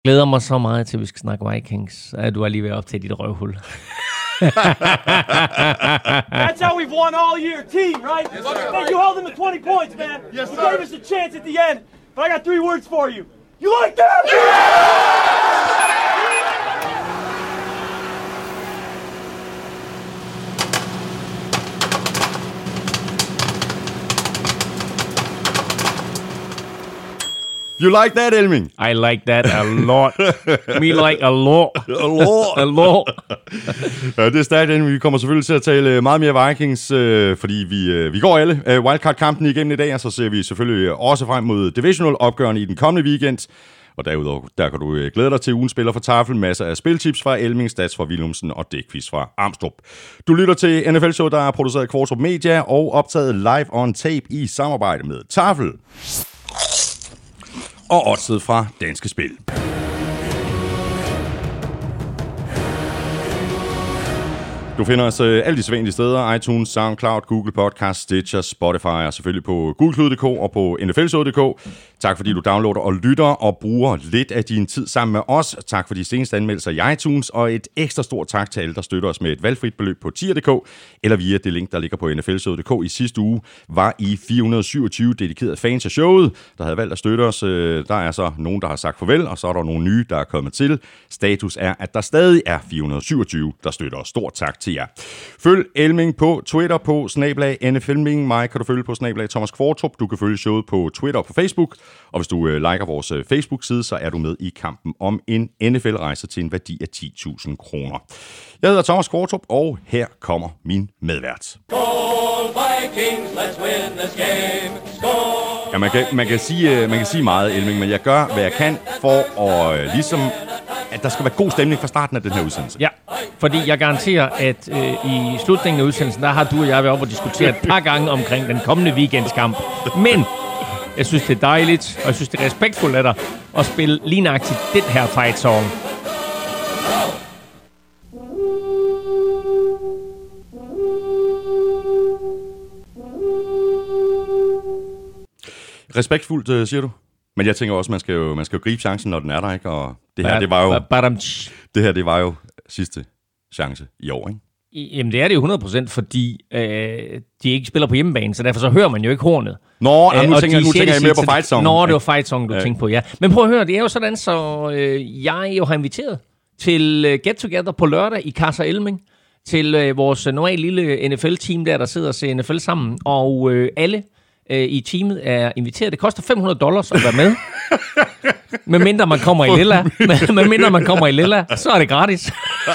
Glæder mig så meget til, at vi skal snakke Vikings. Du er lige ved op til dit røvhul. That's how we've won all year, team, right? Yes, hey, you held them to 20 points, man. Yes, you gave us a chance at the end. But I got 3 words for you. You like that? Yeah! You like that, Elming? I like that a lot. Me like a lot. A lot. A lot. Ja, det er stærkt, Elming. Vi kommer selvfølgelig til at tale meget mere Vikings, fordi vi går alle wildcard-kampen igennem i dag, og så ser vi selvfølgelig også frem mod divisional-opgørende i den kommende weekend. Og derudover, der kan du glæde dig til ugens spiller for Tafel, masser af spiltips fra Elming, stats fra Willumsen og dækquiz fra Armstrong. Du lytter til NFL-show, der er produceret af Kvartrup Media og optaget live on tape i samarbejde med Tafel og oddset fra Danske Spil. Du finder os alle de sædvanlige steder, iTunes, SoundCloud, Google Podcast, Stitcher, Spotify og selvfølgelig på gulklud.dk og på nflshow.dk. Tak fordi du downloader og lytter og bruger lidt af din tid sammen med os. Tak for de seneste anmeldelser i iTunes, og et ekstra stort tak til alle, der støtter os med et valgfrit beløb på tier.dk eller via det link, der ligger på nflshow.dk. I sidste uge var I 427 dedikerede fans af showet, der havde valgt at støtte os. Der er så nogen, der har sagt farvel, og så er der nogle nye, der er kommet til. Status er, at der stadig er 427, der støtter os. Stort tak til jer. Følg Elming på Twitter på @NFLming. Mig kan du følge på @Thomas Kvartrup. Du kan følge showet på Twitter og på Facebook. Og hvis du liker vores Facebook-side, så er du med i kampen om en NFL-rejse til en værdi af 10.000 kroner. Jeg hedder Thomas Kvartrup, og her kommer min medvært. Skål Vikings, let's win this game. Skål! Ja, man kan sige meget, Elming, men jeg gør, hvad jeg kan for at ligesom, at der skal være god stemning fra starten af den her udsendelse. Ja, fordi jeg garanterer, at i slutningen af udsendelsen, der har du og jeg været oppe og diskutere et par gange omkring den kommende weekendskamp. Men jeg synes, det er dejligt, og jeg synes, det er respektfuldt af dig at spille lige nøjagtigt den her fight song. Respektfuldt, siger du? Men jeg tænker også, man skal jo gribe chancen, når den er der, ikke? Og det her, det var jo sidste chance i år, ikke? Jamen, det er det jo 100%, fordi de ikke spiller på hjemmebane, så derfor så hører man jo ikke hornet. Nå, nu tænker jeg mere på fight song. Nå, det var fight song, du tænkte på, ja. Men prøv at høre, det er jo sådan, så jeg jo har inviteret til Get Together på lørdag i Casa Elming, til vores normale lille NFL-team der sidder og ser NFL sammen, og alle i teamet er inviteret. Det koster $500 at være med. Medmindre man kommer i lilla. Så er det gratis.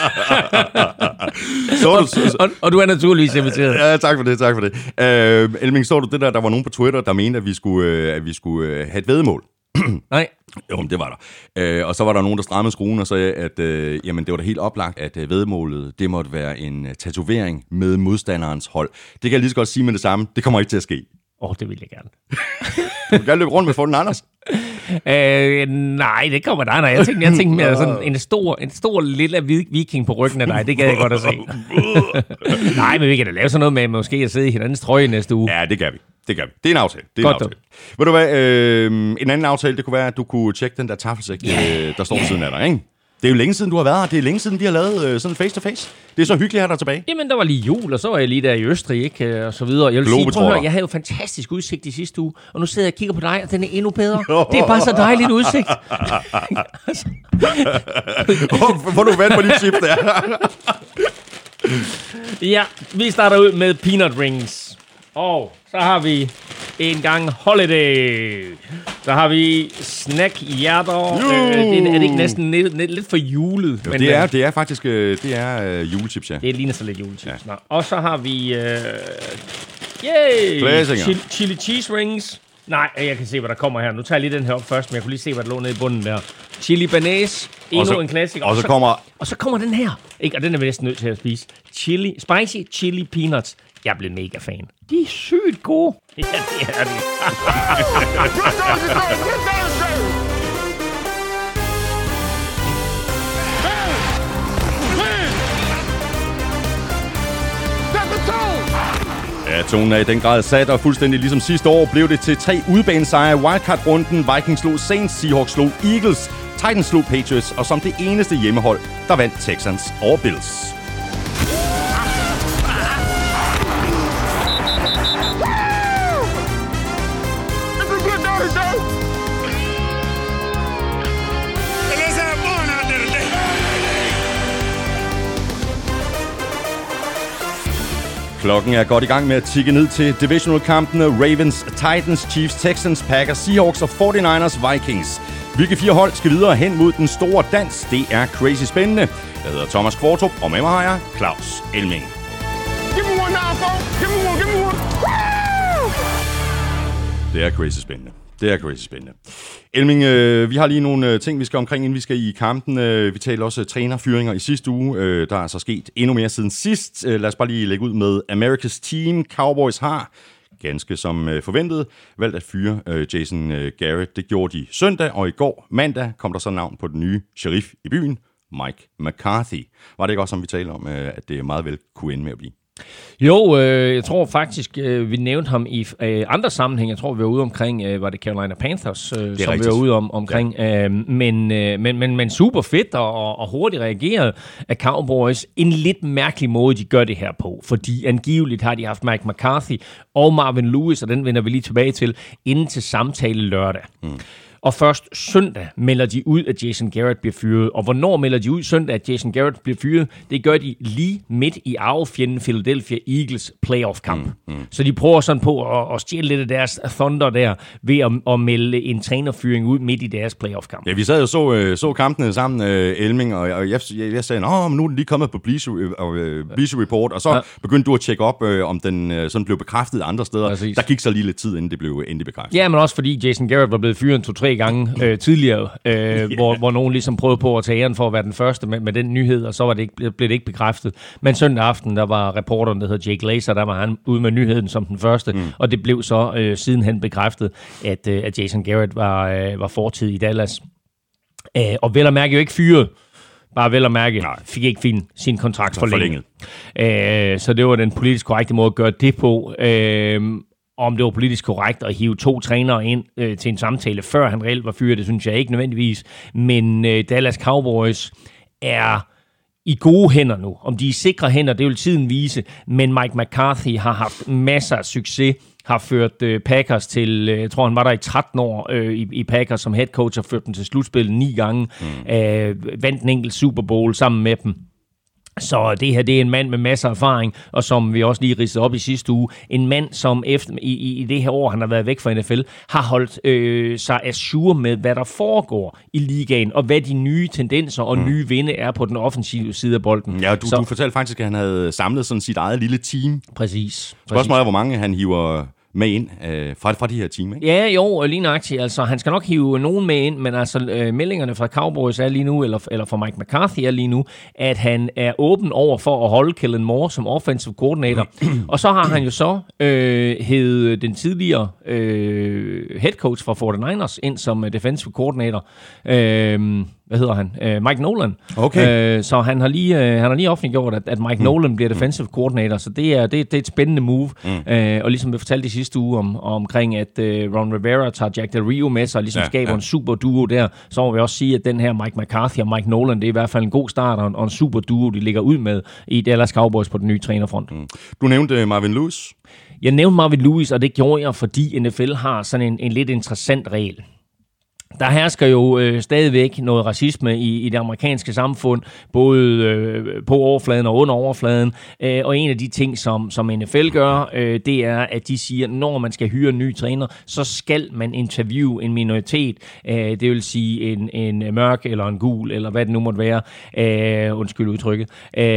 Og du er naturligvis inviteret. Ja, tak for det. Elming, så du det der var nogen på Twitter, der mente, at vi skulle have et væddemål? Nej. Jo, men det var der. Og så var der nogen, der strammede skruen og sagde, at jamen, det var da helt oplagt, at væddemålet, det måtte være en tatovering med modstanderens hold. Det kan jeg lige så godt sige med det samme. Det kommer ikke til at ske. Det vil jeg gerne. Du kan gerne løbe rundt med for den Anders. Nej, det kommer der. Nej. Jeg tænkte mere sådan en stor lille viking på ryggen af dig. Det gad jeg godt at se. Nej, men vi kan da lave sådan noget med måske at sidde i hinandens trøje næste uge. Ja, det kan vi. Det er en aftale. Godt. Ved du hvad, en anden aftale, det kunne være, at du kunne tjekke den der taffelsæk, der står siden af dig, ikke? Det er jo længe siden, du har været her. Det er længe siden, vi har lavet sådan face-to-face. Det er så hyggeligt at have dig tilbage. Jamen, der var lige jul, og så var jeg lige der i Østrig, ikke? Og så videre. Jeg vil sige, prøv at høre, jeg havde jo fantastisk udsigt i sidste uge, og nu sidder jeg og kigger på dig, og den er endnu bedre. Det er bare så dejligt udsigt. Hvor du vand på dit chip der. Ja, vi starter ud med peanut rings. Og så har vi en gang holiday. Så har vi snack-hjerter. Er det ikke næsten lidt for julet? Jo, men det er faktisk julechips, ja. Det ligner så lidt julechips. Ja. Og så har vi chili cheese rings. Nej, jeg kan se, hvad der kommer her. Nu tager jeg lige den her op først, men jeg kunne lige se, hvad der lå nede i bunden der. Chili banæs. Endnu en klassiker. Og så kommer den her. Ikke, og den er vi næsten nødt til at spise. Spicy chili peanuts. Jeg er blevet mega fan. De er sygt gode. Ja, det er de. Ja, tonen er i den grad sat, og fuldstændig ligesom sidste år blev det til 3 udebanesejre i wildcard-runden. Vikings slog Saints, Seahawks slog Eagles, Titans slog Patriots, og som det eneste hjemmehold, der vandt Texans over Bills. Klokken er godt i gang med at tikke ned til divisional-kampene Ravens, Titans, Chiefs, Texans, Packers, Seahawks og 49ers, Vikings. Hvilke 4 hold skal videre hen mod den store dans? Det er crazy spændende. Jeg hedder Thomas Kvartrup, og med mig har jeg Claus Elming. Det er crazy spændende. Det er crazy spændende. Elming, vi har lige nogle ting, vi skal omkring, inden vi skal i kampen. Vi talte også trænerfyringer i sidste uge. Der er altså sket endnu mere siden sidst. Lad os bare lige lægge ud med America's Team. Cowboys har, ganske som forventet, valgt at fyre Jason Garrett. Det gjorde de søndag, og i går mandag kom der så navn på den nye sheriff i byen, Mike McCarthy. Var det ikke også, som vi talte om, at det meget vel kunne ende med at blive? Jo, jeg tror faktisk, vi nævnte ham i andre sammenhæng. Jeg tror, vi var ude omkring, var det Carolina Panthers, som rigtigt. Vi var ude omkring. Ja. Men super fedt og hurtigt reageret af Cowboys. En lidt mærkelig måde, de gør det her på. Fordi angiveligt har de haft Mike McCarthy og Marvin Lewis, og den vender vi lige tilbage til, inden til samtale lørdag. Og først søndag melder de ud, at Jason Garrett bliver fyret. Og hvornår melder de ud søndag, at Jason Garrett bliver fyret? Det gør de lige midt i arvefjenden Philadelphia Eagles playoff-kamp. Så de prøver sådan på at stjæle lidt af deres thunder der, ved at melde en trænerfyring ud midt i deres playoff-kamp. Ja, vi sad jo så kampene sammen, Elming, og jeg sagde, nu er den lige kommet på Bleacher Report, og så begyndte du at tjekke op, om den sådan blev bekræftet andre steder. Præcis. Der gik så lige lidt tid, inden det blev endelig bekræftet. Ja, men også fordi Jason Garrett var blevet fyret 2-3 gange tidligere, hvor nogen ligesom prøvede på at tage æren for at være den første med den nyhed, og så var blev det ikke bekræftet. Men søndag aften, der var reporteren, der hedder Jake Glazer, der var han ude med nyheden som den første, og det blev så sidenhen bekræftet, at Jason Garrett var fortid i Dallas. Og vel at mærke jo ikke fyret, bare vel at mærke, fik ikke sin kontrakt forlænget. Så det var den politisk korrekte måde at gøre det på. Om det var politisk korrekt at hive 2 trænere ind til en samtale, før han reelt var fyret, det synes jeg ikke nødvendigvis. Men Dallas Cowboys er i gode hænder nu. Om de er sikre hænder, det vil tiden vise. Men Mike McCarthy har haft masser af succes, har ført Packers til, jeg tror han var der i 13 år i Packers som head coach, og ført dem til slutspillet 9 gange. Vandt en enkelt Super Bowl sammen med dem. Så det her, det er en mand med masser af erfaring, og som vi også lige ridsede op i sidste uge, en mand, som efter i det her år, han har været væk fra NFL, har holdt sig assure med, hvad der foregår i ligaen, og hvad de nye tendenser og nye vinde er på den offensive side af bolden. Ja, du fortalte faktisk, at han havde samlet sådan sit eget lille team. Præcis. Spørgsmålet er, hvor mange han hiver med ind fra de her team, ikke? Ja, jo, lige nøjagtigt. Altså, han skal nok hive nogen med ind, men altså meldingerne fra Cowboys er lige nu, eller fra Mike McCarthy er lige nu, at han er åben over for at holde Kellen Moore som offensive coordinator. Og så har han jo så hed den tidligere head coach fra 49ers ind som defensive coordinator. Hvad hedder han? Mike Nolan. Okay. Så han har lige offentliggjort, at Mike Nolan bliver defensive coordinator, så det er et spændende move. Og ligesom vi fortalte i sidste uge omkring, at Ron Rivera tager Jack Del Rio med sig, og ligesom skaber en super duo der, så må vi også sige, at den her Mike McCarthy og Mike Nolan, det er i hvert fald en god start og en super duo, de ligger ud med i Dallas Cowboys på den nye trænerfront. Du nævnte Marvin Lewis. Jeg nævnte Marvin Lewis, og det gjorde jeg, fordi NFL har sådan en lidt interessant regel. Der hersker jo stadigvæk noget racisme i det amerikanske samfund, både på overfladen og under overfladen. Og en af de ting, som NFL gør, det er, at de siger, at når man skal hyre en ny træner, så skal man interviewe en minoritet. Det vil sige en mørk eller en gul, eller hvad det nu måtte være. Undskyld udtrykket.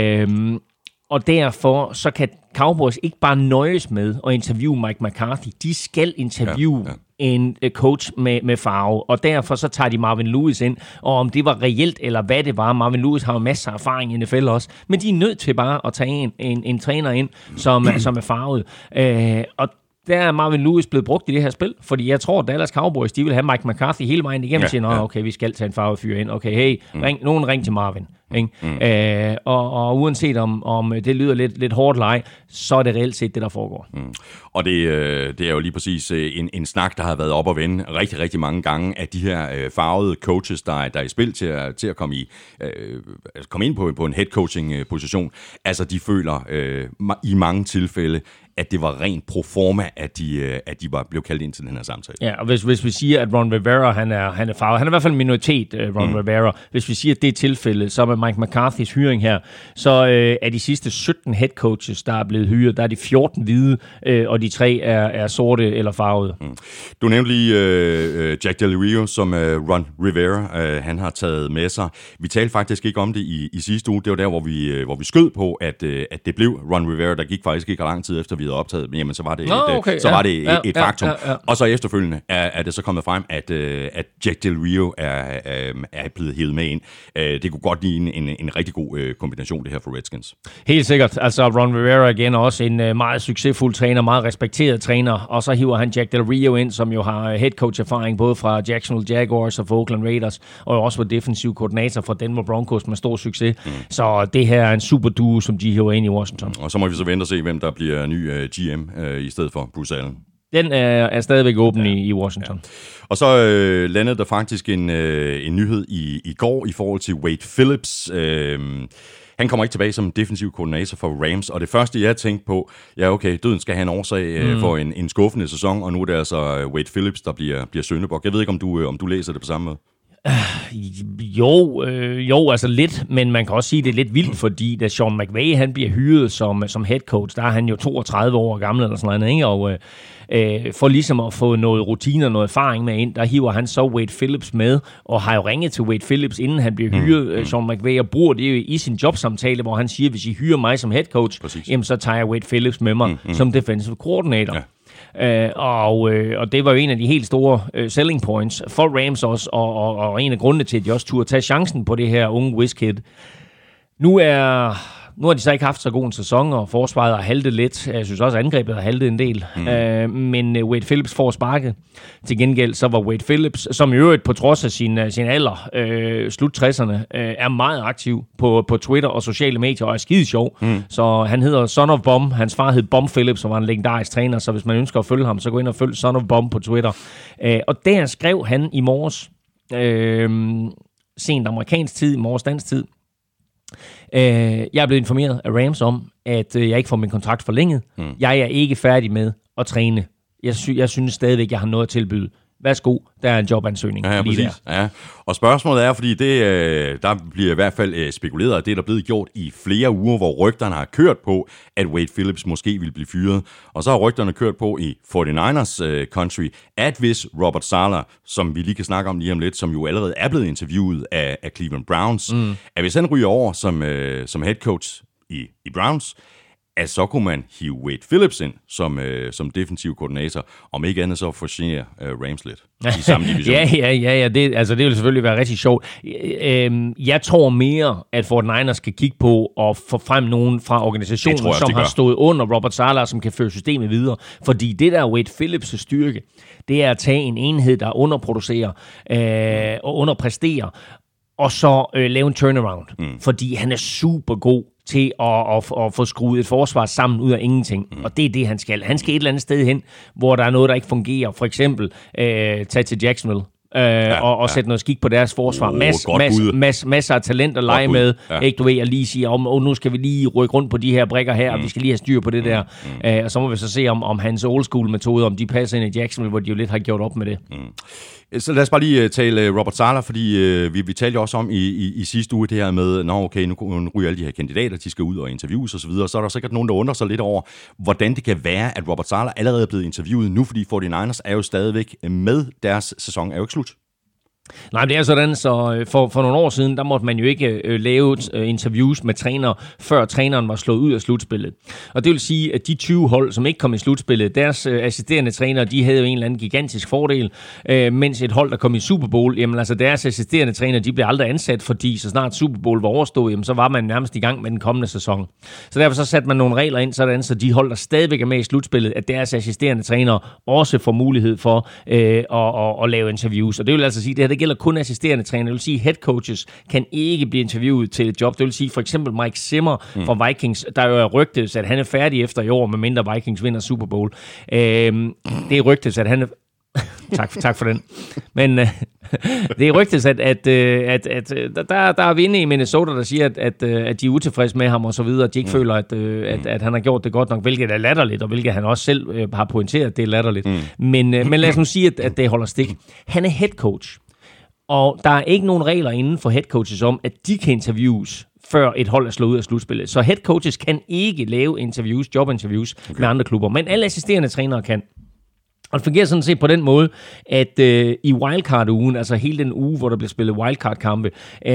Og derfor så kan Cowboys ikke bare nøjes med at interviewe Mike McCarthy. De skal interviewe en coach med farve, og derfor så tager de Marvin Lewis ind, og om det var reelt eller hvad det var, Marvin Lewis har jo masser af erfaring i NFL også, men de er nødt til bare at tage en træner ind, som er farvet. Og der er Marvin Lewis blevet brugt i det her spil, fordi jeg tror, at Dallas Cowboys, de vil have Mike McCarthy hele vejen igennem, og siger, okay, vi skal tage en farvet fyr ind, okay, hey, ring til Marvin. Ikke? Og uanset om det lyder lidt hårdt leg, så er det reelt set det, der foregår. Og det er jo lige præcis en snak, der har været op og vende rigtig, rigtig mange gange, at de her farvede coaches, der er i spil til at komme ind på en head coaching position, altså de føler i mange tilfælde, at det var rent pro forma, at de blev kaldt ind til den her samtale. Ja, og hvis vi siger, at Ron Rivera, han er farvet, han er i hvert fald en minoritet, Ron Rivera. Hvis vi siger, at det er tilfældet, så med Mike McCarthy's hyring her, så er de sidste 17 head coaches, der er blevet hyret, der er de 14 hvide, og de 3 er sorte eller farvede. Du nævnte lige Jack Del Rio, som Ron Rivera, han har taget med sig. Vi talte faktisk ikke om det i sidste uge. Det var der, hvor vi skød på, at det blev Ron Rivera. Der gik faktisk ikke lang tid efter, vi havde optaget, men jamen, så var det et faktum. Ja. Og så efterfølgende er det så kommet frem, at Jack Del Rio er blevet hævet med ind. Det kunne godt ligne en rigtig god kombination, det her for Redskins. Helt sikkert. Altså Ron Rivera igen også en meget succesfuld træner, meget respekteret træner, og så hiver han Jack Del Rio ind, som jo har head coach erfaring både fra Jacksonville Jaguars og for Oakland Raiders, og også var defensiv koordinator for Denver Broncos med stor succes. Så det her er en super duo, som de hiver ind i Washington. Og så må vi så vente og se, hvem der bliver ny GM i stedet for Bruce Allen. Den er stadigvæk åben i Washington. Ja. Og så landede der faktisk en nyhed i går i forhold til Wade Phillips. Han kommer ikke tilbage som defensiv koordinator for Rams, og det første, jeg tænkte på, ja okay, døden skal have en årsag for en skuffende sæson, og nu er det altså Wade Phillips, der bliver syndebuk. Jeg ved ikke, om du læser det på samme måde. Jo, altså lidt, men man kan også sige, at det er lidt vildt, fordi da Sean McVay, han bliver hyret som head coach, der er han jo 32 år gammel eller sådan noget, ikke? Og for ligesom at få noget rutine og noget erfaring med ind, der hiver han så Wade Phillips med, og har jo ringet til Wade Phillips, inden han bliver hyret, Sean McVay, og bruger det jo i sin jobsamtale, hvor han siger, hvis I hyrer mig som head coach, jamen, så tager jeg Wade Phillips med mig som defensive coordinator. Ja. Og det var jo en af de helt store selling points for Rams også, og en af grundene til, at de også turde tage chancen på det her unge whiz-kid. Nu har de så ikke haft så god en sæson, og forsvaret har haltet lidt. Jeg synes også, at angrebet har haltet en del. Men Wade Phillips får sparket. Til gengæld så var Wade Phillips, som i øvrigt på trods af sin alder, slut 60'erne, er meget aktiv på Twitter og sociale medier, og er skide sjov. Så han hedder Son of Bomb. Hans far hed Bomb Phillips, og var en legendarisk træner, så hvis man ønsker at følge ham, så gå ind og følg Son of Bomb på Twitter. Og der skrev han i morges, sent amerikansk tid, i morges dansk tid, jeg er blevet informeret af Rams om, at jeg ikke får min kontrakt forlænget. Jeg er ikke færdig med at træne. Jeg synes stadigvæk, jeg har noget at tilbyde. Værsgo, der er en jobansøgning. Ja, lige præcis. Der. Ja. Og spørgsmålet er, fordi der bliver i hvert fald spekuleret, at det er der blevet gjort i flere uger, hvor rygterne har kørt på, at Wade Phillips måske vil blive fyret. Og så har rygterne kørt på i 49ers country, at hvis Robert Saleh, som vi lige kan snakke om lige om lidt, som jo allerede er blevet interviewet af Cleveland Browns, at hvis han ryger over som head coach i Browns, at så kunne man hive Wade Phillips ind som defensiv koordinator, om ikke andet så forgener Rams lidt i samme division. Ja. Det vil selvfølgelig være rigtig sjovt. Jeg tror mere, at 49ers skal kigge på og få frem nogen fra organisationen, som har stået under Robert Saleh, som kan føre systemet videre. Fordi det der Wade Phillips' styrke, det er at tage en enhed, der underproducerer og underpræsterer, og så lave en turnaround. Fordi han er super god til at få skruet et forsvar sammen ud af ingenting. Og det er det, han skal. Han skal et eller andet sted hen, hvor der er noget, der ikke fungerer. For eksempel tage til Jacksonville og sætte noget skik på deres forsvar. Masser af talent at lege med. Ja. Ikke, du ved, at lige sige, nu skal vi lige rykke rundt på de her brikker her, og vi skal lige have styr på det der. Og så må vi så se, om hans old school metode, om de passer ind i Jacksonville, hvor de jo lidt har gjort op med det. Så lad os bare lige tale Robert Saleh, fordi vi talte jo også om i sidste uge det her med, nu ryger alle de her kandidater, de skal ud og interviews osv., så er der sikkert nogen, der undrer sig lidt over, hvordan det kan være, at Robert Saleh allerede er blevet interviewet nu, fordi 49ers er jo stadigvæk med, deres sæson er jo ikke slut. Nej, det er sådan, så for nogle år siden, der måtte man jo ikke lave interviews med trænere, før træneren var slået ud af slutspillet. Og det vil sige, at de 20 hold, som ikke kom i slutspillet, deres assisterende trænere, de havde jo en eller anden gigantisk fordel, mens et hold, der kom i Super Bowl, jamen altså deres assisterende trænere, de blev aldrig ansat, fordi så snart Super Bowl var overstået, jamen så var man nærmest i gang med den kommende sæson. Så derfor så satte man nogle regler ind, sådan så de hold, der stadigvæk er med i slutspillet, at deres assisterende trænere også får mulighed for at lave interviews. Og det vil altså sige, at det det gælder kun assisterende træner. Det vil sige, head coaches kan ikke blive interviewet til et job. Det vil sige, for eksempel Mike Zimmer fra Vikings, der jo er rygtes, at han er færdig efter i år, medmindre Vikings vinder Super Bowl. Det er rygtes, at han er... tak for den. Men det er rygtes, at der er vinde i Minnesota, der siger, at de er utilfredse med ham og så videre, at de ikke føler, at han har gjort det godt nok, hvilket er latterligt, og hvilket han også selv har pointeret, det er latterligt. Men lad os nu sige, at det holder stik. Han er head coach, og der er ikke nogen regler inden for head coaches om, at de kan interviews før et hold er slået ud af slutspillet. Så head coaches kan ikke lave interviews, jobinterviews med andre klubber, men alle assisterende trænere kan. Og det fungerer sådan set på den måde, at i wildcard-ugen, altså hele den uge, hvor der bliver spillet wildcard-kampe,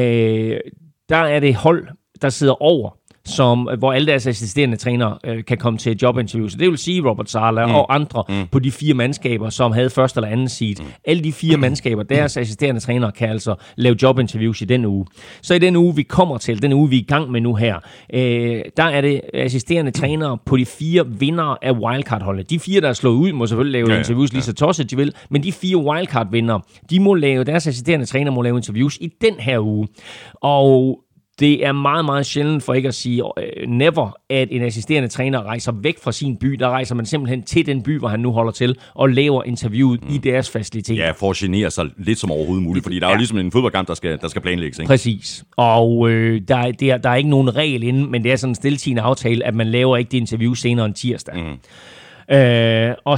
der er det hold, der sidder over, hvor alle deres assisterende trænere kan komme til et jobinterview. Så det vil sige Robert Saleh og andre på de 4 mandskaber, som havde første eller anden seed. Alle de 4 mandskaber, deres assisterende trænere kan altså lave jobinterviews i den uge. Så i den uge, vi kommer til, den uge, vi er i gang med nu her, der er det assisterende trænere på de 4 vindere af wildcard-holdet. De 4, der er slået ud, må selvfølgelig lave interviews lige så tosset de vil, men de 4 wildcard-vindere, deres assisterende træner må lave interviews i den her uge. Og det er meget, meget sjældent, for ikke at sige never, at en assisterende træner rejser væk fra sin by. Der rejser man simpelthen til den by, hvor han nu holder til, og laver interviewet i deres faciliteter. Ja, for at genere sig lidt som overhovedet muligt, fordi der er jo ligesom en fodboldkamp, der skal planlægges. Ikke? Præcis. Og der er ikke nogen regel inden, men det er sådan en stiltiende aftale, at man laver ikke det interview senere end tirsdag. Og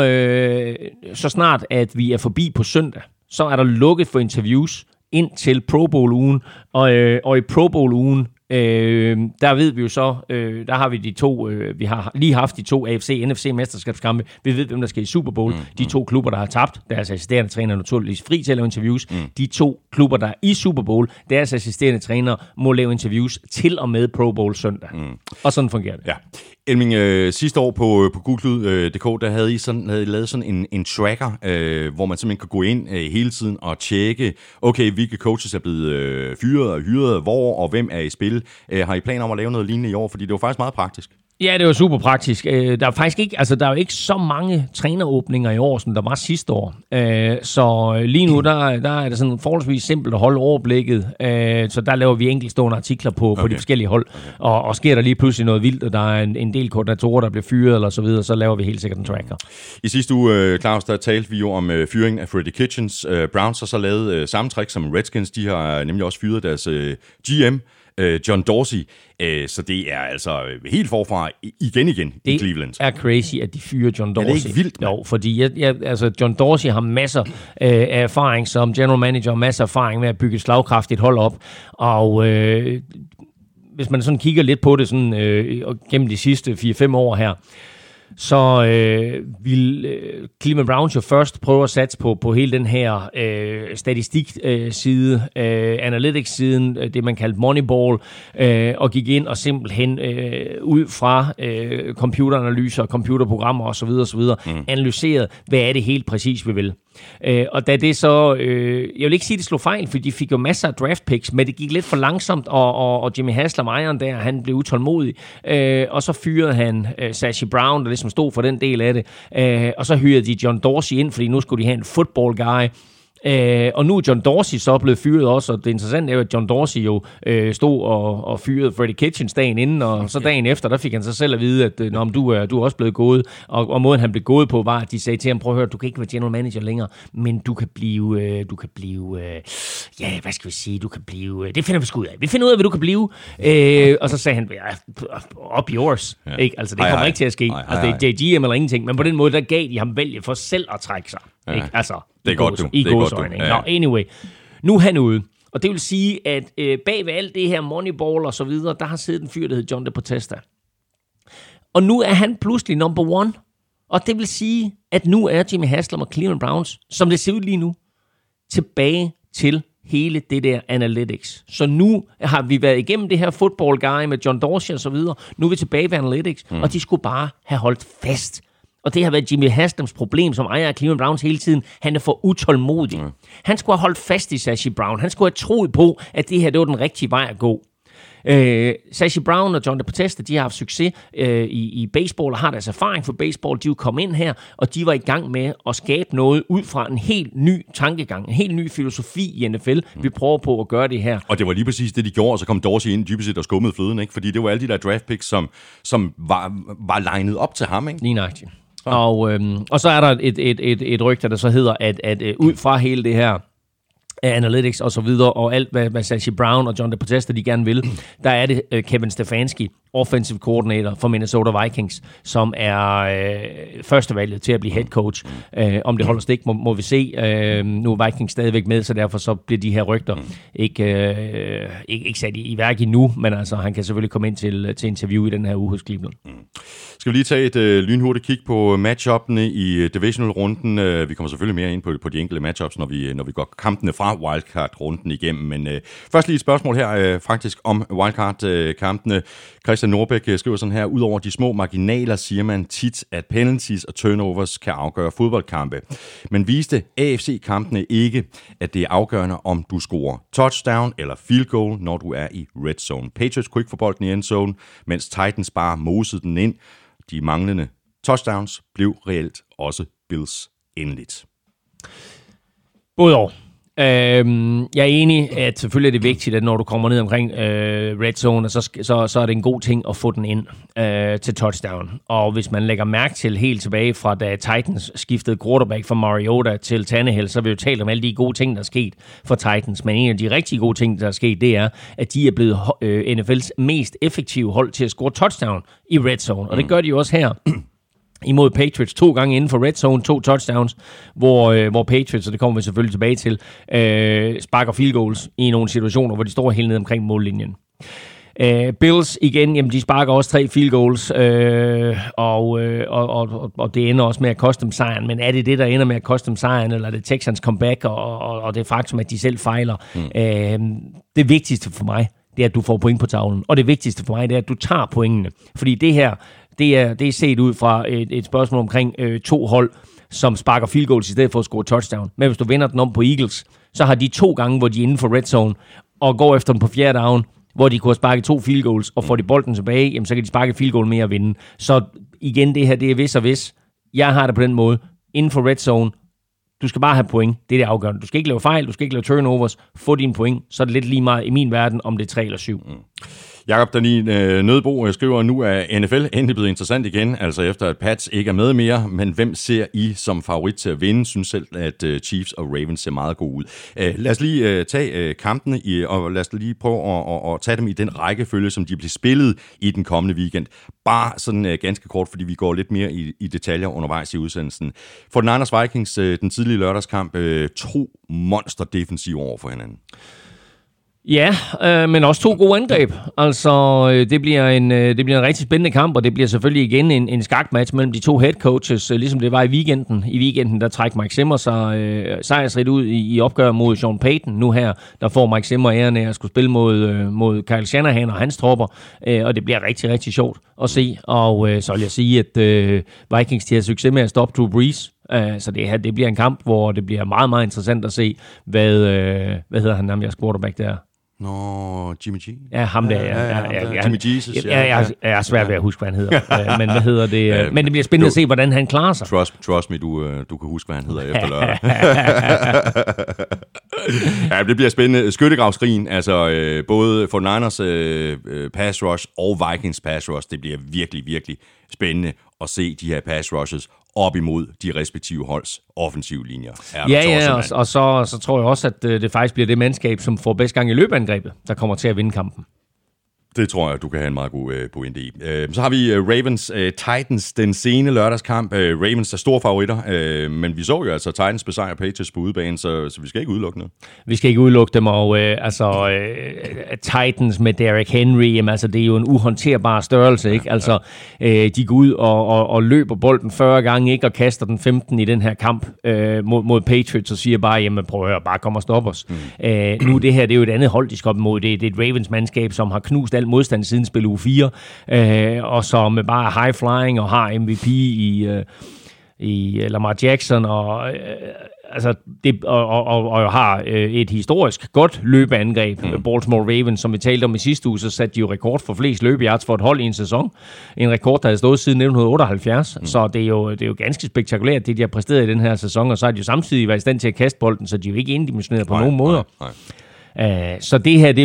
så snart, at vi er forbi på søndag, så er der lukket for interviews ind til Pro Bowl-ugen, og i Pro Bowl-ugen, der ved vi jo så, der har vi de 2, vi har lige haft de 2 AFC-NFC-mesterskabskampe. Vi ved, hvem der skal i Super Bowl. De 2 klubber, der har tabt, deres assisterende træner er naturligvis fri til at lave interviews. De 2 klubber, der er i Super Bowl, deres assisterende træner må lave interviews til og med Pro Bowl søndag. Og sådan fungerer det. Ja. Elming, sidste år på gulklud.dk, der havde I lavet sådan en tracker, hvor man simpelthen kan gå ind hele tiden og tjekke, okay, hvilke coaches er blevet fyret og hyret, hvor og hvem er i spil. Har I planer om at lave noget lignende i år? Fordi det var faktisk meget praktisk. Ja, det var super praktisk. Der er faktisk ikke, der er jo ikke så mange træneråbninger i år, som der var sidste år. Så lige nu, der er det sådan forholdsvis simpelt at holde overblikket. Så der laver vi enkeltstående artikler på de forskellige hold. Og sker der lige pludselig noget vildt, og der er en del koordinatorer, der bliver fyret eller så videre, så laver vi helt sikkert en tracker. I sidste uge, Claus, der talte vi jo om fyringen af Freddie Kitchens. Browns har så lavet samme trick som Redskins. De har nemlig også fyret deres GM, John Dorsey. Så det er altså helt forfra igen i Cleveland. Det er crazy, at de fyrer John Dorsey. Er det ikke vildt? Jo, fordi John Dorsey har masser af erfaring som general manager, og masser af erfaring med at bygge et slagkraftigt hold op. Og hvis man sådan kigger lidt på det sådan, gennem de sidste 4-5 år her, så vil Cleveland Browns jo først prøve at satse på hele den her statistik-side, analytics-siden, det man kaldte Moneyball, og gik ind og simpelthen ud fra computeranalyser, computerprogrammer osv. analyserede, hvad er det helt præcis, vi vil. Og da det så, jeg vil ikke sige, det slog fejl, for de fik jo masser af draft picks, men det gik lidt for langsomt, og Jimmy Haslam, ejeren der, han blev utålmodig, og så fyrede han Sashi Brown, der ligesom stod for den del af det, og så hyrede de John Dorsey ind, fordi nu skulle de have en football guy. Og nu er John Dorsey så blevet fyret også, og det interessante er jo, at John Dorsey jo stod og fyrede Freddie Kitchens dagen inden, og så dagen efter, der fik han sig selv at vide, at du er også blevet gået, og måden han blev gået på var, at de sagde til ham, prøv at høre, du kan ikke være general manager længere, men du kan blive, hvad skal vi sige, du kan blive, det finder vi sgu ud af, vi finder ud af, hvad du kan blive, og så sagde han, up yours, ikke? Altså det kommer ikke til at ske, altså det er GM eller ingenting, men på den måde, der gav de ham vælge for selv at trække sig, ikke? Altså, det er godt, du. I godsøjne. Nå, anyway. Nu er han ude. Og det vil sige, at bag ved alt det her Moneyball og så videre, der har siddet en fyr, der hedder John DePodesta. Og nu er han pludselig number 1. Og det vil sige, at nu er Jimmy Haslam og Cleveland Browns, som det ser ud lige nu, tilbage til hele det der analytics. Så nu har vi været igennem det her football guy med John Dorsey og så videre. Nu er vi tilbage ved analytics, og de skulle bare have holdt fast. Og det har været Jimmy Haslams problem, som ejer af Cleveland Browns hele tiden. Han er for utålmodig. Han skulle have holdt fast i Sashi Brown. Han skulle have troet på, at det her det var den rigtige vej at gå. Sashi Brown og John DePodesta, de har haft succes i baseball og har deres erfaring for baseball. De er jo kommet ind her, og de var i gang med at skabe noget ud fra en helt ny tankegang, en helt ny filosofi i NFL. Vi prøver på at gøre det her. Og det var lige præcis det, de gjorde, og så kom Dorsey ind dybest set og skummede fløden, ikke? Fordi det var alle de der draft picks, som var linet op til ham, ikke? Lige nøjagtigt. Og så er der et rygte, der så hedder, at ud fra hele det her analytics og så videre, og alt, hvad Sashi Brown og John DePodesta, de gerne vil, der er det Kevin Stefanski, offensive coordinator for Minnesota Vikings, som er førstevalget til at blive head coach. Om det holder stik, må vi se. Nu er Vikings stadigvæk med, så derfor så bliver de her rygter ikke sat i værk endnu, men altså, han kan selvfølgelig komme ind til interview i den her uge hos Cleveland. Skal vi lige tage et lynhurtigt kig på matchuppene i divisional-runden. Vi kommer selvfølgelig mere ind på de enkelte matchups, når vi går kampene fra wildcard-runden igennem. Men først lige et spørgsmål her faktisk om wildcard-kampene. Christian Norbæk skriver sådan her: udover de små marginaler siger man tit, at penalties og turnovers kan afgøre fodboldkampe. Men viste AFC-kampene ikke, at det er afgørende, om du scorer touchdown eller field goal, når du er i red zone. Patriots kunne ikke få bolden i endzone, mens Titans bare mosede den ind. De manglende touchdowns blev reelt også Bills endeligt. Både år. Jeg er enig, at selvfølgelig er det vigtigt, at når du kommer ned omkring red zone, så er det en god ting at få den ind til touchdown. Og hvis man lægger mærke til helt tilbage fra da Titans skiftede quarterback fra Mariota til Tannehill, så vil vi jo tale om alle de gode ting, der er sket for Titans. Men en af de rigtig gode ting, der er sket, det er, at de er blevet NFL's mest effektive hold til at score touchdown i red zone. Og det gør de jo også her. Imod Patriots 2 gange inden for red zone, 2 touchdowns, hvor Patriots, og det kommer vi selvfølgelig tilbage til, sparker field goals i nogle situationer, hvor de står helt ned omkring mållinjen. Bills igen, jamen de sparker også 3 field goals, og det ender også med at koste dem sejren. Men er det det, der ender med at koste dem sejren, eller er det Texans comeback, og det faktum, at de selv fejler? Det vigtigste for mig, det er, at du får point på tavlen. Og det vigtigste for mig, det er, at du tager pointene. Fordi det her, det er set ud fra et spørgsmål omkring 2 hold, som sparker field goals i stedet for at score touchdown. Men hvis du vender den om på Eagles, så har de 2 gange, hvor de er inden for red zone, og går efter den på 4. down, hvor de kunne have sparket 2 field goals, og får de bolden tilbage, jamen, så kan de sparke field goal mere og vinde. Så igen, det her, det er hvis og hvis. Jeg har det på den måde. Inden for red zone, du skal bare have point. Det er det afgørende. Du skal ikke lave fejl, du skal ikke lave turnovers. Få dine point, så er det lidt lige meget i min verden, om det er 3 eller 7. Jakob Danin Nødbo skriver, nu er NFL endelig blevet interessant igen, altså efter at Pats ikke er med mere, men hvem ser I som favorit til at vinde? Synes selv, at Chiefs og Ravens ser meget gode ud. Lad os lige tage kampene, og lad os lige prøve at tage dem i den rækkefølge, som de bliver spillet i den kommende weekend. Bare sådan ganske kort, fordi vi går lidt mere i detaljer undervejs i udsendelsen. For den Niners Vikings, den tidlige lørdagskamp, 2 monster-defensive over for hinanden. Ja, men også 2 gode angreb. Altså, det bliver en rigtig spændende kamp, og det bliver selvfølgelig igen en skakmatch mellem de 2 head coaches, ligesom det var i weekenden. I weekenden, der trækker Mike Zimmer sig sejrsrigt ud i opgør mod Sean Payton. Nu her, der får Mike Zimmer æren af at skulle spille mod Kyle Shanahan og hans tropper, og det bliver rigtig, rigtig sjovt at se. Og så vil jeg sige, at Vikings de har succes med at stoppe Drew Brees. Så det bliver en kamp, hvor det bliver meget, meget interessant at se, hvad hedder han, jeres quarterback der? Jimmy G? Ja, ham der. Ja, Jimmy Jesus. Jeg er svært ved at huske, hvad han hedder. Men hvad hedder det? Men det bliver spændende at se, hvordan han klarer sig. Trust me, du kan huske, hvad han hedder efter lørdag. Ja, det bliver spændende. Skyttegravskrigen, altså både for Niners pass rush og Vikings pass rush, det bliver virkelig, virkelig spændende at se de her pass rushes op imod de respektive holds offensive linjer. Og så tror jeg også, at det faktisk bliver det mandskab, som får bedst gang i løbeangrebet, der kommer til at vinde kampen. Det tror jeg, du kan have en meget god pointe i. Så har vi Ravens Titans, den sene lørdagskamp. Ravens er store favoritter, men vi så jo altså Titans besejre Patriots på udebane, så vi skal ikke udelukke noget. Vi skal ikke udelukke dem, og Titans med Derrick Henry, jamen, altså, det er jo en uhåndterbar størrelse, ikke? Altså, de går ud og løber bolden 40 gange, ikke? Og kaster den 15 i den her kamp mod Patriots, og siger bare, jamen prøv at høre, bare kom og stop os. Nu det her, det er jo et andet hold, de skal op imod. Det er et Ravens-mandskab, som har knust alt modstand siden spil uge 4, og som bare high flying og har MVP i Lamar Jackson, og altså det, og har et historisk godt løbeangreb. Baltimore Ravens, som vi talte om i sidste uge, så satte de jo rekord for flest løbeyards for et hold i en sæson. En rekord, der havde stået siden 1978. Så det er jo ganske spektakulært, det de har præsteret i den her sæson, og så har de jo samtidig været i stand til at kaste bolden, så de er jo ikke indimensioneret på nogen måder. Så det her,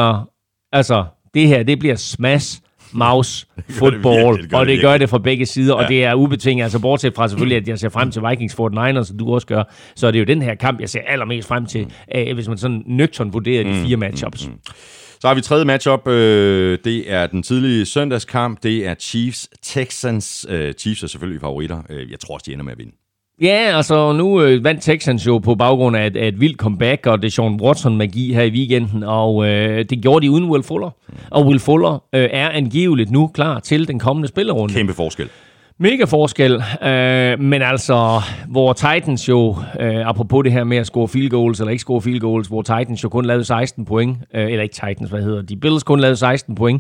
det bliver smash mouse football, og det gør det fra begge sider, og det er ubetinget, altså bortset fra selvfølgelig, at jeg ser frem til Vikings 49ers, som du også gør, så er det jo den her kamp, jeg ser allermest frem til, hvis man sådan nøgtern vurderer de 4 matchups. Så har vi tredje matchup, det er den tidlige søndagskamp, det er Chiefs-Texans. Chiefs er selvfølgelig favoritter, jeg tror også, de ender med at vinde. Ja, altså nu vandt Texans jo på baggrund af et vildt comeback og Deshaun Watson-magi her i weekenden, og det gjorde de uden Will Fuller. Og Will Fuller er angiveligt nu klar til den kommende spillerunde. Kæmpe forskel. Mega forskel, men altså, hvor Titans jo, apropos det her med at score field goals eller ikke score field goals, hvor Titans jo kun lavede 16 point, eller ikke Titans, de Bills kun lavede 16 point,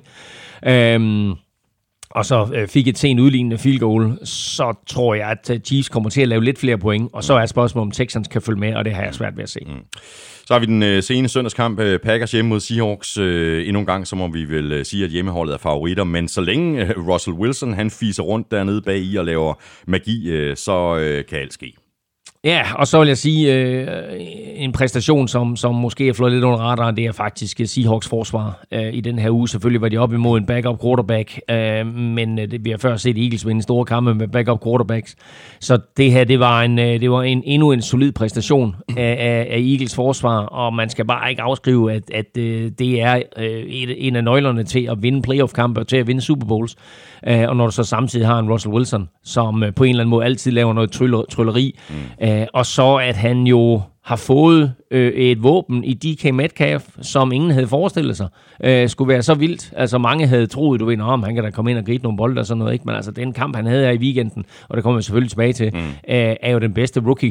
og så fik et sent udlignende field goal, så tror jeg, at Chiefs kommer til at lave lidt flere point, og så er spørgsmålet, om Texans kan følge med, og det har jeg svært ved at se. Så har vi den sene søndagskamp, Packers hjemme mod Seahawks. Endnu en gang, så må vi vel sige, at hjemmeholdet er favoritter, men så længe Russell Wilson, han fiser rundt dernede bag i og laver magi, så kan alt ske. Ja, og så vil jeg sige, en præstation, som måske er flået lidt under radaren, det er faktisk Seahawks forsvar i den her uge. Selvfølgelig var de op imod en backup quarterback, men vi har før set Eagles vinde store kampe med backup quarterbacks. Så det her, det var endnu en solid præstation af Eagles forsvar, og man skal bare ikke afskrive, at det er en af nøglerne til at vinde playoff-kampe og til at vinde Super Bowls. Og når du så samtidig har en Russell Wilson, som på en eller anden måde altid laver noget trylleri, og så at han jo har fået et våben i DK Metcalf, som ingen havde forestillet sig, skulle være så vildt. Altså mange havde troet, du ved, han kan da komme ind og gribe nogle bolde og sådan noget, ikke? Men altså den kamp, han havde her i weekenden, og det kommer vi selvfølgelig tilbage til, er jo den bedste rookie,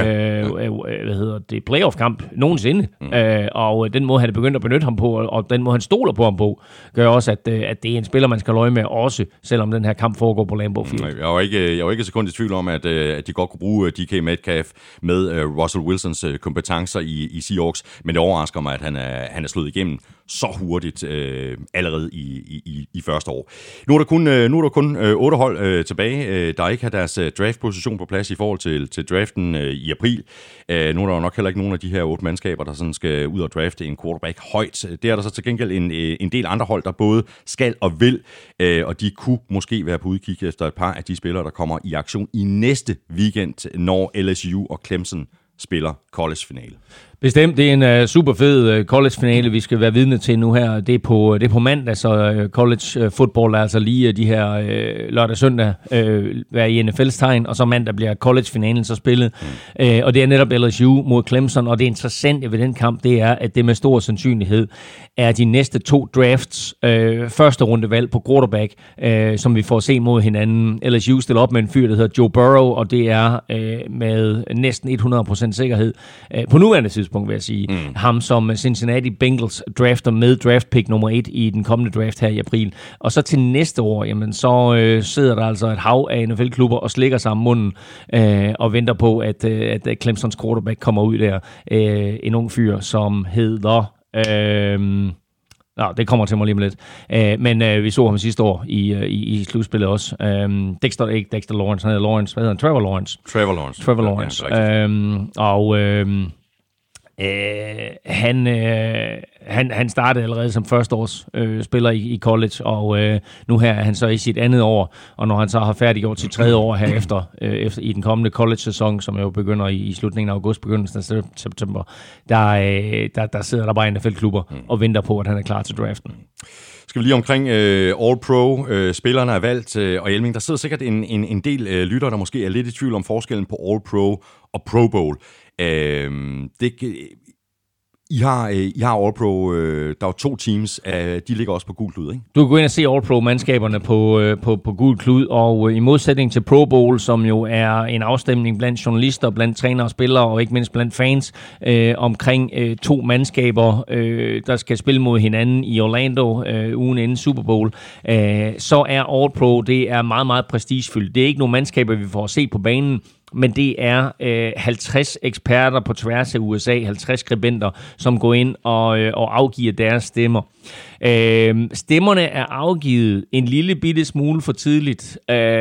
playoff-kamp nogensinde. Og den måde, han er begyndt at benytte ham på, og den måde, han stoler på ham på, gør også, at det er en spiller, man skal løje med også, selvom den her kamp foregår på Lambeau Field. Jeg var ikke sekund i tvivl om, at de godt kunne bruge DK Metcalf med Russell Wilsons kompetencer i Seahawks, men det overrasker mig, at han er slået igennem så hurtigt allerede i første år. Nu er der kun 8 hold tilbage, der ikke har deres draftposition på plads i forhold til draften i april. Nu er der jo nok heller ikke nogen af de her 8 mandskaber, der sådan skal ud og drafte en quarterback højt. Det er der så til gengæld en del andre hold, der både skal og vil, og de kunne måske være på udkig efter et par af de spillere, der kommer i aktion i næste weekend, når LSU og Clemson spiller college-finale. Bestemt, det er en super fed college-finale, vi skal være vidne til nu her. Det er på mandag, så college football er altså lige de her lørdag-søndag være i NFL's tegn, og så mandag bliver college-finalen så spillet. Og det er netop LSU mod Clemson, og det interessante ved den kamp, det er, at det med stor sandsynlighed er de næste 2 drafts første rundevalg på quarterback, som vi får se mod hinanden. LSU stiller op med en fyr, der hedder Joe Burrow, og det er med næsten 100% sikkerhed på nuværende tidspunkt, vil jeg sige. Ham som Cincinnati Bengals drafter med draft pick nummer 1 i den kommende draft her i april. Og så til næste år, jamen så sidder der altså et hav af NFL-klubber og slikker sig om munden og venter på, at Clemsons quarterback kommer ud der. En ung fyr, som hedder... det kommer til mig lige med lidt. Men vi så ham sidste år i slutspillet også. Dexter Lawrence, han hedder Lawrence. Hvad hedder han? Trevor Lawrence. Han startede allerede som førsteårs spiller i college, og nu her er han så i sit andet år, og når han så har færdiggjort sit 3. år herefter i den kommende college-sæson, som jo begynder i slutningen af august, begyndelsen af september, der sidder der bare NFL-klubber og venter på, at han er klar til draften. Skal vi lige omkring All-Pro. Spillerne er valgt, og Elming, der sidder sikkert en del lyttere, der måske er lidt i tvivl om forskellen på All-Pro og Pro Bowl. I har All-Pro, der er 2 teams, de ligger også på gul klud, ikke? Du kan gå ind og se All-Pro-mandskaberne på gul klud, og i modsætning til Pro Bowl, som jo er en afstemning blandt journalister, blandt trænere og spillere, og ikke mindst blandt fans, omkring 2 mandskaber, der skal spille mod hinanden i Orlando ugen inden Super Bowl, så er All-Pro, det er meget, meget prestigefyldt. Det er ikke nogen mandskaber, vi får at se på banen, men det er 50 eksperter på tværs af USA, 50 skribenter, som går ind og afgiver deres stemmer. Stemmerne er afgivet en lille bitte smule for tidligt,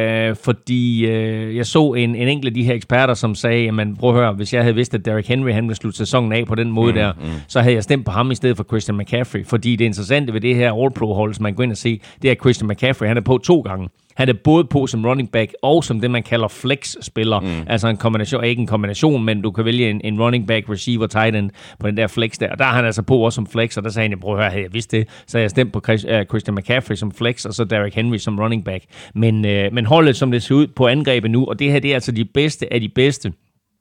fordi jeg så en enkelt af de her eksperter, som sagde, jamen prøv at høre, hvis jeg havde vidst, at Derrick Henry han ville slutte sæsonen af på den måde så havde jeg stemt på ham i stedet for Christian McCaffrey, fordi det interessante ved det her All-Pro-hold, som man går ind og se, det er Christian McCaffrey, han er på 2 gange. Han er både på som running back og som det, man kalder flex-spiller. Altså en kombination, ikke en kombination, men du kan vælge en running back, receiver, tight end på den der flex der. Og der er han altså på også som flex, og der sagde han, prøv at høre, havde jeg vidst det, så havde jeg stemt på Christian McCaffrey som flex, og så Derrick Henry som running back. Men holdet, som det ser ud på angrebet nu, og det her, det er altså de bedste af de bedste.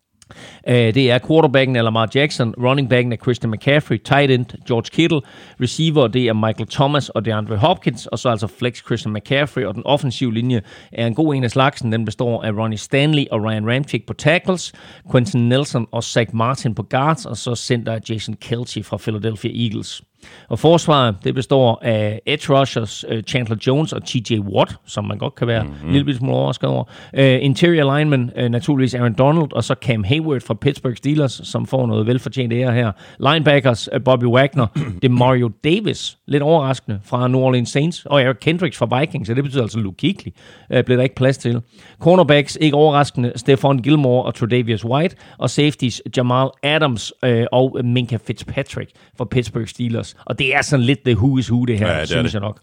Det er quarterbacken af Lamar Jackson, running backen af Christian McCaffrey, tight end George Kittle, receiver det er Michael Thomas og DeAndre Hopkins, og så altså flex Christian McCaffrey, og den offensive linje er en god en af slagsen. Den består af Ronnie Stanley og Ryan Ramczyk på tackles, Quentin Nelson og Zach Martin på guards, og så center Jason Kelce fra Philadelphia Eagles. Og forsvaret, det består af edge rushers Chandler Jones og TJ Watt, som man godt kan være en lille smule overrasket over. Interior lineman, naturligvis Aaron Donald, og så Cam Hayward fra Pittsburgh Steelers, som får noget velfortjent ære her. Linebackers, Bobby Wagner, det er Mario Davis, lidt overraskende, fra New Orleans Saints, og Eric Kendricks fra Vikings, så det betyder altså Luke Kuechly, bliver der ikke plads til. Cornerbacks, ikke overraskende, Stephon Gilmore og Tre'Davious White, og safeties, Jamal Adams og Minkah Fitzpatrick fra Pittsburgh Steelers. Og det er sådan lidt the who is who, det her, ja, synes jeg nok.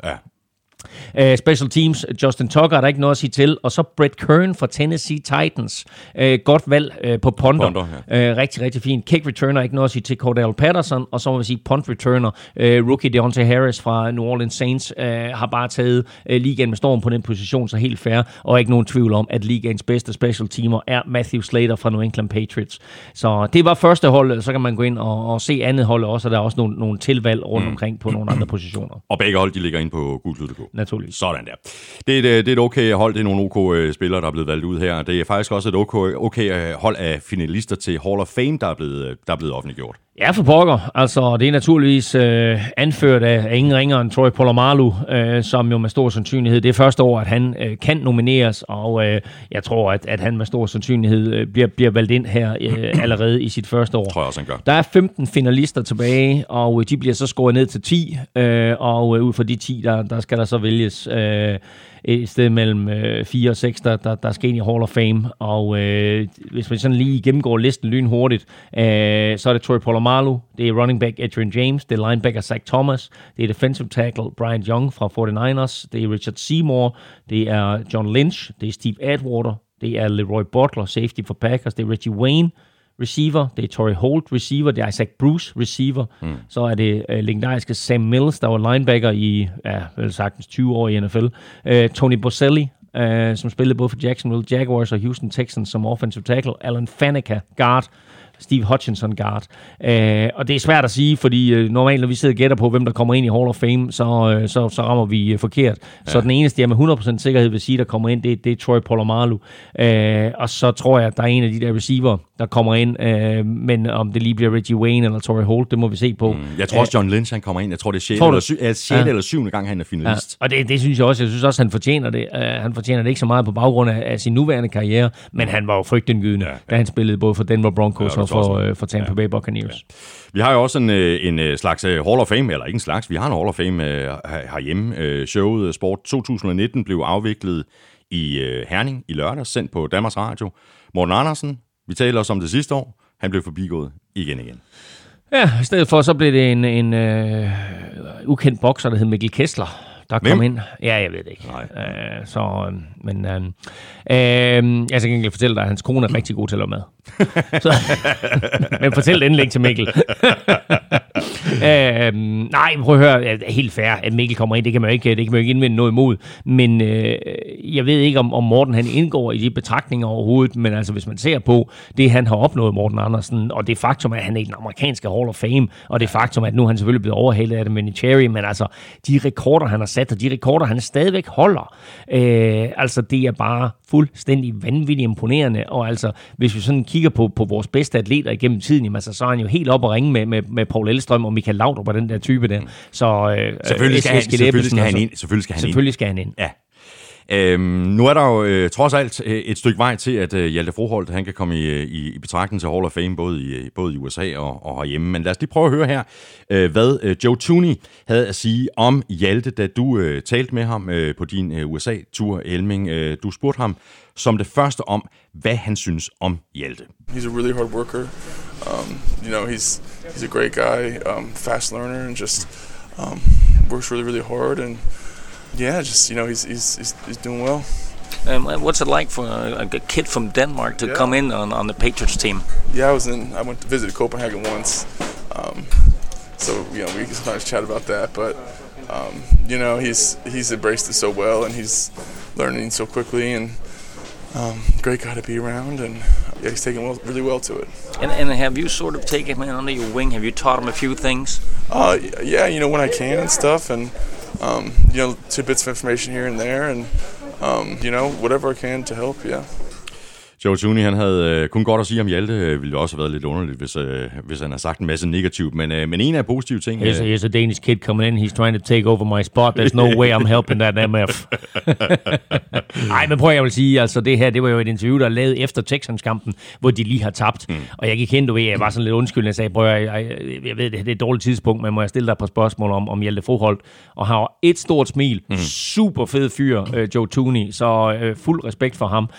Ja. Special teams, Justin Tucker er der ikke noget at sige til, og så Brett Kern fra Tennessee Titans. Godt valg på punter. Rigtig, rigtig fint. Kick returner, ikke noget at sige til Cordell Patterson, og så må vi sige punt returner. Rookie Deontay Harris fra New Orleans Saints har bare taget ligaen med storm på den position, så helt fair, og ikke nogen tvivl om, at ligaens bedste special teamer er Matthew Slater fra New England Patriots. Så det var første hold, så kan man gå ind og se andet hold også, og der er også nogle tilvalg rundt omkring på nogle andre positioner. Og begge hold, de ligger inde på gulklyd.dk. Naturligvis. Sådan der. Det er et okay hold, det er nogle OK spillere, der er blevet valgt ud her. Det er faktisk også et okay hold af finalister til Hall of Fame, der er blevet offentliggjort. Ja, for pokker. Altså, det er naturligvis anført af ingen ringere end Troy Polamalu, som jo med stor sandsynlighed, det er første år, at han kan nomineres, og jeg tror, at han med stor sandsynlighed bliver valgt ind her allerede i sit første år. Tror jeg også, han gør. Der er 15 finalister tilbage, og de bliver så skåret ned til 10, og ud fra de 10, der skal der så vælges et sted mellem 4 og 6, der skal ind i Hall of Fame, og hvis man sådan lige gennemgår listen lynhurtigt, så er det Troy Polamalu, det er running back Adrian James, det er linebacker Zach Thomas, det er defensive tackle Brian Young fra 49ers, det er Richard Seymour, det er John Lynch, det er Steve Atwater, det er Leroy Butler, safety for Packers, det er Reggie Wayne, receiver, det er Torrey Holt, receiver, det er Isaac Bruce, receiver, så er det legendariske Sam Mills, der var linebacker i, vel sagtens 20 år i NFL, Tony Boselli, som spillede både for Jacksonville Jaguars og Houston Texans som offensive tackle, Alan Faneca, guard, Steve Hutchinson guard. Og det er svært at sige, fordi normalt, når vi sidder og gætter på, hvem der kommer ind i Hall of Fame, så rammer vi forkert. Ja. Så den eneste, jeg med 100% sikkerhed vil sige, der kommer ind, det er Troy Polamalu. Og så tror jeg, at der er en af de der receiver, der kommer ind. Men om det lige bliver Reggie Wayne eller Torrey Holt, det må vi se på. Jeg tror også, John Lynch han kommer ind. Jeg tror, det er 6. eller 7. gang, han er finalist. Ja. Og det synes jeg også. Jeg synes også, han fortjener det. Han fortjener det ikke så meget på baggrund af sin nuværende karriere, men han var jo frygtindgydende, da han spillede både for Denver Broncos og for Tampa Bay Buccaneers. Ja. Vi har jo også en slags Hall of Fame, eller ikke en slags, vi har en Hall of Fame herhjemme. Showet Sport 2019 blev afviklet i Herning i lørdags, sendt på Danmarks Radio. Morten Andersen, vi taler også om det sidste år, han blev forbigået igen. Ja, i stedet for så blev det en ukendt bokser, der hed Mikkel Kessler, der kom ind. Ja, jeg ved det ikke. Men jeg skal ikke fortælle dig, at hans kone er rigtig god til at lave mad. Men fortæl det endelig ikke til Mikkel. Nej, prøv at høre, det er helt fair, at Mikkel kommer ind. Det kan man jo ikke indvende noget imod. Men jeg ved ikke, om Morten han indgår i de betragtninger overhovedet. Men altså, hvis man ser på det, han har opnået, Morten Andersen, og det faktum, at han er i den amerikanske Hall of Fame, og det faktum, at nu han selvfølgelig blevet overhalet af det med Cherry, men altså, de rekorder, han har sat, og de rekorder, han stadigvæk holder, altså, det er bare fuldstændig vanvittigt imponerende. Og altså, hvis vi sådan kigger på vores bedste atleter igennem tiden, jamen, altså, så er han jo helt op at ringe med Paul Elstrøm og Michael Laudrup og den der type der. Så selvfølgelig skal han ind. Selvfølgelig skal han ind. Ja. Nu er der jo trods alt et stykke vej til, at Hjalte Froholt han kan komme i betragtning til Hall of Fame, både i USA og herhjemme. Men lad os lige prøve at høre her, hvad Joe Thuney havde at sige om Hjalte, da du talte med ham på din USA-tur, Elming. Du spurgte ham som det første om, hvad han synes om Hjalte. He's a really hard worker. He's a great guy, fast learner, and just works really, really hard. And yeah, just he's doing well. What's it like for a kid from Denmark to come in on the Patriots team? Yeah, I went to visit Copenhagen once, so we can sometimes chat about that. But he's embraced it so well, and he's learning so quickly, and great guy to be around, and he's taken really well to it. And have you sort of taken him under your wing? Have you taught him a few things? Yeah, when I can and stuff, and tidbits of information here and there, and whatever I can to help, yeah. Joe Thuney, han havde kun godt at sige om Hjalte, ville jo også have været lidt underligt, hvis han har sagt en masse negativt, men en af positive ting... Here's a Danish kid coming in, he's trying to take over my spot, there's no way I'm helping that MF. Ej, men prøv jeg vil sige, altså det her, det var jo et interview, der er lavet efter Texans-kampen, hvor de lige har tabt, og jeg gik hen, jeg var sådan lidt undskyldende, jeg sagde, prøv jeg ved, det er et dårligt tidspunkt, men må jeg stille dig et par spørgsmål om Hjalte Froholt, og har et stort smil, super fed fyr, Joe Thuney, så fuld respekt for ham,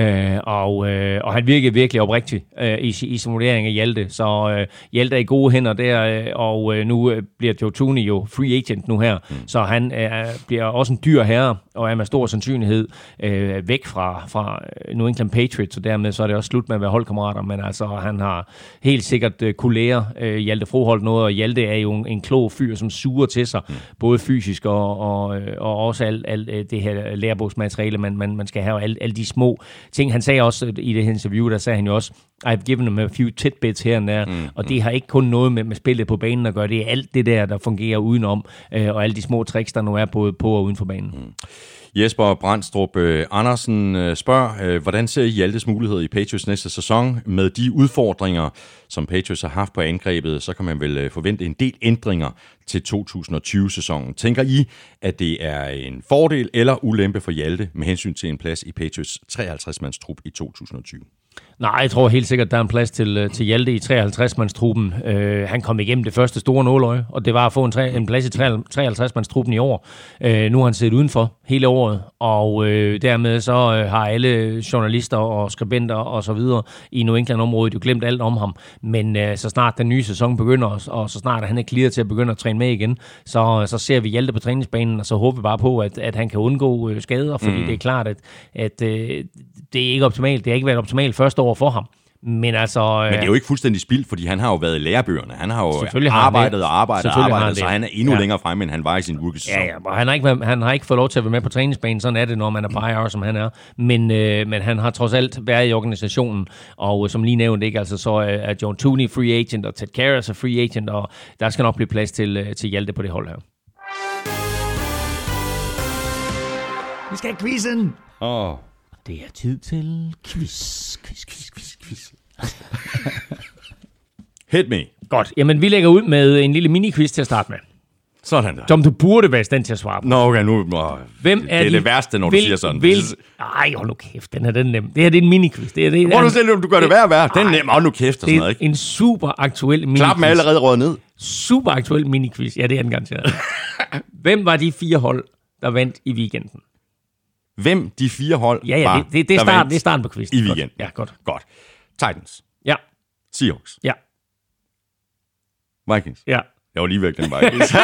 og han virkede virkelig oprigtig i sin vurdering af Hjalte. Så Hjalte er i gode hænder der, og nu bliver Joe Thuney jo free agent nu her. Så han bliver også en dyr herre, og er med stor sandsynlighed væk fra New England Patriots, og dermed så er det også slut med at være holdkammerater. Men altså, han har helt sikkert kunne lære Hjalte Froholt noget, og Hjalte er jo en klog fyr, som suger til sig, både fysisk og også alt det her lærebogsmateriale, man skal have, alle de små ting. Han sagde også i det her interview, der sagde han jo også, I've given them a few tidbits her og der, og det har ikke kun noget med spillet på banen at gøre, det er alt det der fungerer udenom, og alle de små tricks, der nu er både på og uden for banen. Jesper Brandstrup Andersen spørger, hvordan ser I Hjaltes muligheder i Patriots næste sæson? Med de udfordringer, som Patriots har haft på angrebet, så kan man vel forvente en del ændringer til 2020-sæsonen. Tænker I, at det er en fordel eller ulempe for Hjalte med hensyn til en plads i Patriots 53-mands trup i 2020? Nej, jeg tror helt sikkert, der er en plads til Hjalte i 53-mandstruppen. Han kom igennem det første store nåløje, og det var at få en plads i 53-mandstruppen i år. Nu har han siddet udenfor hele året, og dermed så har alle journalister og skribenter og så videre i New England-området jo glemt alt om ham. Men så snart den nye sæson begynder, og så snart han er clear til at begynde at træne med igen, så ser vi Hjalte på træningsbanen, og så håber vi bare på, at han kan undgå skader, fordi det er klart, at det er ikke optimalt. Det har ikke været optimalt første år for ham. Men altså... Men det er jo ikke fuldstændig spildt, fordi han har jo været i lærebøgerne. Han har jo arbejdet, så han er endnu længere fremme, end han var i sin rookie-sæson. Ja, og han har ikke fået lov til at være med på træningsbanen. Sådan er det, når man er på IR, som han er. Men han har trods alt været i organisationen, og som lige nævnt, ikke, altså, så er Joe Thuney free agent, og Ted Karras er free agent, og der skal nok blive plads til Hjalte på det hold her. Vi skal have quizzen! Det er tid til quiz. Hit me. Godt. Jamen, vi lægger ud med en lille mini-quiz til at starte med. Sådan der. Som du burde være i stand til at svare på. Nå, okay, nu... Hvem er det er det værste, når du siger sådan. Ej, hold nu kæft, den er nem. Det her det er en mini-quiz. Hvor du selv, du gør det værd at være. Den er nem. Hold nu kæft og sådan noget, ikke? Det er en super aktuel mini-quiz. Klap med allerede råd ned. Super aktuel mini-quiz. Ja, det er den garanteret. Hvem var de 4 hold, der vandt i weekenden? Hvem de 4 hold var, det er starten på quizzen. I weekenden. Ja, godt. Titans. Ja. Seahawks. Ja. Vikings. Ja. Jeg var lige væk, den Vikings.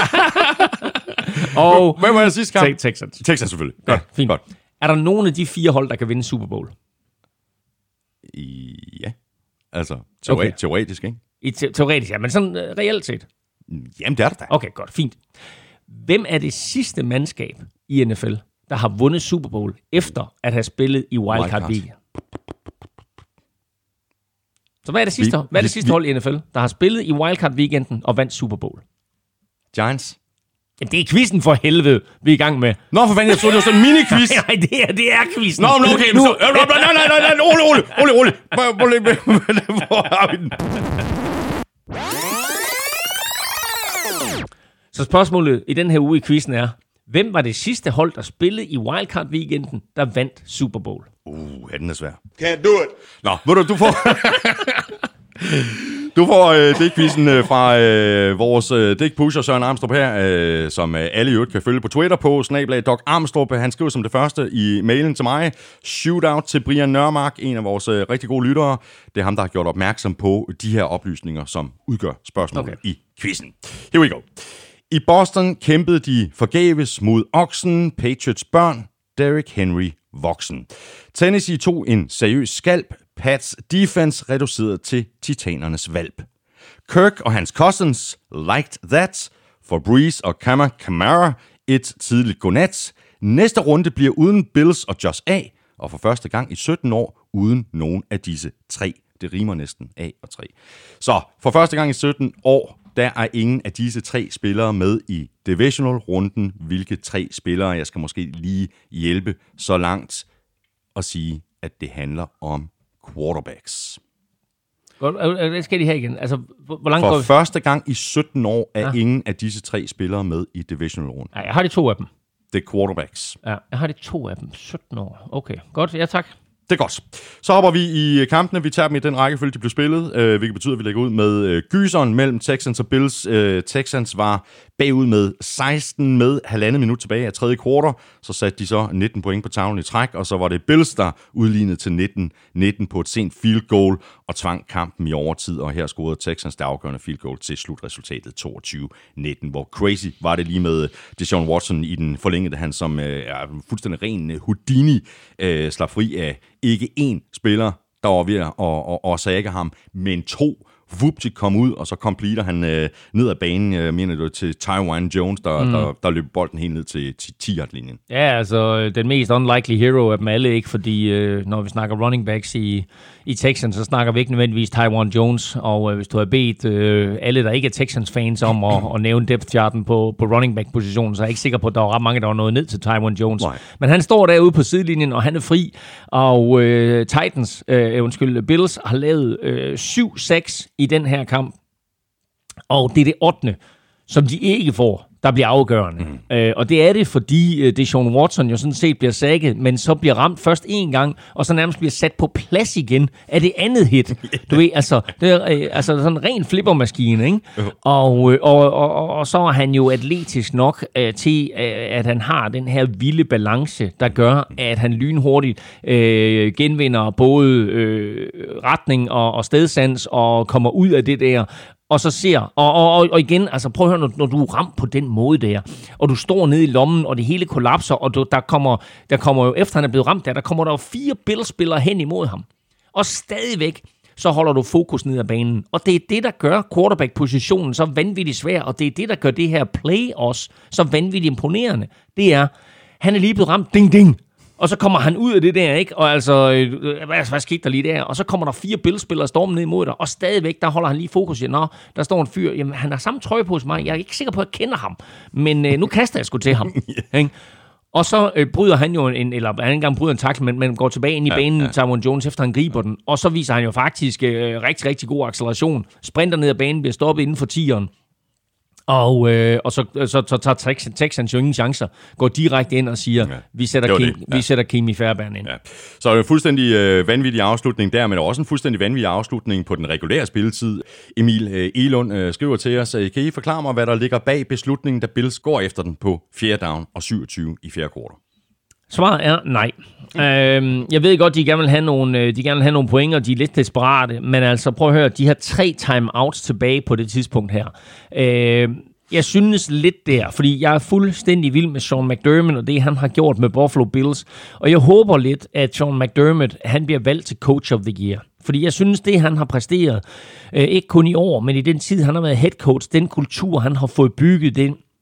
Og hvem var det sidste kamp? Texans. Texans selvfølgelig. Godt, fint. Godt. Er der nogen af de 4 hold, der kan vinde Super Bowl? Ja. Altså, teoretisk, ikke? Teoretisk, ja, men sådan reelt set. Jamen, det er der da. Okay, godt, fint. Hvem er det sidste mandskab i NFL, der har vundet Super Bowl, efter at have spillet i Wildcard Weekend? Så hvad er det sidste hold i NFL, der har spillet i Wildcard Weekenden og vandt Super Bowl? Giants. Ja, det er quizzen for helvede, vi er i gang med. Nå, for fanden, jeg troede, det var sådan en mini-quiz. Nej, det er quizzen. Nå, okay. Nej, rolig. Hvor har vi den? Så spørgsmålet i den her uge i quizzen er, Hvem var det sidste hold, der spillede i wildcard-weekenden, der vandt Super Bowl? Den er svær. Can't do it. Nå, ved du får... Du får digtquizzen fra vores digtpusher Søren Armstrong her, som alle i øvrigt kan følge på Twitter på @Doc Armstrong. Han skriver som det første i mailen til mig: shootout til Brian Nørmark, en af vores rigtig gode lyttere. Det er ham, der har gjort opmærksom på de her oplysninger, som udgør spørgsmålet i quizzen. Here we go. I Boston kæmpede de forgæves mod oksen, Patriots børn, Derrick Henry voksen. Tennessee tog en seriøs skalp. Pats defense reduceret til titanernes valp. Kirk og hans cousins liked that. For Breeze og Kamara et tidligt godnat. Næste runde bliver uden Bills og Josh A. Og for første gang i 17 år uden nogen af disse tre. Det rimer næsten A og 3. Så for første gang i 17 år, der er ingen af disse tre spillere med i divisional-runden. Hvilke tre spillere? Jeg skal måske lige hjælpe så langt og sige, at det handler om quarterbacks. Det skal de her igen. Altså, hvor langt for går vi? Første gang i 17 år er ingen af disse tre spillere med i divisional-runden. Ja, jeg har de 2 af dem. Det er quarterbacks. Ja, jeg har de 2 af dem. 17 år. Okay, godt. Ja, tak. Det er godt. Så hopper vi i kampene. Vi tager dem i den rækkefølge, de blev spillet, hvilket betyder, at vi lægger ud med gyseren mellem Texans og Bills. Texans var bagud med 16 med 1,5 minut tilbage af tredje kvartal. Så satte de så 19 point på tavlen i træk, og så var det Bills, der udlignede til 19 på et sent field goal og tvang kampen i overtid. Og her scorede Texans det afgørende field goal til slutresultatet 22-19, hvor crazy var det lige med Deshaun Watson i den forlængede, han som er fuldstændig ren Houdini slap fri af ikke én spiller, der var ved at sække ham, men 2. Vupti kom ud, og så completer han ned ad banen, mener du, til Tywan Jones, der løb bolden helt ned til 10-yard-linjen. Ja, altså den mest unlikely hero af dem alle, ikke? Fordi når vi snakker running backs i Texans, så snakker vi ikke nødvendigvis Tywan Jones, og hvis du har bedt alle, der ikke er Texans-fans om at nævne depth-charten på running back-positionen, så er jeg ikke sikker på, at der var ret mange, der var nået ned til Tywan Jones. Nej. Men han står derude på sidelinjen, og han er fri, og Bills har lavet 7-6 i den her kamp, og det er det 8., som de ikke får, der bliver afgørende. Og det er det, fordi Deshaun Watson jo sådan set bliver sækket, men så bliver ramt først en gang, og så nærmest bliver sat på plads igen af det andet hit. Du ved, altså, det er sådan en ren flippermaskine, ikke? Og så er han jo atletisk nok til, at han har den her vilde balance, der gør, at han lynhurtigt genvinder både retning og stedsans, og kommer ud af det der, og så ser, og igen, altså prøv at høre, når du er ramt på den måde der, og du står nede i lommen, og det hele kollapser, og der kommer jo, efter han er blevet ramt der kommer der jo 4 Bills-spillere hen imod ham. Og stadigvæk, så holder du fokus ned ad banen. Og det er det, der gør quarterback-positionen så vanvittigt svær, og det er det, der gør det her play også så vanvittigt imponerende. Det er, han er lige blevet ramt, ding, ding. Og så kommer han ud af det der, ikke? Og altså, hvad skete der lige der? Og så kommer der 4 Bills-spillere stormen ned imod dig, og stadigvæk, der holder han lige fokus. Nå, der står en fyr, jamen han har samme trøje på hos mig, jeg er ikke sikker på, at jeg kender ham, men nu kaster jeg sgu til ham. Ikke? Og så bryder han jo han ikke engang bryder en tackle, men går tilbage ind i banen, Tywan Jones, efter han griber den. Og så viser han jo faktisk rigtig, rigtig god acceleration. Sprinter ned ad banen, bliver stoppet inden for 10'eren. Og så tager Texans jo ingen chancer, går direkte ind og siger, vi sætter Kim i Fairbairn ind. Ja. Så er det en fuldstændig vanvittig afslutning der, men også en fuldstændig vanvittig afslutning på den regulære spilletid. Emil Elund skriver til os, kan I forklare mig, hvad der ligger bag beslutningen, da Bills går efter den på 4. down og 27 i 4. kvartal? Svaret er nej. Jeg ved godt, de gerne vil have nogle point, og de er lidt desperate, men altså prøv at høre, de har 3 timeouts tilbage på det tidspunkt her. Jeg synes lidt der, fordi jeg er fuldstændig vild med Sean McDermott og det, han har gjort med Buffalo Bills, og jeg håber lidt, at Sean McDermott, han bliver valgt til Coach of the Year. Fordi jeg synes, det han har præsteret, ikke kun i år, men i den tid, han har været head coach, den kultur, han har fået bygget,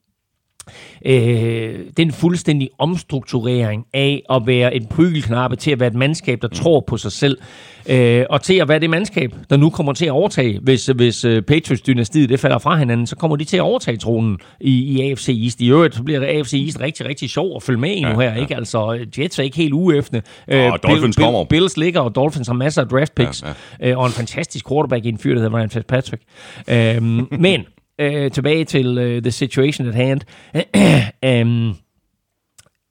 den fuldstændig omstrukturering af at være en prygelknappe til at være et mandskab, der tror på sig selv, og til at være det mandskab, der nu kommer til at overtage, hvis Patriots-dynastiet det falder fra hinanden, så kommer de til at overtage tronen i AFC East. I øvrigt så bliver AFC East rigtig, rigtig sjov at følge med i nu her, ikke? Altså, Jets er ikke helt uæftende. Dolphins kommer. Bills ligger, og Dolphins har masser af draft picks, og en fantastisk quarterback i en fyr, der hedder Ryan Fitzpatrick. Men tilbage til the situation at hand.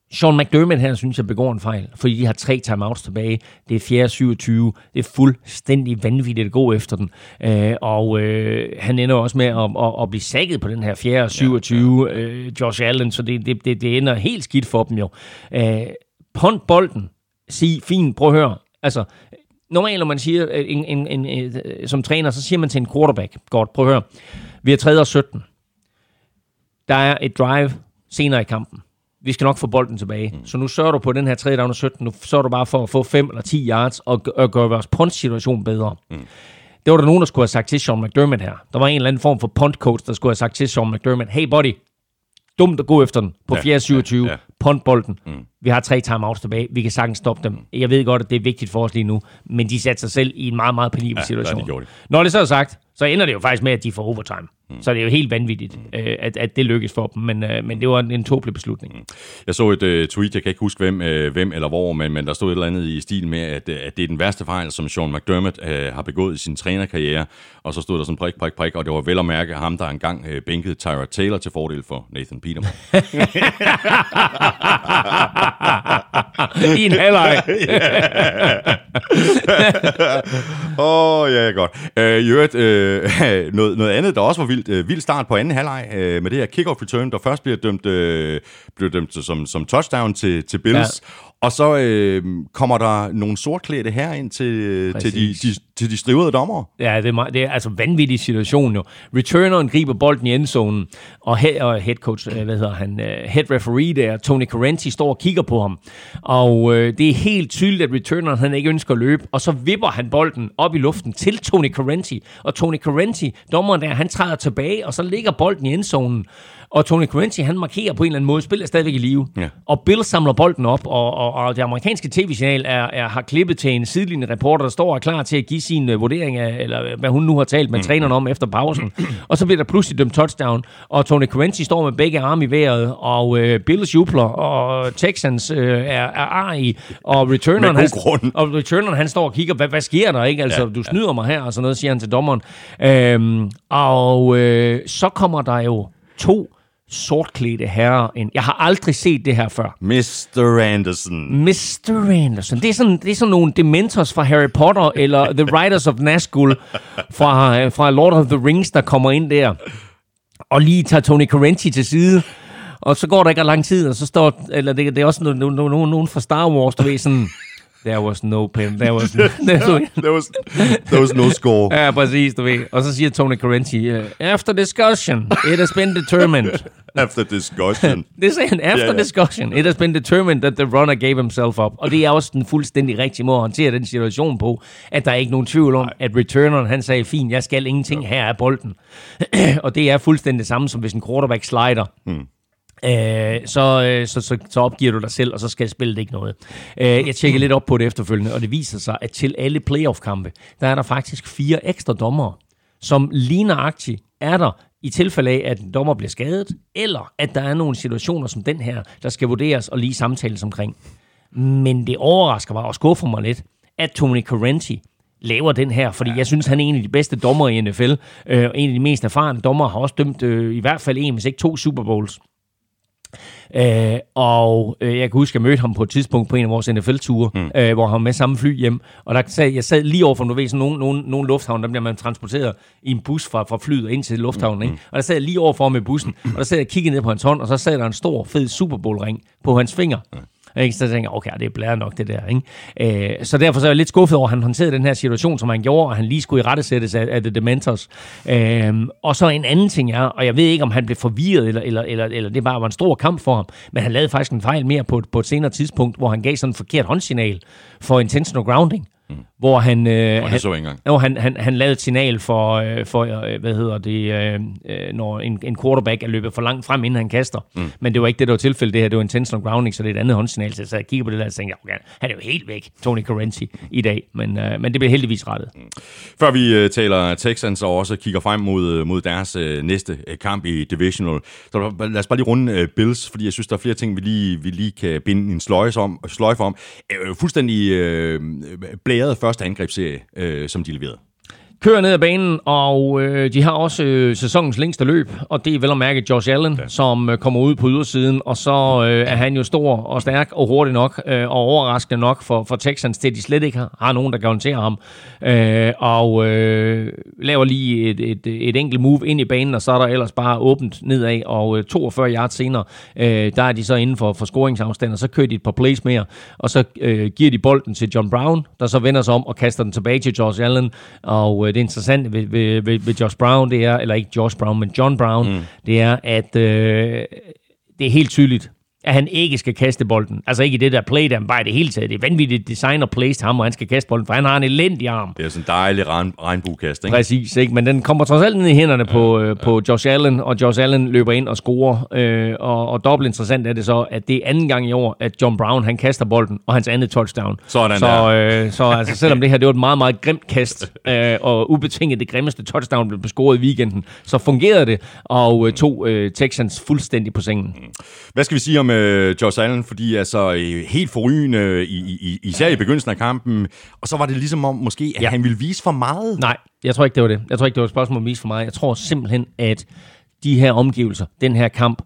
Sean McDermott her, synes jeg, begår en fejl, fordi de har 3 timeouts tilbage. Det er 4. 27. Det er fuldstændig vanvittigt at gå efter den. Han ender også med at blive sækket på den her 4. 27. Josh Allen, så det ender helt skidt for dem jo. Punt bolden. Sig, fint, prøv at høre. Altså, normalt, når man siger, som træner, så siger man til en quarterback, godt, prøv at høre. Vi har 3. og 17. Der er et drive senere i kampen. Vi skal nok få bolden tilbage. Så nu sørger du på den her 3. down og 17. Nu sørger du bare for at få 5 eller 10 yards og gøre vores punt-situation bedre. Det var der nogen, der skulle have sagt til Sean McDermott her. Der var en eller anden form for punt-coach, der skulle have sagt til Sean McDermott, hey buddy, dumt at gå efter den på 4. 27. Punt bolden. Vi har 3 timeouts tilbage. Vi kan sagtens stoppe dem. Jeg ved godt, at det er vigtigt for os lige nu, men de satte sig selv i en meget, meget penibel situation. Når det så er sagt, så ender det jo faktisk med, at de får overtime. Så det er jo helt vanvittigt, at det lykkes for dem, men det var en tåbelig beslutning. Jeg så et tweet, jeg kan ikke huske hvem eller hvor, men der stod et eller andet i stil med, at det er den værste fejl, som Sean McDermott har begået i sin trænerkarriere, og så stod der sådan prik, og det var vel at mærke ham, der engang bænkede Tyrod Taylor til fordel for Nathan Peterman. I en halvleg. Ja, godt. I øvrigt, noget andet, der også var vild start på anden halvleg med det her kickoff return, der først blev dømt som touchdown til Bills. Ja. Og så kommer der nogle sortklædte her ind til de strivede dommere. Ja, det er altså en vanvittig situation jo. Returneren griber bolden i endzonen, og head coach, head referee der, Tony Correnti, står og kigger på ham. Og det er helt tydeligt, at returneren han ikke ønsker at løbe, og så vipper han bolden op i luften til Tony Correnti. Og Tony Correnti, dommeren der, han træder tilbage, og så ligger bolden i endzonen. Og Tony Correnti, han markerer på en eller anden måde, spiller stadigvæk i live. Ja. Og Bill samler bolden op, og det amerikanske tv-signal har klippet til en sidelinje reporter, der står og er klar til at give sin vurdering af, eller hvad hun nu har talt med træneren om efter pausen. Og så bliver der pludselig dømt touchdown, og Tony Correnti står med begge arme i vejret, og Bills jubler, og Texans er arige, og returneren han står og kigger, hvad sker der, ikke? Altså, du snyder mig her, og sådan noget, siger han til dommeren. Så kommer der jo 2 sortklædte herrer ind. Jeg har aldrig set det her før. Mr. Anderson. Det er sådan nogle Dementors fra Harry Potter, eller The Riders of Nazgul fra Lord of the Rings, der kommer ind der, og lige tager Tony Correnti til side. Og så går der ikke lang tid, og så står, eller det er også nogen fra Star Wars, der ved sådan, there was no pen, there was no score. Ja, præcis, du ved. Og så siger Tony Correnti, after discussion, it has been determined. After discussion. Det sagde han, after discussion, it has been determined that the runner gave himself up. Og det er også den fuldstændig rigtige måde at håndtere den situation på, at der er ikke nogen tvivl om, at returneren, han sagde, fint, jeg skal ingenting, her er bolden. Og det er fuldstændig det samme, som hvis en quarterback slider. Så opgiver du dig selv, og så skal spillet ikke noget. Jeg tjekker lidt op på det efterfølgende, og det viser sig, at til alle playoff-kampe, der er der faktisk 4 ekstra dommere, som lige nøjagtigt er der i tilfælde af, at en dommer bliver skadet, eller at der er nogle situationer som den her, der skal vurderes og lige samtales omkring. Men det overrasker mig og skuffer mig lidt, at Tony Correnti laver den her, fordi jeg synes, han er en af de bedste dommer i NFL. En af de mest erfarne dommer, har også dømt i hvert fald 1, hvis ikke 2 Super Bowls. Jeg kan huske, at jeg mødte ham på et tidspunkt på en af vores NFL-ture, hvor han var med samme fly hjem, og jeg sad lige overfor, du ved, sådan nogle lufthavn, der bliver man transporteret i en bus fra flyet ind til lufthavnen, ikke? Og der sad jeg lige overfor med bussen, og der sad jeg og kiggede ned på hans hånd, og så sad der en stor, fed Super Bowl-ring på hans finger. Ikke? Så tænker jeg, okay, det er blæret nok, det der. Ikke? Så derfor så er jeg lidt skuffet over, at han håndterede den her situation, som han gjorde, og han lige skulle i rettesættes af The Dementors. Og så en anden ting er, og jeg ved ikke, om han blev forvirret, eller det bare var en stor kamp for ham, men han lavede faktisk en fejl mere på et senere tidspunkt, hvor han gav sådan en forkert håndsignal for intentional grounding. Hvor han han lavede et signal for når en quarterback er løbet for langt frem, inden han kaster. Men det var ikke det, der var tilfældet. Det her, det var intentional grounding, så det er et andet håndsignal. Så jeg kigger på det der og tænker, okay, han er jo helt væk, Tony Correnti, i dag. Men det bliver heldigvis rettet. Før vi taler Texans og også kigger frem mod deres næste kamp i Divisional, så lad os bare lige runde Bills, fordi jeg synes, der er flere ting, vi lige kan binde en sløjfe om. Fuldstændig blæret første angrebsserie, som de leverede. kører ned ad banen, og de har også sæsonens længste løb, og det er vel at mærke Josh Allen, som kommer ud på ydersiden, og så er han jo stor og stærk og hurtig nok, og overraskende nok for Texans, til de slet ikke har nogen, der kan håndtere ham, og laver lige et enkelt move ind i banen, og så er der ellers bare åbent nedad, og 42 yards senere, der er de så inden for scoringsafstand, og så kører de et par plays mere, og så giver de bolden til John Brown, der så vender sig om og kaster den tilbage til Josh Allen, og det interessante ved Josh Brown, det er, eller ikke Josh Brown, men John Brown, det er, at det er helt tydeligt, at han ikke skal kaste bolden. Altså ikke i det der play, der bare i det hele taget. Det er vanvittigt design og plays til ham, og han skal kaste bolden, for han har en elendig arm. Det er sådan en dejlig regnbuekast, ikke? Præcis, ikke? Men den kommer trods alt ned i hænderne på Josh Allen, og Josh Allen løber ind og scorer. Og dobbelt interessant er det så, at det er anden gang i år, at John Brown, han kaster bolden, og hans andet touchdown. Så altså, selvom det her, det var et meget, meget grimt kast, og ubetinget det grimmeste touchdown blev scoret i weekenden, så fungerede det, og tog Texans fuldstændig på sengen. Hvad skal vi sige om Josh Allen? Fordi altså helt forrygende, især i begyndelsen af kampen, og så var det ligesom om måske, at han ville vise for meget. Nej, jeg tror ikke, det var det. Jeg tror ikke, det var et spørgsmål om at vise for meget. Jeg tror simpelthen, at de her omgivelser, den her kamp,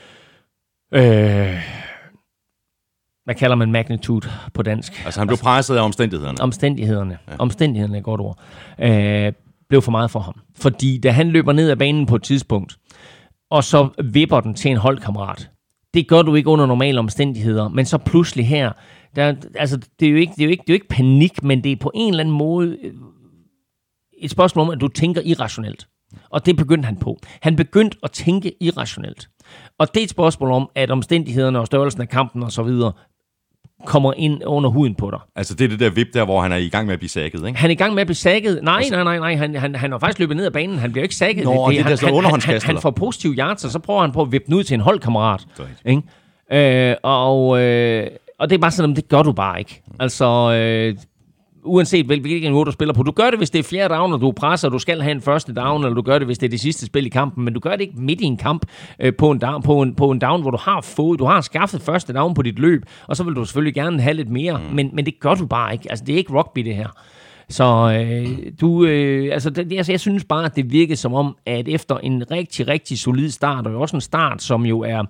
hvad kalder man magnitude på dansk? Altså han blev presset af omstændighederne. Omstændighederne er et godt ord. Blev for meget for ham. Fordi da han løber ned ad banen på et tidspunkt, og så vipper den til en holdkammerat, det gør du ikke under normale omstændigheder, men så pludselig her, altså det er jo ikke panik, men det er på en eller anden måde et spørgsmål om, at du tænker irrationelt. Og det begyndte han på. Han begyndte at tænke irrationelt. Og det er et spørgsmål om, at omstændighederne og størrelsen af kampen og så videre kommer ind under huden på dig. Altså det er det der vip der, hvor han er i gang med at blive sækket, ikke? Han er i gang med at blive sækket. Nej. Han har faktisk løbet ned ad banen. Han bliver ikke sækket. Han får positive yards, og så prøver han på at vippe den ud til en holdkammerat. Ikke? Og det er bare sådan, det gør du bare ikke. Altså, uanset hvilken niveau du spiller på. Du gør det, hvis det er fjerde down, og du presser, og du skal have en første down, eller du gør det, hvis det er det sidste spil i kampen, men du gør det ikke midt i en kamp på en down, hvor du har skaffet første down på dit løb, og så vil du selvfølgelig gerne have lidt mere, men det gør du bare ikke. Altså, det er ikke rugby, det her. Så jeg synes bare, at det virker som om, at efter en rigtig, rigtig solid start, og også en start, som jo er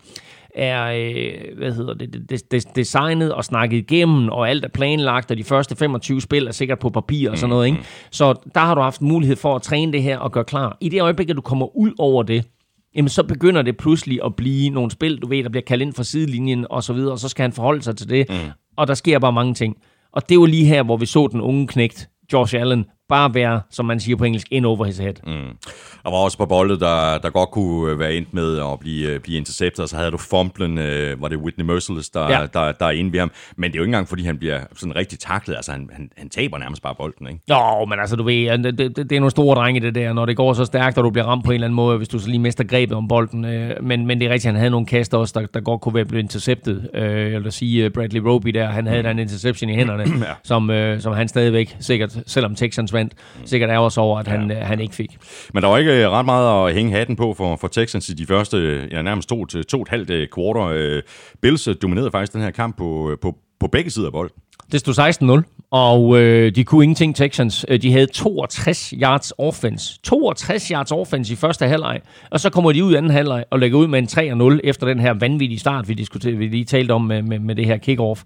designet og snakket igennem, og alt er planlagt, og de første 25 spil er sikkert på papir og sådan noget, ikke? Så der har du haft mulighed for at træne det her og gøre klar. I det øjeblik, at du kommer ud over det, jamen så begynder det pludselig at blive nogle spil, du ved, der bliver kaldt ind fra sidelinjen og så videre, og så skal han forholde sig til det, og der sker bare mange ting. Og det var lige her, hvor vi så den unge knægt, Josh Allen, bare være, som man siger på engelsk, in over his head. Der var også på boldet, der godt kunne være endt med at blive interceptet, og så havde du fumblen, var det Whitney Merciless, der er inde ved ham. Men det er jo ikke engang, fordi han bliver sådan rigtig taklet. Altså, han taber nærmest bare bolden, ikke? Jo, men altså, du ved, det er nogle store drenge, det der, når det går så stærkt, og du bliver ramt på en eller anden måde, hvis du så lige mister grebet om bolden. Men det er rigtigt, han havde nogle kast også, der godt kunne være blevet interceptet. Jeg vil sige, Bradley Roby der, han havde der en interception i hænderne, som han stadigvæk, sikkert, selvom Texans vandt, sikkert er også over, at han ikke fik. Men der var ikke ret meget at hænge hatten på for Texans i de første, nærmest 2,5 kvarter. Bills dominerede faktisk den her kamp på begge sider af bolden. Det stod 16-0, og de kunne ingenting, Texans. De havde 62 yards offense. 62 yards offense i første halvleg, og så kommer de ud i anden halvleg og lægger ud med en 3-0 efter den her vanvittige start, vi lige talte om med det her kick-off.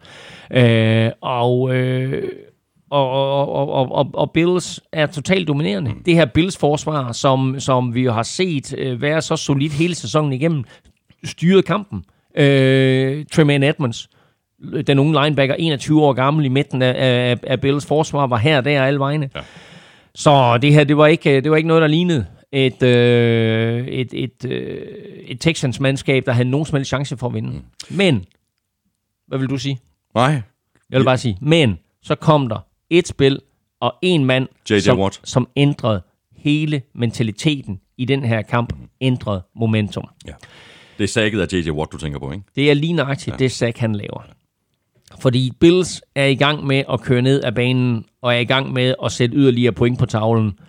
Og Bills er totalt dominerende. Det her Bills-forsvar, som vi jo har set være så solidt hele sæsonen igennem, styrede kampen. Tremaine Edmonds, den unge linebacker, 21 år gammel i midten af Bills forsvar, var her og der alle vegne. Ja. Så det her, det var ikke noget, der lignede et Texans-mandskab, der havde nogen som helst chance for at vinde. Men, hvad vil du sige? Nej. Jeg vil bare sige, men så kom der et spil og en mand, som ændrede hele mentaliteten i den her kamp, ændrede momentum. Ja. Det er sacket af J.J. Watt, du tænker på, ikke? Det er lige nøjagtigt det sack, han laver. Fordi Bills er i gang med at køre ned af banen, og er i gang med at sætte yderligere point på tavlen.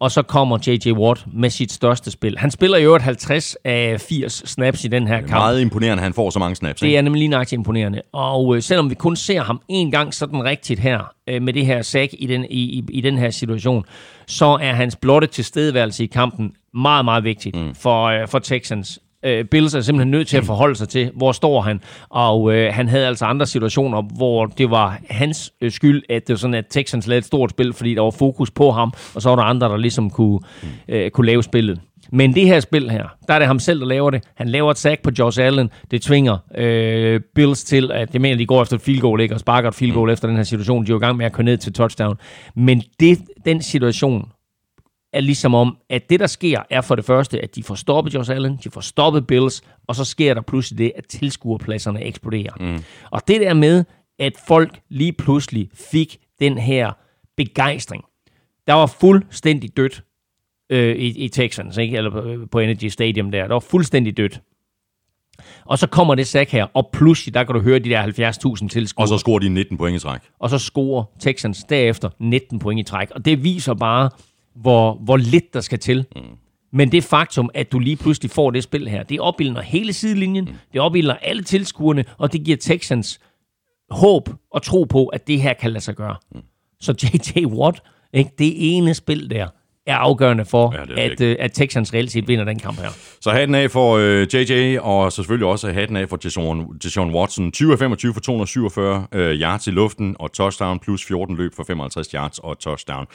og så kommer J.J. Watt med sit største spil. Han spiller i øvrigt 50 af 80 snaps i den her kamp. Det er meget imponerende, han får så mange snaps. Det er nemlig lige nøjagtigt imponerende. Og selvom vi kun ser ham en gang sådan rigtigt her, med det her sack i den her situation, så er hans blotte tilstedeværelse i kampen meget, meget vigtigt for Texans. Bills er simpelthen nødt til at forholde sig til, hvor står han, og han havde altså andre situationer, hvor det var hans skyld, at det var sådan, at Texans lavede et stort spil, fordi der var fokus på ham, og så var der andre, der ligesom kunne lave spillet. Men det her spil her, der er det ham selv, der laver det. Han laver et sack på Josh Allen. Det tvinger Bills til, at jeg mener, de går efter et field goal, ikke? Og sparker et field goal efter den her situation. De er jo i gang med at køre ned til touchdown. Men den situation er ligesom om, at det, der sker, er for det første, at de får stoppet Josh Allen, de får stoppet Bills, og så sker der pludselig det, at tilskuerpladserne eksploderer. Og det der med, at folk lige pludselig fik den her begejstring. Der var fuldstændig dødt i Texans, ikke? Eller på Energy Stadium der var fuldstændig dødt. Og så kommer det sack her, og pludselig, der kan du høre de der 70.000 tilskuere. Og så scorer de 19 point i træk. Og så scorer Texans derefter 19 point i træk. Og det viser bare, hvor lidt der skal til. Men det faktum, at du lige pludselig får det spil her, det opildner hele sidelinjen, det opildner alle tilskuerne, og det giver Texans håb og tro på, at det her kan lade sig gøre. Så J.J. Watt, ikke, det ene spil der, er afgørende for, at Texans reelt set vinder den kamp her. Så hatten af for JJ, og så selvfølgelig også hatten af for Deshaun Watson. 20 af 25 for 247 yards i luften, og touchdown plus 14 løb for 55 yards og touchdown.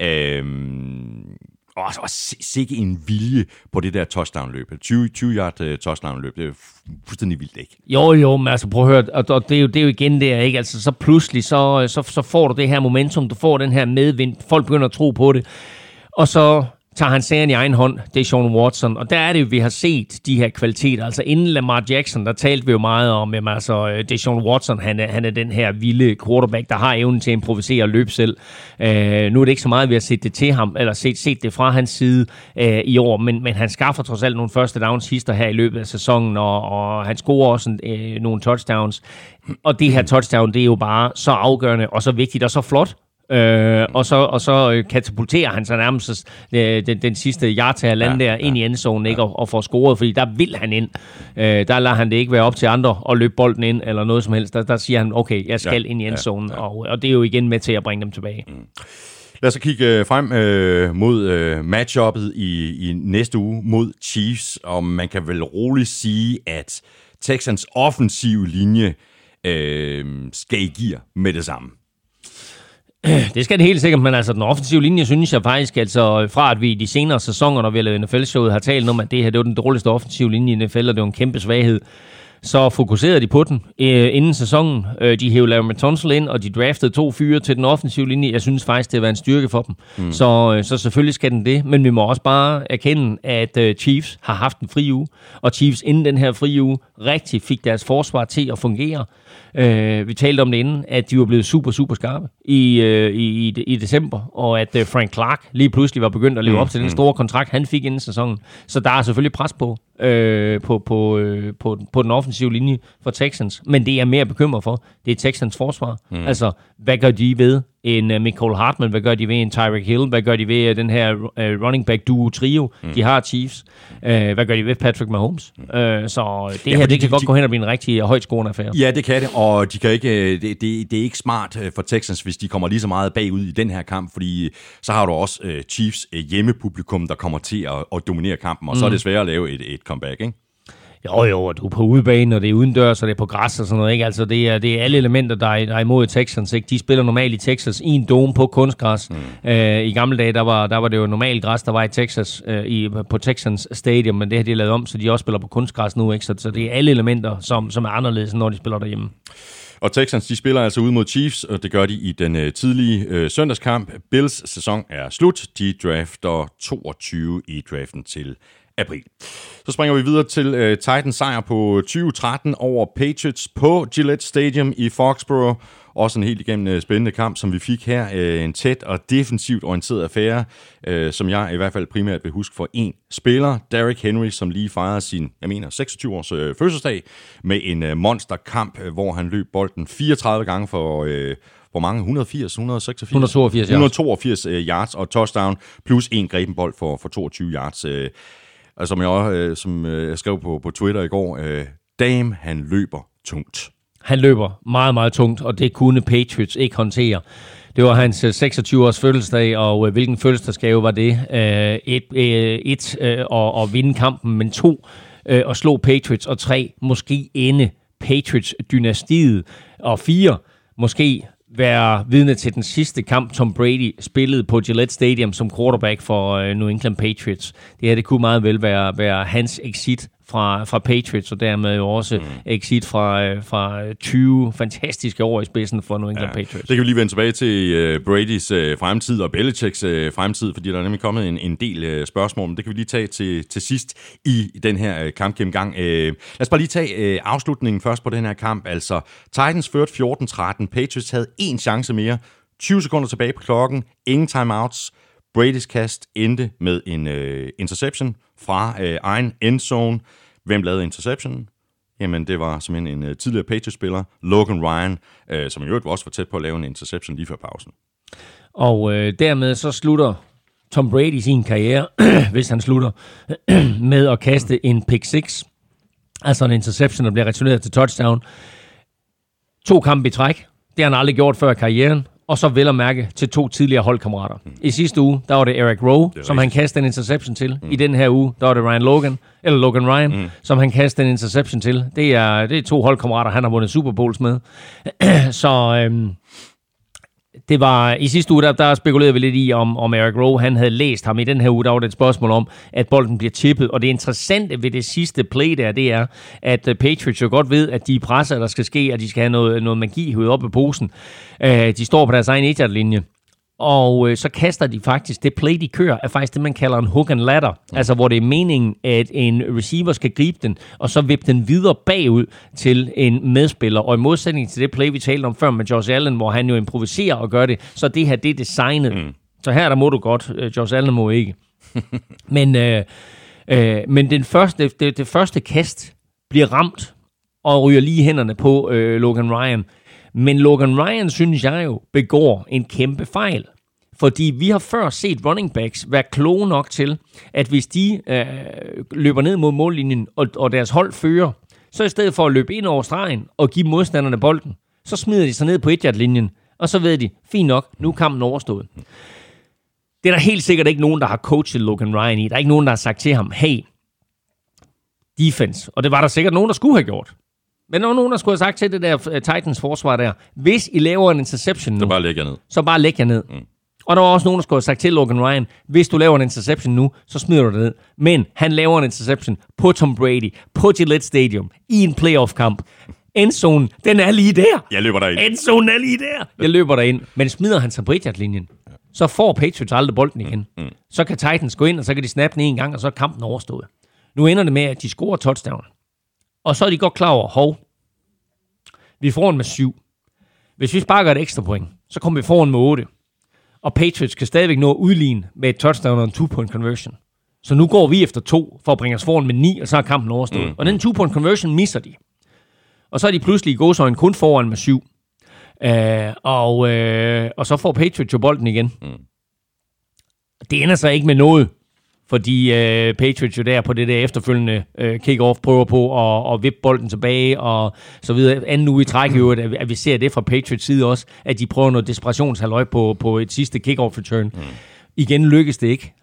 Og sikke en vilje på det der touchdown-løb. 20 yard touchdown-løb, det er fuldstændig vildt, ikke? Jo, men altså prøv at høre, og det er jo igen der, ikke? Altså så pludselig, så får du det her momentum, du får den her medvind, folk begynder at tro på det, og så tager han sagen i egen hånd, Deshaun Watson, og der er det jo, vi har set de her kvaliteter. Altså inden Lamar Jackson, der talte vi jo meget om, altså Deshaun Watson, han er den her vilde quarterback, der har evnen til at improvisere og løbe selv. Nu er det ikke så meget, vi har set det til ham, eller set det fra hans side i år, men han skaffer trods alt nogle første downs hister her i løbet af sæsonen, og han scorer også nogle touchdowns. Og det her touchdown, det er jo bare så afgørende, og så vigtigt, og så flot. Og så katapulterer han sig nærmest den sidste yard til halvanden der ind i endzonen, ikke? Og får scoret, fordi der vil han ind. Der lader han det ikke være op til andre at løbe bolden ind, eller noget som helst. Der siger han, okay, jeg skal ind i endzonen, og det er jo igen med til at bringe dem tilbage. Lad os så kigge frem mod matchuppet i næste uge mod Chiefs, og man kan vel roligt sige, at Texans offensive linje skal i gear med det samme. Det skal det helt sikkert, men altså den offensive linje, synes jeg faktisk, altså fra at vi i de senere sæsoner, når vi har lavet NFL-showet, har talt om, at det her, det var den dårligste offensive linje i NFL, og det var en kæmpe svaghed. Så fokuserede de på den inden sæsonen. De hævde Laremy Tunsil ind, og de draftede 2 fyre til den offensive linje. Jeg synes faktisk, det har været en styrke for dem. Så selvfølgelig skal den det, men vi må også bare erkende, at Chiefs har haft en fri uge, og Chiefs inden den her fri uge rigtig fik deres til at fungere. Vi talte om det inden, at de var blevet super, super skarpe i december, og at Frank Clark lige pludselig var begyndt at leve op til den store kontrakt, han fik inden sæsonen. Så der er selvfølgelig pres på den offensive linje for Texans, men det jeg er mere bekymret for, det er Texans forsvar. Altså, hvad gør de ved en Mecole Hardman, hvad gør de ved en Tyreek Hill, hvad gør de ved den her running back duo trio, de har Chiefs, hvad gør de ved Patrick Mahomes. Så det her, det kan godt gå hen og blive en rigtig højt scorende affære. Ja, det kan det, og de kan ikke, det er ikke smart for Texans, hvis de kommer lige så meget bagud i den her kamp, fordi så har du også Chiefs hjemmepublikum, der kommer til at dominere kampen, og så er det svært at lave et comeback, ikke? Jo, du er på udebane, og det er udendørs, og det er på græs og sådan noget, ikke? Altså, det er alle elementer, der er imod Texans, ikke? De spiller normalt i Texas i en dome på kunstgræs. I gamle dage, der var det jo normalt græs, der var i Texas, på Texans Stadium, men det har de lavet om, så de også spiller på kunstgræs nu, ikke? Så det er alle elementer, som er anderledes, når de spiller derhjemme. Og Texans, de spiller altså ud mod Chiefs, og det gør de i den tidlige søndagskamp. Bills sæson er slut. De drafter 22 i draften til april. Så springer vi videre til Titans sejr på 2013 over Patriots på Gillette Stadium i Foxborough. Også en helt igennem spændende kamp, som vi fik her. En tæt og defensivt orienteret affære, som jeg i hvert fald primært vil huske for en spiller. Derrick Henry, som lige fejrede sin, 26-års fødselsdag med en monsterkamp, hvor han løb bolden 34 gange for hvor mange? 180, 186? 182 yards og touchdown, plus en greben bold for 22 yards. Og som jeg også skrev på Twitter i går, Dame, han løber tungt. Han løber meget, meget tungt, og det kunne Patriots ikke håndtere. Det var hans 26-års fødselsdag, og hvilken fødselsdagsgave var det? At vinde kampen, men 2, at slå Patriots, og 3, måske ende Patriots-dynastiet, og 4, måske være vidne til den sidste kamp, Tom Brady spillede på Gillette Stadium som quarterback for New England Patriots. Det her, det kunne meget vel være hans exit fra Patriots, og dermed jo også exit fra 20 fantastiske år i spidsen for New England Patriots. Det kan vi lige vende tilbage til Bradys fremtid og Belichicks fremtid, fordi der er nemlig kommet en del spørgsmål, men det kan vi lige tage til sidst i den her kampgennemgang. Lad os bare lige tage afslutningen først på den her kamp. Altså, Titans førte 14-13, Patriots havde 1 chance mere, 20 sekunder tilbage på klokken, ingen timeouts. Bradys kast endte med en interception fra egen endzone. Hvem lavede interceptionen? Jamen, det var simpelthen en tidligere Patriots-spiller, Logan Ryan, som i øvrigt også var tæt på at lave en interception lige før pausen. Og dermed så slutter Tom Brady sin karriere, hvis han slutter, med at kaste en pick 6. Altså en interception, der bliver returneret til touchdown. 2 kampe i træk. Det har han aldrig gjort før i karrieren. Og så vel at mærke til 2 tidligere holdkammerater. I sidste uge, der var det Eric Rowe, som han kastede en interception til. I den her uge, der var det Logan Ryan, som han kastede en interception til. Det er 2 holdkammerater, han har vundet Super Bowls med. Så det var i sidste uge, der spekulerede vi lidt i, om Eric Rowe, han havde læst ham. I den her uge, der var det et spørgsmål om, at bolden bliver tippet. Og det interessante ved det sidste play der, det er, at Patriots jo godt ved, at de presser, der skal ske, at de skal have noget magi højt op i posen. De står på deres egen 1-yard-linje. Og så kaster de faktisk, det play, de kører, er faktisk det, man kalder en hook and ladder. Altså, hvor det er meningen, at en receiver skal gribe den, og så vippe den videre bagud til en medspiller. Og i modsætning til det play, vi talte om før med Josh Allen, hvor han jo improviserer og gør det, så det her, det er designet. Så her, der må du godt. Josh Allen må ikke. Men det første kast bliver ramt og ryger lige hænderne på Logan Ryan. Men Logan Ryan, synes jeg jo, begår en kæmpe fejl. Fordi vi har før set running backs være kloge nok til, at hvis de løber ned mod mållinjen, og deres hold fører, så i stedet for at løbe ind over stregen og give modstanderne bolden, så smider de sig ned på 1-yard-linjen, og så ved de, fint nok, nu er kampen overstået. Det er der helt sikkert ikke nogen, der har coachet Logan Ryan i. Der er ikke nogen, der har sagt til ham, hey, defense. Og det var der sikkert nogen, der skulle have gjort. Men der var nogen, der skulle have sagt til det der Titans forsvar der, hvis I laver en interception nu, så bare læg jer ned. Og der var også nogen, der skulle have sagt til Logan Ryan, hvis du laver en interception nu, så smider du det ned. Men han laver en interception på Tom Brady, på Gillette Stadium, i en playoff-kamp. Endzonen, den er lige der. Jeg løber derind. Endzonen er lige der. Jeg løber derind. Men smider han sig på 1-yard-linjen, så får Patriots aldrig bolden igen. Så kan Titans gå ind, og så kan de snappe den en gang, og så er kampen overstået. Nu ender det med, at de scorer touchdown. Og så er de godt klar over, vi får en med 7. Hvis vi sparker et ekstra point, så kommer vi foran med 8. Og Patriots kan stadigvæk nå at udligne med et touchdown og en 2-point conversion. Så nu går vi efter 2 for at bringe os foran med 9, og så er kampen overstået. Og den 2-point conversion misser de. Og så er de pludselig i gåseøjne kun foran med 7. Og så får Patriots jo bolden igen. Det ender så ikke med noget. Fordi Patriots jo der på det der efterfølgende kick-off prøver på at vippe bolden tilbage og så videre. Anden uge i træk at vi ser det fra Patriots side også, at de prøver noget desperationshalløj på et sidste kick-off return. Igen lykkes det ikke.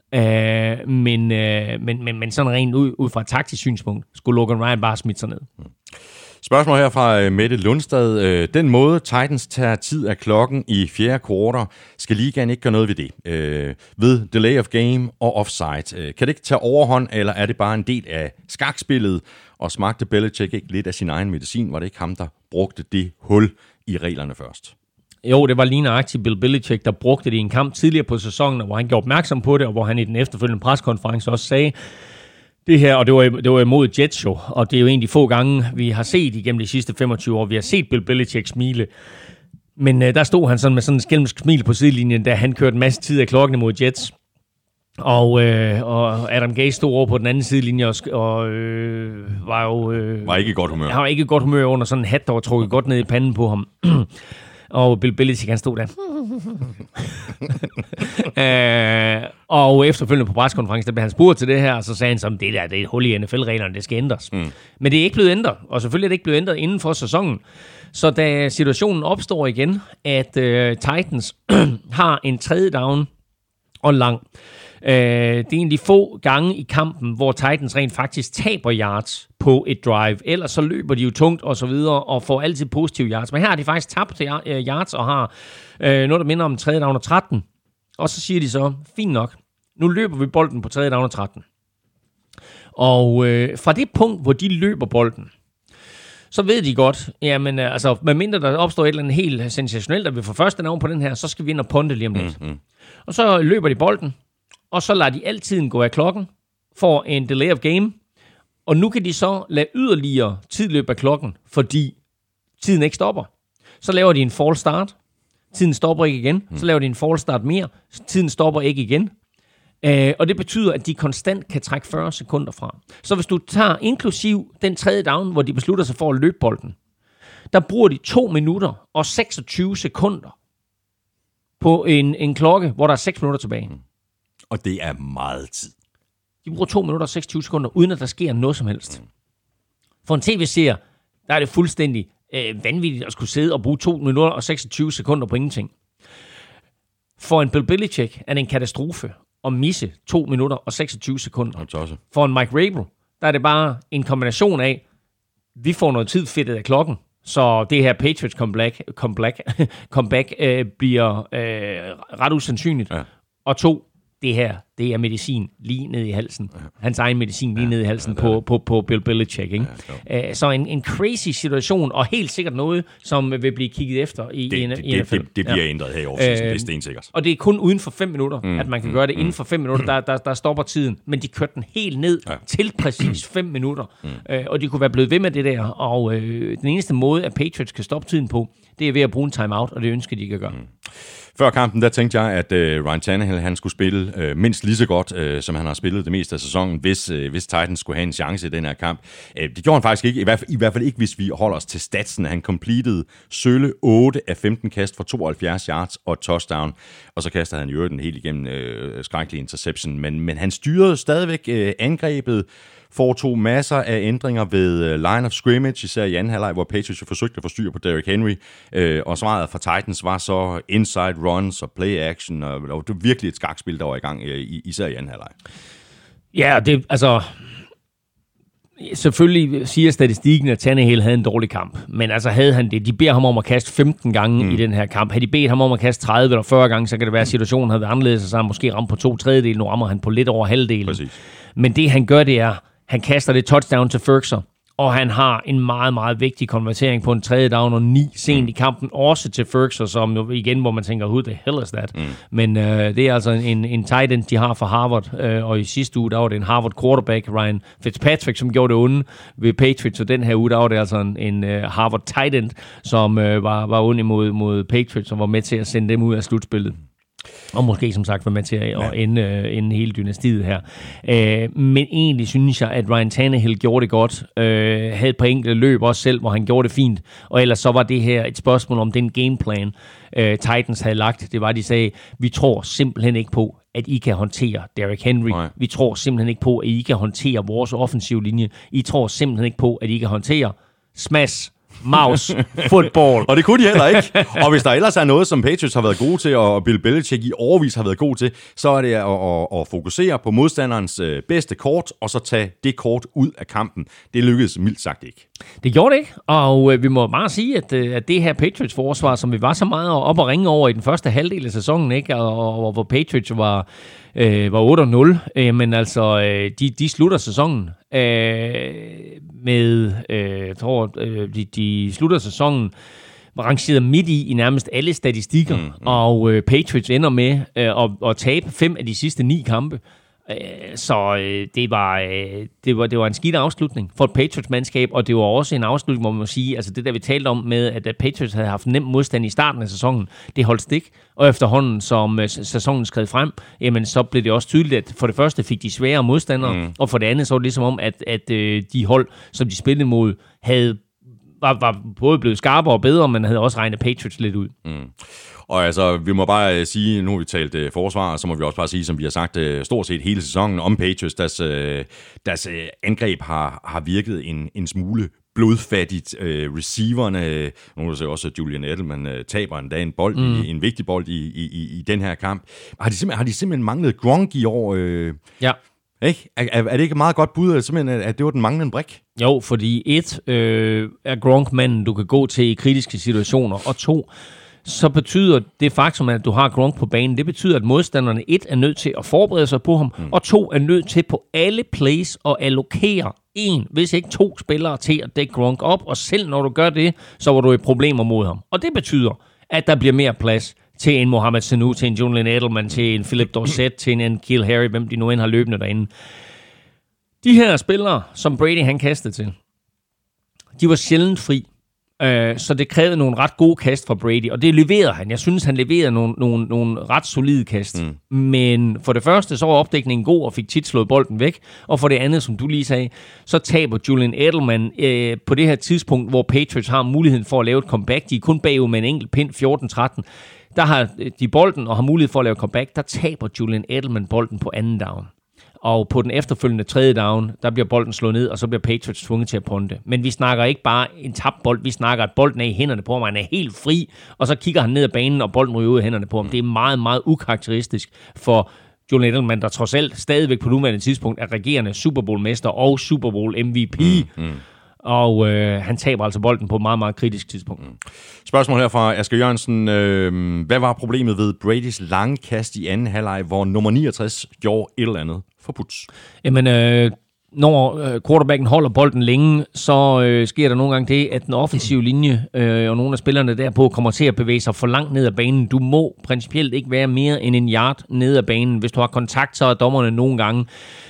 Men sådan rent ud fra et taktisk synspunkt, skulle Logan Ryan bare smidt sig ned. Spørgsmål her fra Mette Lundstad. Den måde Titans tager tid af klokken i 4. kvartal, skal ligaen ikke gøre noget ved det? Ved delay of game og offside. Kan det ikke tage overhånd, eller er det bare en del af skakspillet? Og smagte Belichick ikke lidt af sin egen medicin? Var det ikke ham, der brugte det hul i reglerne først? Jo, det var lige nøjagtigt Bill Belichick, der brugte det i en kamp tidligere på sæsonen, hvor han gjorde opmærksom på det, og hvor han i den efterfølgende preskonference også sagde, det her, og det var imod Jets jo, og det er jo egentlig få gange, vi har set igennem de sidste 25 år, vi har set Bill Belichick smile. Men der stod han sådan med sådan en skælmsk smil på sidelinjen, da han kørte en masse tid af klokken mod Jets. Og Adam Gase stod over på den anden sidelinje og var jo... var ikke i godt humør. Han var ikke i godt humør under sådan en hat, der var trukket godt ned i panden på ham. Og Bill Belichick, han stod der. Og efterfølgende på preskonferencen, der blev han spurgt til det her, og så sagde han som, det er et hul i NFL-reglerne, det skal ændres. Men det er ikke blevet ændret, og selvfølgelig er det ikke blevet ændret inden for sæsonen. Så da situationen opstår igen, at Titans har en tredje down og lang, det er egentlig få gange i kampen, hvor Titans rent faktisk taber yards på et drive. Ellers så løber de jo tungt og så videre, og får altid positive yards. Men her har de faktisk tabt yards og har noget, der minder om 3. down og 13. Og så siger de så, fint nok, nu løber vi bolden på 3. down og 13. Og fra det punkt, hvor de løber bolden, så ved de godt, jamen altså, medmindre der opstår et eller andet helt sensationelt, at vi får første down på den her, så skal vi ind og punte lige om lidt. Og så løber de bolden, og så lader de altid gå af klokken for en delay of game. Og nu kan de så lade yderligere tid løbe af klokken, fordi tiden ikke stopper. Så laver de en false start. Tiden stopper ikke igen. Så laver de en false start mere. Tiden stopper ikke igen. Og det betyder, at de konstant kan trække 40 sekunder fra. Så hvis du tager inklusiv den tredje down, hvor de beslutter sig for at løbe bolden, der bruger de 2 minutter og 26 sekunder på en klokke, hvor der er 6 minutter tilbage. Og det er meget tid. De bruger 2 minutter og 26 sekunder, uden at der sker noget som helst. For en tv-seer, der er det fuldstændig vanvittigt at skulle sidde og bruge 2 minutter og 26 sekunder på ingenting. For en Bill Belichick er det en katastrofe at misse 2 minutter og 26 sekunder. For en Mike Vrabel, der er det bare en kombination af, vi får noget tid fedtet af klokken, så det her Patriots comeback bliver ret usandsynligt. Ja. Og 2, det her, det er medicin lige ned i halsen. Hans egen medicin lige ned i halsen på Bill Belichick. Ikke? Ja, så en crazy situation, og helt sikkert noget, som vil blive kigget efter i NFL. Det bliver ændret her i offseason, det er stensikkert. Og det er kun uden for 5 minutter, at man kan gøre det. Inden for 5 minutter, der stopper tiden. Men de kørte den helt ned til præcis 5 minutter. Og de kunne være blevet ved med det der. Og den eneste måde, at Patriots kan stoppe tiden på, det er ved at bruge en timeout, og det ønsker de kan gøre. Før kampen, der tænkte jeg, at Ryan Tannehill, han skulle spille mindst lige så godt, som han har spillet det meste af sæsonen, hvis Titans skulle have en chance i den her kamp. Det gjorde han faktisk ikke, i hvert fald ikke, hvis vi holder os til statsen. Han completed sølle 8 af 15 kast for 72 yards og touchdown, og så kastede han jo den helt igennem skrækkelig interception, men han styrede stadigvæk angrebet, foretog masser af ændringer ved line of scrimmage, især i anden halvleg, hvor Patriots forsøgte at få styr på Derrick Henry, og svaret fra Titans var så inside runs og play action, og det var virkelig et skakspil, der var i gang, især i anden halvleg. Ja, det altså... Selvfølgelig siger statistikken, at Tannehill havde en dårlig kamp, men altså havde han det. De beder ham om at kaste 15 gange i den her kamp. Havde de bedt ham om at kaste 30 eller 40 gange, så kan det være, at situationen havde været anderledes, og så han måske ramt på 2/3. Nu rammer han på lidt over halvdelen. Præcis. Men det han gør, det er, han kaster det touchdown til Ferguson, og han har en meget, meget vigtig konvertering på en 3. down og 9 sent i kampen, også til Ferguson, som igen, hvor man tænker, who the hell is that? Men det er altså en tight end, de har fra Harvard, og i sidste uge, der var det en Harvard quarterback, Ryan Fitzpatrick, som gjorde det onde ved Patriots, og den her uge, der var det altså en Harvard tight end, som var ond imod Patriots, og var med til at sende dem ud af slutspillet. Og måske, som sagt, var med til at ende hele dynastiet her. Men egentlig synes jeg, at Ryan Tannehill gjorde det godt. Havde et par enkelte løb også selv, hvor han gjorde det fint. Og ellers så var det her et spørgsmål om den gameplan, Titans havde lagt. Det var, de sagde, vi tror simpelthen ikke på, at I kan håndtere Derrick Henry. Nej. Vi tror simpelthen ikke på, at I kan håndtere vores offensive linje. I tror simpelthen ikke på, at I kan håndtere smash, mouse, football. Og det kunne de heller ikke. Og hvis der ellers er noget, som Patriots har været gode til, og Bill Belichick i årevis har været god til, så er det at fokusere på modstanderens bedste kort, og så tage det kort ud af kampen. Det lykkedes mildt sagt ikke. Det gjorde det ikke, og vi må bare sige, at det her Patriots-forsvar, som vi var så meget op og ringe over i den første halvdel af sæsonen, ikke, og hvor Patriots var 8-0, men altså, de slutter sæsonen med, jeg tror, de slutter sæsonen rangeret midt i nærmest alle statistikker, og Patriots ender med at tabe 5 af de sidste 9 kampe. Så det var en skidt afslutning for et Patriots-mandskab, og det var også en afslutning, hvor man må sige, altså det der vi talte om med, at Patriots havde haft nem modstand i starten af sæsonen, det holdt stik, og efterhånden som sæsonen skred frem, jamen så blev det også tydeligt, at for det første fik de svære modstandere, og for det andet så var det ligesom om, at de hold, som de spillede mod, havde var både blevet skarpere og bedre, men havde også regnet Patriots lidt ud. Og altså, vi må bare sige, nu har vi talt forsvar, så må vi også bare sige, som vi har sagt stort set hele sæsonen om Patriots, deres angreb har virket en smule blodfattigt. Receiverne, nu ser også, at Julian Edelman taber en dag en bold, en vigtig bold i den her kamp. Har de simpelthen manglet Gronk i år? Ja. Ikke? Er det ikke et meget godt bud, simpelthen, at det var den manglende brik? Jo, fordi er Gronk manden, du kan gå til i kritiske situationer, og 2, så betyder det faktum, at du har Gronk på banen, det betyder, at modstanderne 1 er nødt til at forberede sig på ham, og 2 er nødt til på alle plays at allokere 1, hvis ikke 2 spillere til at dække Gronk op, og selv når du gør det, så var du i problemer mod ham. Og det betyder, at der bliver mere plads til en Mohamed Sanu, til en Julian Edelman, til en Philip Dorsett, til en N'Keal Harry, hvem de nu end har løbende derinde. De her spillere, som Brady han kastede til, de var sjældent fri. Så det krævede nogle ret gode kast fra Brady, og det leverede han. Jeg synes, han leverede nogle ret solide kast. Men for det første, så var opdækningen god og fik tit slået bolden væk. Og for det andet, som du lige sagde, så taber Julian Edelman på det her tidspunkt, hvor Patriots har muligheden for at lave et comeback. De er kun bagud med en enkelt pind, 14-13. Der har de bolden og har mulighed for at lave comeback. Der taber Julian Edelman bolden på anden down. Og på den efterfølgende 3. down, der bliver bolden slået ned, og så bliver Patriots tvunget til at punte. Men vi snakker ikke bare en tabt bold, vi snakker, at bolden er i hænderne på ham, han er helt fri, og så kigger han ned ad banen, og bolden ryger ud af hænderne på ham. Det er meget, meget ukarakteristisk for Julian Edelman, der trods alt stadigvæk på nuværende tidspunkt er regerende Super Bowl-mester og Super Bowl MVP. Og han taber altså bolden på et meget, meget kritisk tidspunkt. Spørgsmål her fra Asger Jørgensen. Hvad var problemet ved Bradys lange kast i anden halvleg, hvor nummer 69 gjorde et eller andet forbudt? Jamen, når quarterbacken holder bolden længe, så sker der nogle gange det, at den offensive linje og nogle af spillerne derpå kommer til at bevæge sig for langt ned ad banen. Du må principielt ikke være mere end en yard ned ad banen. Hvis du har kontakt, så er dommerne nogle gange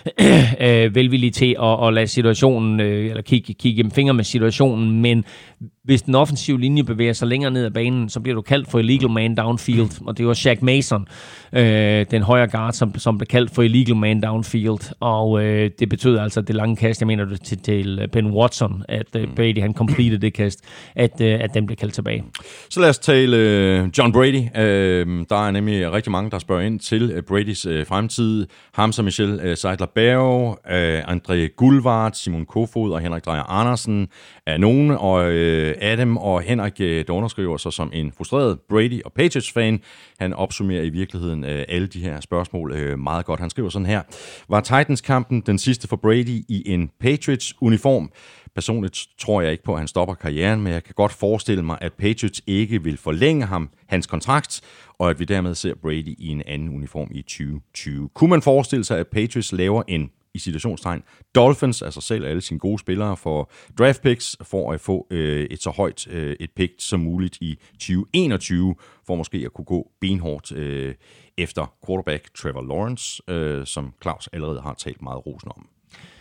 velvillige til at lade situationen, eller kigge dem fingre med situationen, men hvis den offensive linje bevæger sig længere ned ad banen, så bliver du kaldt for illegal man downfield, og det var Shaq Mason, den højre guard, som blev kaldt for illegal man downfield, og det betød altså, at det lange kast, jeg mener det til Ben Watson, at Brady han completed det kast, at den blev kaldt tilbage. Så lad os tale John Brady. Der er nemlig rigtig mange, der spørger ind til Bradys fremtid. Hamza Michel Seidler-Berg, André Gulvart, Simon Kofod og Henrik Dreyer Andersen er nogen, og Adam og Henrik, der underskriver sig som en frustreret Brady- og Patriots-fan. Han opsummerer i virkeligheden alle de her spørgsmål meget godt. Han skriver sådan her: Var Titans-kampen den sidste for Brady i en Patriots-uniform? Personligt tror jeg ikke på, at han stopper karrieren, men jeg kan godt forestille mig, at Patriots ikke vil forlænge hans kontrakt, og at vi dermed ser Brady i en anden uniform i 2020. Kunne man forestille sig, at Patriots laver en, i situationstegn, Dolphins, altså selv alle sine gode spillere, for draft picks, for at få et så højt et pick som muligt i 2021, for måske at kunne gå benhårdt efter quarterback Trevor Lawrence, som Claus allerede har talt meget rosende om?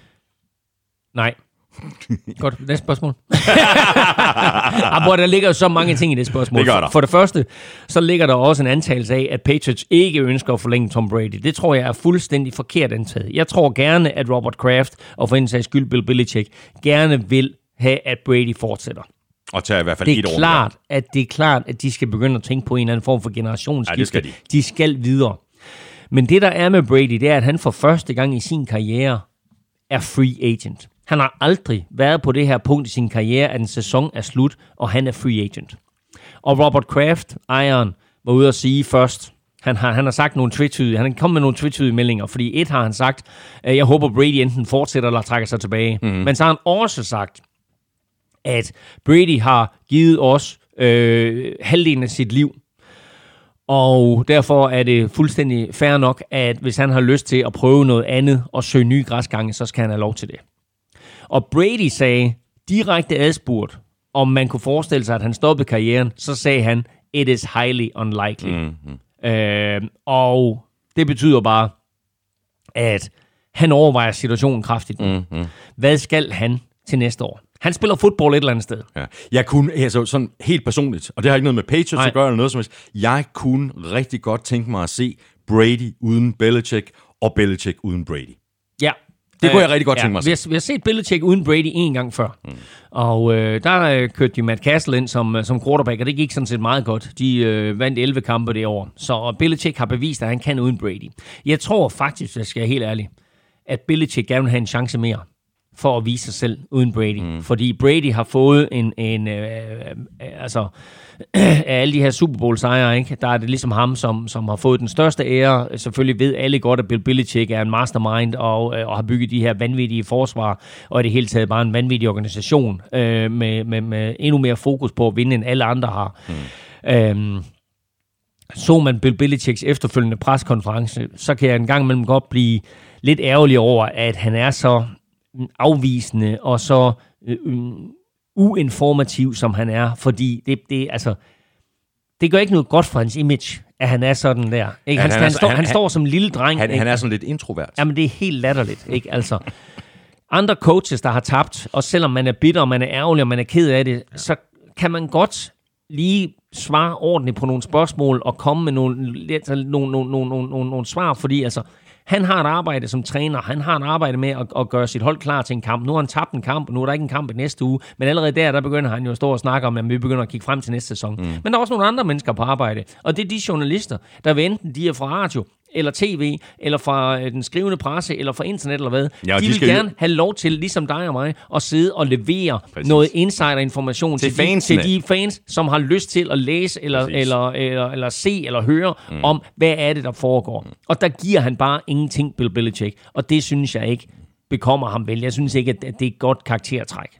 Nej. Godt, næste spørgsmål. Der ligger jo så mange ting i det spørgsmål. Det for det første, så ligger der også en antagelse af, at Patriots ikke ønsker at forlænge Tom Brady. Det tror jeg er fuldstændig forkert antaget. Jeg tror gerne, at Robert Kraft og for en sags skyld Bill Belichick gerne vil have, at Brady fortsætter. Og tager i hvert fald et år. Det er klart, at de skal begynde at tænke på en eller anden form for generationsskifte. Ja, de skal videre. Men det, der er med Brady, det er, at han for første gang i sin karriere er free agent. Han har aldrig været på det her punkt i sin karriere, at en sæson er slut, og han er free agent. Og Robert Kraft, ejeren, var ude at sige først, han har sagt nogle tvetydige, han kom med nogle tvetydige meldinger, fordi har han sagt, jeg håber Brady enten fortsætter eller trækker sig tilbage. Mm-hmm. Men så har han også sagt, at Brady har givet os halvdelen af sit liv, og derfor er det fuldstændig fair nok, at hvis han har lyst til at prøve noget andet og søge nye græsgange, så skal han have lov til det. Og Brady sagde direkte adspurgt, om man kunne forestille sig, at han stoppede karrieren, så sagde han, it is highly unlikely. Mm-hmm. Og det betyder bare, at han overvejer situationen kraftigt. Mm-hmm. Hvad skal han til næste år? Han spiller fodbold et eller andet sted. Ja. Jeg kunne, altså sådan helt personligt, og det har ikke noget med Patriots at gøre eller noget som helst, jeg kunne rigtig godt tænke mig at se Brady uden Belichick, og Belichick uden Brady. Ja, Det kunne jeg rigtig godt tænke mig. Vi har set Belichick uden Brady en gang før. Og der kørte de Matt Castle ind som quarterback, og det gik sådan set meget godt. De vandt 11 kampe det år. Så Belichick har bevist, at han kan uden Brady. Jeg tror faktisk, jeg skal være helt ærlig, at Belichick gerne vil have en chance mere for at vise sig selv uden Brady. Fordi Brady har fået af alle de her Super Bowl-sejre, ikke? Der er det ligesom ham, som har fået den største ære. Selvfølgelig ved alle godt, at Bill Belichick er en mastermind og har bygget de her vanvittige forsvar, og i det hele taget bare en vanvittig organisation med endnu mere fokus på at vinde, end alle andre har. Så man Bill Belichicks efterfølgende preskonference, så kan jeg en gang imellem godt blive lidt ærgerlig over, at han er så afvisende og så uinformativ, som han er, fordi det gør ikke noget godt for hans image, at han er sådan der. Ikke? Han står som en lille dreng. Han er sådan lidt introvert. Jamen, det er helt latterligt. Ikke? Altså, andre coaches, der har tabt, og selvom man er bitter, og man er ærgerlig, og man er ked af det, så kan man godt lige svare ordentligt på nogle spørgsmål, og komme med nogle svar, fordi altså, han har et arbejde som træner. Han har et arbejde med at gøre sit hold klar til en kamp. Nu har han tabt en kamp, og nu er der ikke en kamp i næste uge. Men allerede der begynder han jo at stå og snakke om, at vi begynder at kigge frem til næste sæson. Men der er også nogle andre mennesker på arbejde. Og det er de journalister, der vil enten de er fra radio, eller tv, eller fra den skrivende presse, eller fra internet, eller hvad. Ja, de vil gerne have lov til, ligesom dig og mig, at sidde og levere noget insider-information til de fans, som har lyst til at læse, eller se, eller høre om, hvad er det, der foregår. Og der giver han bare ingenting, Bill Belichick. Og det synes jeg ikke bekommer ham vel. Jeg synes ikke, at det er et godt karaktertræk.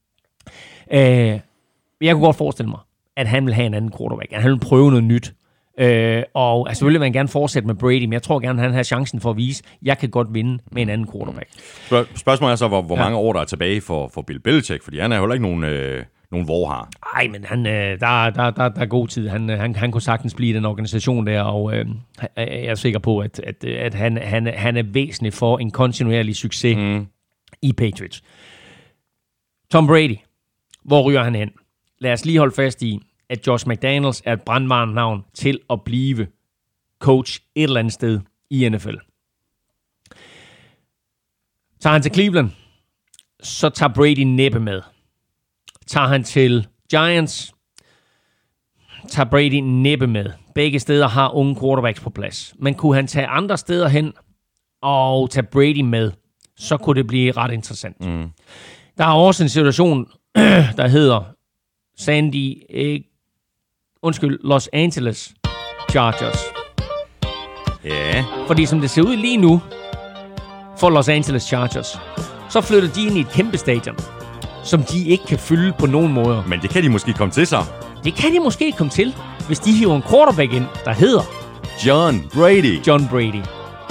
Jeg kunne godt forestille mig, at han vil have en anden quarterback. At han vil prøve noget nyt. Og selvfølgelig vil han gerne fortsætte med Brady, men jeg tror gerne, at han har chancen for at vise, at jeg kan godt vinde med en anden quarterback. Spørgsmålet er så, hvor mange år der er tilbage for Bill Belichick, fordi han er jo heller ikke nogen vorhar. Nej, men der er god tid. Han kunne sagtens blive den organisation der, og jeg er sikker på, at han er væsentlig for en kontinuerlig succes i Patriots. Tom Brady, hvor ryger han hen? Lad os lige holde fast i, at Josh McDaniels er et brandvarmt navn til at blive coach et eller andet sted i NFL. Tager han til Cleveland, så tager Brady næppe med. Tager han til Giants, tager Brady næppe med. Begge steder har unge quarterbacks på plads. Men kunne han tage andre steder hen og tage Brady med, så kunne det blive ret interessant. Der er også en situation, der hedder Los Angeles Chargers. Ja. Fordi som det ser ud lige nu for Los Angeles Chargers, så flytter de ind i et kæmpe stadion, som de ikke kan fylde på nogen måder. Men det kan de måske komme til så. Det kan de måske komme til, hvis de hiver en quarterback ind, der hedder John Brady. John Brady.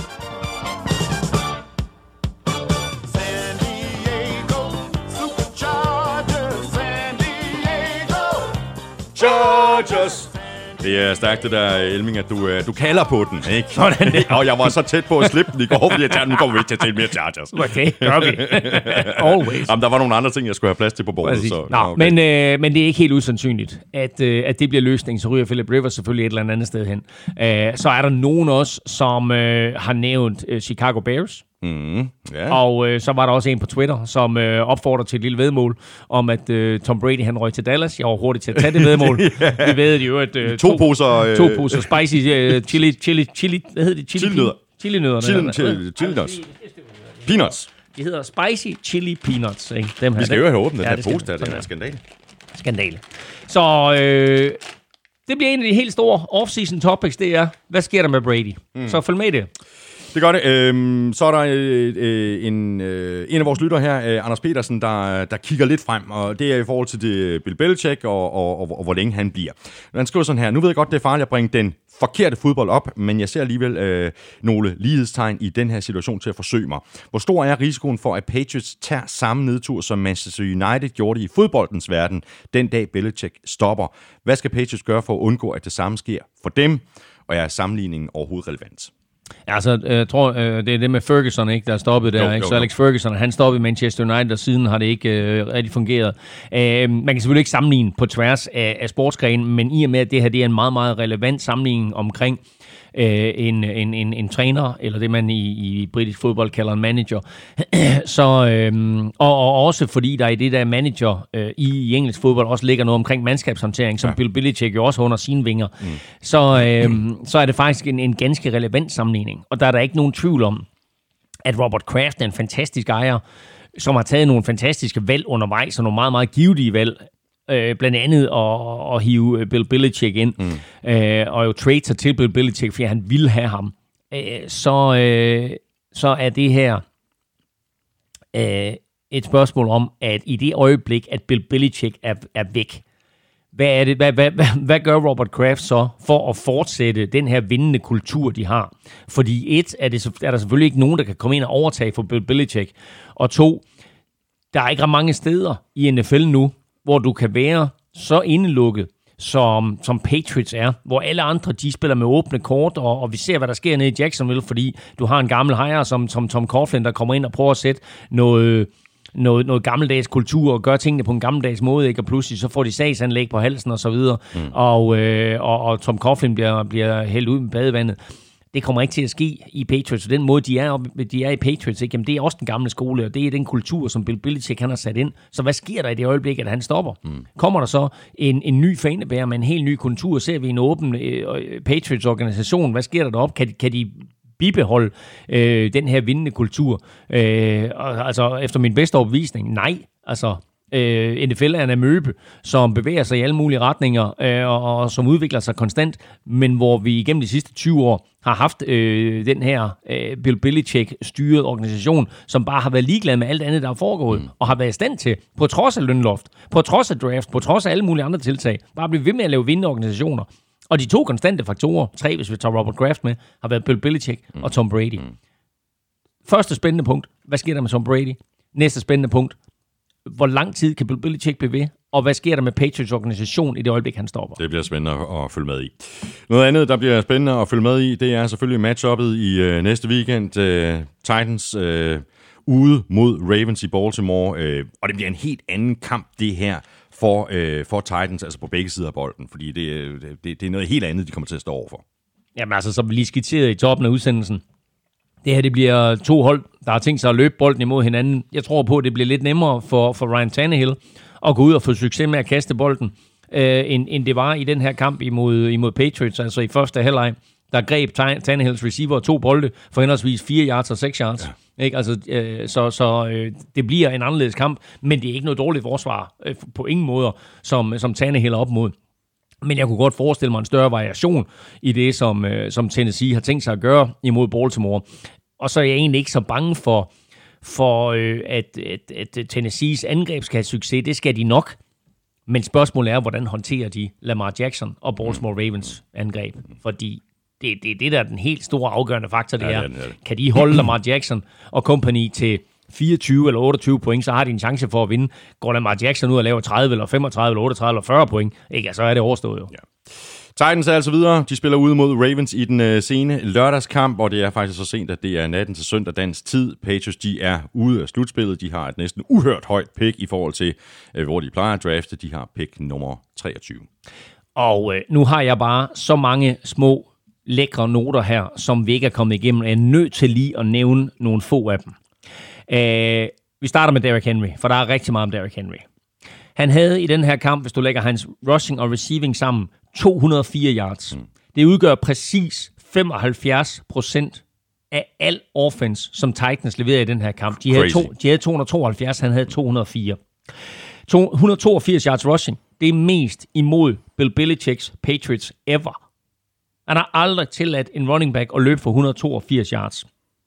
Chargers. Det er stærkt det der, Elming, at du kalder på den, ikke? Sådan det. Og jeg var så tæt på at slippe den i går, fordi jeg tænkte, nu kommer vi til at tale mere Chargers. Okay, gør vi. Always. Jamen, der var nogle andre ting, jeg skulle have plads til på bordet. Så, okay. Men det er ikke helt usandsynligt, at det bliver løsningen. Så ryger Philip Rivers selvfølgelig et eller andet sted hen. Så er der nogen også, som har nævnt Chicago Bears. Yeah. Og så var der også en på Twitter, som opfordrer til et lille væddemål om, at Tom Brady han røg til Dallas. Jeg var hurtigt til at tage det væddemål. Yeah. Vi ved jo, at to poser spicy chili, hvad hedder det? Chili-nødderne. Chili-nuts. Peanuts. De hedder spicy chili peanuts. Ikke? Dem her, vi skal jo have åbnet den her pose der. Det er en skandale. Så det bliver en af de helt store off-season topics, det er, hvad sker der med Brady? Så følg med i det. Det gør det. Så er der en af vores lyttere her, Anders Petersen, der kigger lidt frem, og det er i forhold til det Bill Belichick og hvor længe han bliver. Han skriver sådan her: nu ved jeg godt, det er farligt at bringe den forkerte fodbold op, men jeg ser alligevel nogle lighedstegn i den her situation til at forsøge mig. Hvor stor er risikoen for, at Patriots tager samme nedtur, som Manchester United gjorde i fodboldens verden, den dag Belichick stopper? Hvad skal Patriots gøre for at undgå, at det samme sker for dem? Og er sammenligningen overhovedet relevant? Altså, jeg tror, det er det med Ferguson, ikke, der er stoppet der. Ikke? Så Alex Ferguson, han stoppede i Manchester United, og siden har det ikke rigtig fungeret. Man kan selvfølgelig ikke sammenligne på tværs af sportsgrenen, men i og med, at det her det er en meget, meget relevant sammenligning omkring en træner, eller det man i britisk fodbold kalder en manager. Så, og også fordi der i det der manager i engelsk fodbold også ligger noget omkring mandskabshåndtering, som Bill Belichick jo også har under sine vinger, så er det faktisk en ganske relevant sammenligning. Og der er der ikke nogen tvivl om, at Robert Kraft er en fantastisk ejer, som har taget nogle fantastiske valg undervejs, og nogle meget, meget givetige valg, blandt andet at hive Bill Belichick ind, og jo trade sig til Bill Belichick, fordi han ville have ham, så er det her et spørgsmål om, at i det øjeblik, at Bill Belichick er væk, hvad gør Robert Kraft så for at fortsætte den her vindende kultur, de har? Fordi er der selvfølgelig ikke nogen, der kan komme ind og overtage for Bill Belichick, og 2, der er ikke ret mange steder i NFL nu, hvor du kan være så indelukket, som Patriots er, hvor alle andre, de spiller med åbne kort, og vi ser, hvad der sker nede i Jacksonville, fordi du har en gammel hejer som Tom Coughlin, der kommer ind og prøver at sætte noget gammeldags kultur og gøre tingene på en gammeldags måde, ikke? Og pludselig så får de sagsanlæg på halsen og så videre, og Tom Coughlin bliver hældt ud med badevandet. Det kommer ikke til at ske i Patriots, og den måde, de er i Patriots, ikke? Jamen, det er også den gamle skole, og det er den kultur, som Bill Belichick han har sat ind. Så hvad sker der i det øjeblik, at han stopper? Kommer der så en ny fanebærer med en helt ny kultur? Ser vi en åben Patriots-organisation? Hvad sker der deroppe? Kan de bibeholde den her vindende kultur? Altså, efter min bedste overbevisning, nej. Altså, NFL er en amøbe, som bevæger sig i alle mulige retninger, og som udvikler sig konstant, men hvor vi igennem de sidste 20 år har haft den her Bill Belichick-styret organisation, som bare har været ligeglad med alt andet, der er foregået, og har været i stand til, på trods af lønloft, på trods af draft, på trods af alle mulige andre tiltag, bare blive ved med at lave vindende organisationer. Og de 2 konstante faktorer, 3 hvis vi tager Robert Kraft med, har været Bill Belichick og Tom Brady. Første spændende punkt, hvad sker der med Tom Brady? Næste spændende punkt, hvor lang tid kan Bill Belichick blive ved? Og hvad sker der med Patriots organisation i det øjeblik, han stopper? Det bliver spændende at følge med i. Noget andet, der bliver spændende at følge med i, det er selvfølgelig matchuppet i næste weekend. Titans ude mod Ravens i Baltimore. Og det bliver en helt anden kamp, det her, for Titans, altså på begge sider af bolden. Fordi det er noget helt andet, de kommer til at stå overfor. Jamen altså, som vi lige skitserede i toppen af udsendelsen, det her, det bliver 2 hold, der har tænkt sig at løbe bolden imod hinanden. Jeg tror på, at det bliver lidt nemmere for Ryan Tannehill at gå ud og få succes med at kaste bolden, end det var i den her kamp imod Patriots. Altså i første halvleg, der greb Tannehills receiver 2 bolde for henholdsvis 4 yards og 6 yards. Ja. Ikke? Altså, så det bliver en anderledes kamp, men det er ikke noget dårligt forsvar på ingen måder, som Tannehill er op mod. Men jeg kunne godt forestille mig en større variation i det, som Tennessee har tænkt sig at gøre imod Baltimore. Og så er jeg egentlig ikke så bange for at Tennessees angreb skal have succes. Det skal de nok. Men spørgsmålet er, hvordan håndterer de Lamar Jackson og Baltimore Ravens angreb? Fordi det er det, der er den helt store afgørende faktor, det er. Kan de holde Lamar Jackson og company til 24 eller 28 point, så har de en chance for at vinde. Går Lamar Jackson ud og laver 30 eller 35 eller 38 eller 40 point, ikke? Så er det overstået jo. Ja. Titans er altså videre. De spiller ude mod Ravens i den sene lørdagskamp, og det er faktisk så sent, at det er natten til søndag dansk tid. Patriots, de er ude af slutspillet. De har et næsten uhørt højt pick i forhold til, hvor de plejer at drafte. De har pick nummer 23. Og nu har jeg bare så mange små lækre noter her, som vi ikke er kommet igennem. Jeg er nødt til lige at nævne nogle få af dem. Vi starter med Derrick Henry, for der er rigtig meget om Derrick Henry. Han havde i den her kamp, hvis du lægger hans rushing og receiving sammen, 204 yards. Det udgør præcis 75% af al offense, som Titans leverede i den her kamp. De havde 272, han havde 204. 182 yards rushing, det er mest imod Bill Belichicks Patriots ever. Han har aldrig tilladt en running back at løbe for 182 yards.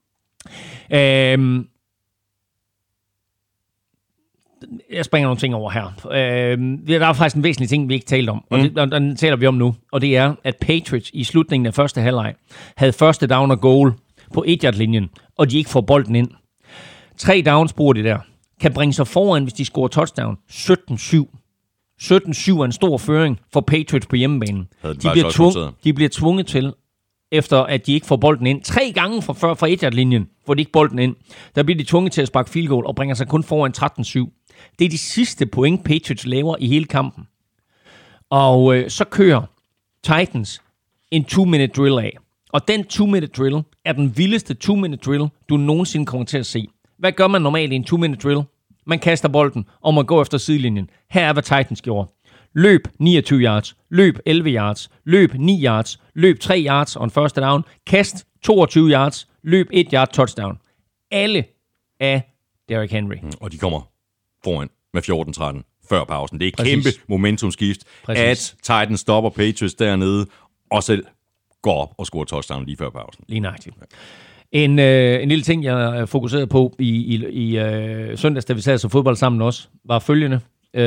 Jeg springer nogle ting over her. Der er faktisk en væsentlig ting, vi ikke talte om, og den taler vi om nu, og det er, at Patriots i slutningen af første halvleg havde første down og goal på 1-yard-linjen, og de ikke får bolden ind. 3 downs bruger de der. Kan bringe sig foran, hvis de scorer touchdown. 17-7. 17-7 er en stor føring for Patriots på hjemmebanen. De bliver tvunget til efter at de ikke får bolden ind. 3 gange fra 1-yard-linjen får de ikke bolden ind. Der bliver de tvunget til at sparke field goal og bringer sig kun foran 13-7. Det er de sidste point, Patriots laver i hele kampen. Og så kører Titans en 2-minute drill af. Og den 2-minute drill er den vildeste 2-minute drill, du nogensinde kommer til at se. Hvad gør man normalt i en 2-minute drill? Man kaster bolden, og man går efter sidelinjen. Her er, hvad Titans gjorde. Løb 29 yards, løb 11 yards, løb 9 yards, løb 3 yards on first down, kast 22 yards, løb 1 yard touchdown. Alle af Derrick Henry. Og de kommer foran med 14-13 før pausen. Det er et kæmpe momentumskift, at Titans stopper Patriots dernede, og selv går op og scorer touchdown lige før pausen. Lige nøjagtigt. En lille ting, jeg fokuserede på i søndags, da vi sad så fodbold sammen også, var følgende.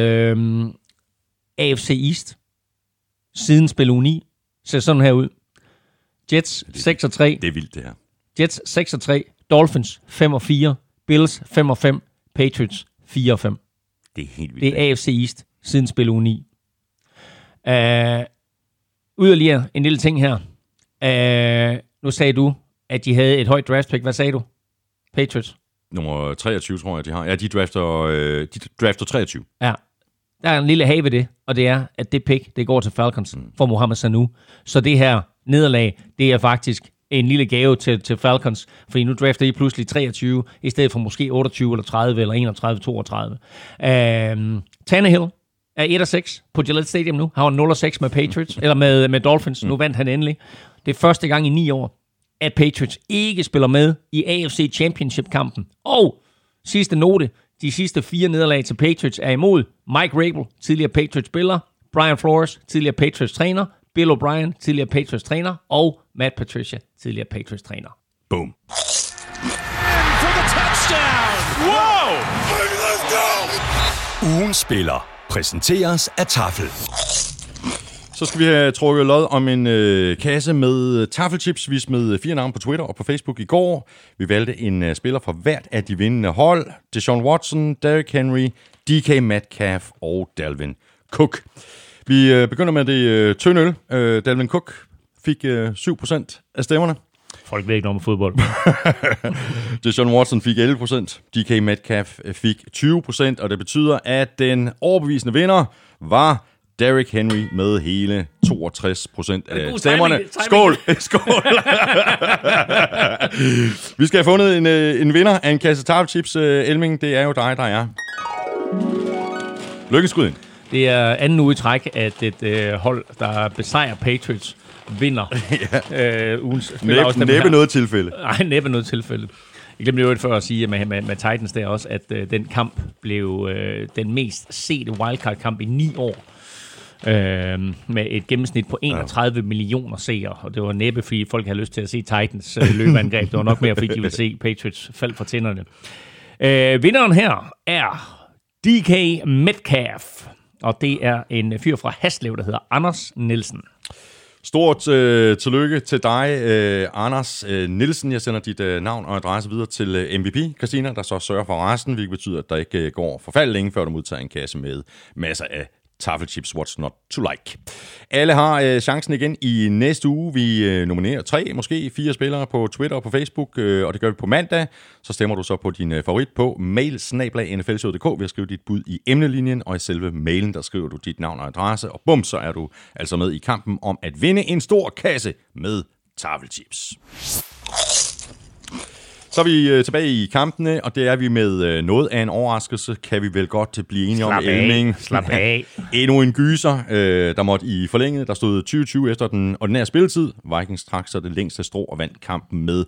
AFC East, siden spil uge 9, ser sådan her ud. Jets 6-3. Det er vildt, det her. Jets 6-3, Dolphins 5-4, Bills 5-5, Patriots 4-5. Det er helt vildt. Det er AFC East, siden spil uge 9. Yderligere en lille ting her. Nu sagde du, at de havde et højt draft pick. Hvad sagde du? Patriots? Nummer 23, tror jeg, de har. Ja, de drafter 23. Ja. Der er en lille have ved det, og det er, at det pick, det går til Falcons for Mohamed Sanu. Så det her nederlag, det er faktisk en lille gave til Falcons, fordi nu drafter I pludselig 23, i stedet for måske 28 eller 30 eller 31, 32. Tannehill er 1-6 på Gillette Stadium nu. Han var 0-6 med Patriots, eller med Dolphins. Nu vandt han endelig. Det er første gang i 9 år, at Patriots ikke spiller med i AFC Championship-kampen. Og sidste note, de sidste 4 nederlag til Patriots er imod Mike Rabel, tidligere Patriots-spiller, Brian Flores, tidligere Patriots-træner, Bill O'Brien, tidligere Patriots-træner, og Matt Patricia, tidligere Patriots-træner. Boom. For the touchdown! Wow! Let's go! Ugens spiller præsenteres af Tafel. Så skal vi have trukket lod om en kasse med taffelchips. Vi smed 4 navne på Twitter og på Facebook i går. Vi valgte en spiller fra hvert af de vindende hold. Deshaun Watson, Derrick Henry, DK Metcalf og Dalvin Cook. Vi begynder med det tynde øl. Dalvin Cook fik 7% af stemmerne. Folk ved ikke noget om fodbold. Deshaun Watson fik 11%. DK Metcalf fik 20%. Og det betyder, at den overbevisende vinder var Derrick Henry med hele 62% af stemmerne. Skål! Skål! Vi skal have fundet en vinder af en kasse taffelchips. Elming, det er jo dig, der er. Lykkeskud ind. Det er anden uge i træk, at et hold, der besejrer Patriots, vinder ugens spiller. Næppe noget tilfælde. Nej, næppe noget tilfælde. Jeg glemte jo før at sige med Titans der også, at den kamp blev den mest sete wildcard-kamp i 9 år. Med et gennemsnit på 31 millioner seere, og det var næppe, fordi folk havde lyst til at se Titans løbeangreb. Det var nok mere, fordi de ville se Patriots falde fra tænderne. Vinderen her er DK Metcalf, og det er en fyr fra Haslev, der hedder Anders Nielsen. Stort tillykke til dig, Anders Nielsen. Jeg sender dit navn og adresse videre til MVP, Christina, der så sørger for resten, hvilket betyder, at der ikke går forfærdeligt længe, før du modtager en kasse med masser af taffelchips, what's not to like. Alle har chancen igen i næste uge. Vi nominerer 3, måske 4 spillere på Twitter og på Facebook, og det gør vi på mandag. Så stemmer du så på din favorit på mail@nflshowet.dk ved at skrive dit bud i emnelinjen, og i selve mailen, der skriver du dit navn og adresse, og bum, så er du altså med i kampen om at vinde en stor kasse med taffelchips. Så er vi tilbage i kampene, og det er vi med noget af en overraskelse, kan vi vel godt blive enige om. Slap af. Endnu en gyser, der måtte i forlænget. Der stod 20-20 efter den ordinære spilletid. Vikings trak så det længste strå og vandt kampen med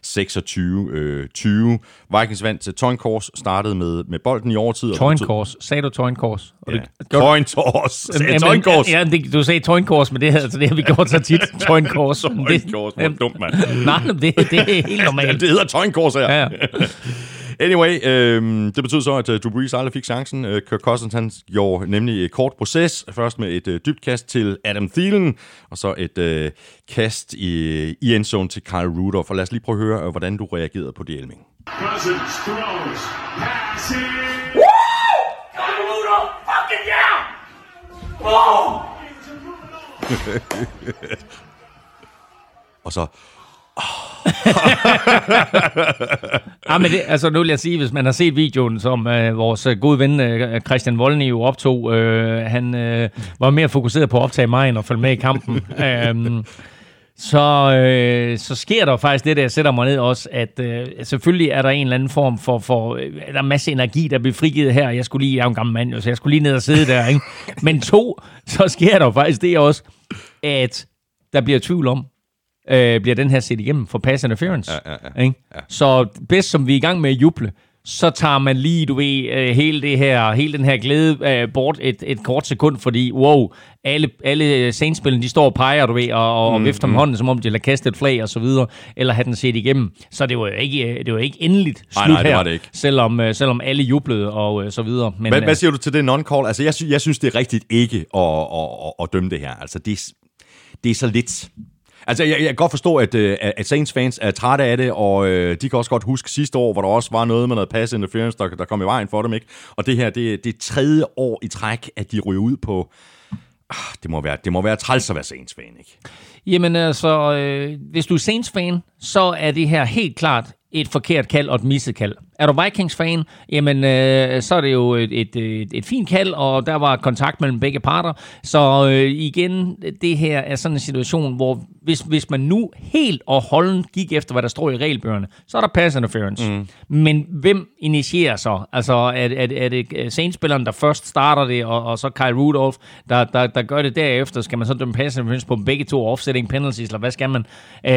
26-20. Vikings vandt til Coin Toss, startede med bolden i overtid. Coin Toss. Sagde du Coin Toss? Coin Toss. Coin Toss. Ja, du sagde Coin Toss, men det har vi gjort så tit. Coin Toss. Coin Toss, hvor dumt, mand. Nej, det er helt normalt. Det hedder Coin Toss her. Ja. Anyway, det betyder så, at Drew Brees aldrig fik chancen. Kirk Cousins, han gjorde nemlig et kort proces. Først med et dybt kast til Adam Thielen, og så et kast i endzone til Kyle Rudolph. Og lad os lige prøve at høre, hvordan du reagerede på det, Elming. Cousins throws, passing. Woo! Kyle Rudolph, fucking yeah! Whoa! og så... Men det, altså nu vil jeg sige, hvis man har set videoen, som vores gode ven Christian Voldny jo optog, han var mere fokuseret på at optage mig end at følge med i kampen. Så sker der faktisk det, der sætter mig ned også, at selvfølgelig er der en eller anden form for der er masse energi, der bliver frigivet her. Jeg er jo en gammel mand, så jeg skulle lige ned og sidde der, ikke? Men så sker der faktisk det også, at der bliver tvivl om, bliver den her set igennem for pass interference. Ikke? Ja. Så bedst som vi er i gang med at juble, så tager man lige, hele den her glæde bort et kort sekund, fordi alle Saints-spillerne, de står og peger, og vifter med hånden, som om de har kastet et flag og så videre, eller have den set igennem. Så det var ikke endeligt slut nej, her, det ikke. Selvom alle jublede og så videre. Men, hvad siger du til det non-call? Altså, jeg synes, det er rigtigt ikke at dømme det her. Altså, det er så lidt... Altså, jeg kan godt forstå, at Saints-fans er trætte af det, og de kan også godt huske sidste år, hvor der også var noget med noget pass interference, der kom i vejen for dem, ikke? Og det her, det er tredje år i træk, at de ryger ud på... Det må være træls at være Saints-fan, ikke? Jamen altså, hvis du er Saints-fan, så er det her helt klart et forkert kald og et misset kald. Er du Vikings-fan, jamen så er det jo et fint kald, og der var kontakt mellem begge parter. Så igen, det her er sådan en situation, hvor hvis man nu helt og holdent gik efter, hvad der står i regelbøgerne, så er der pass interference. Men hvem initierer så? Altså er det Saints-spilleren, der først starter det, og så Kyle Rudolph, der gør det derefter? Skal man så dømme pass interference på begge to offsetting penalties, eller hvad skal man?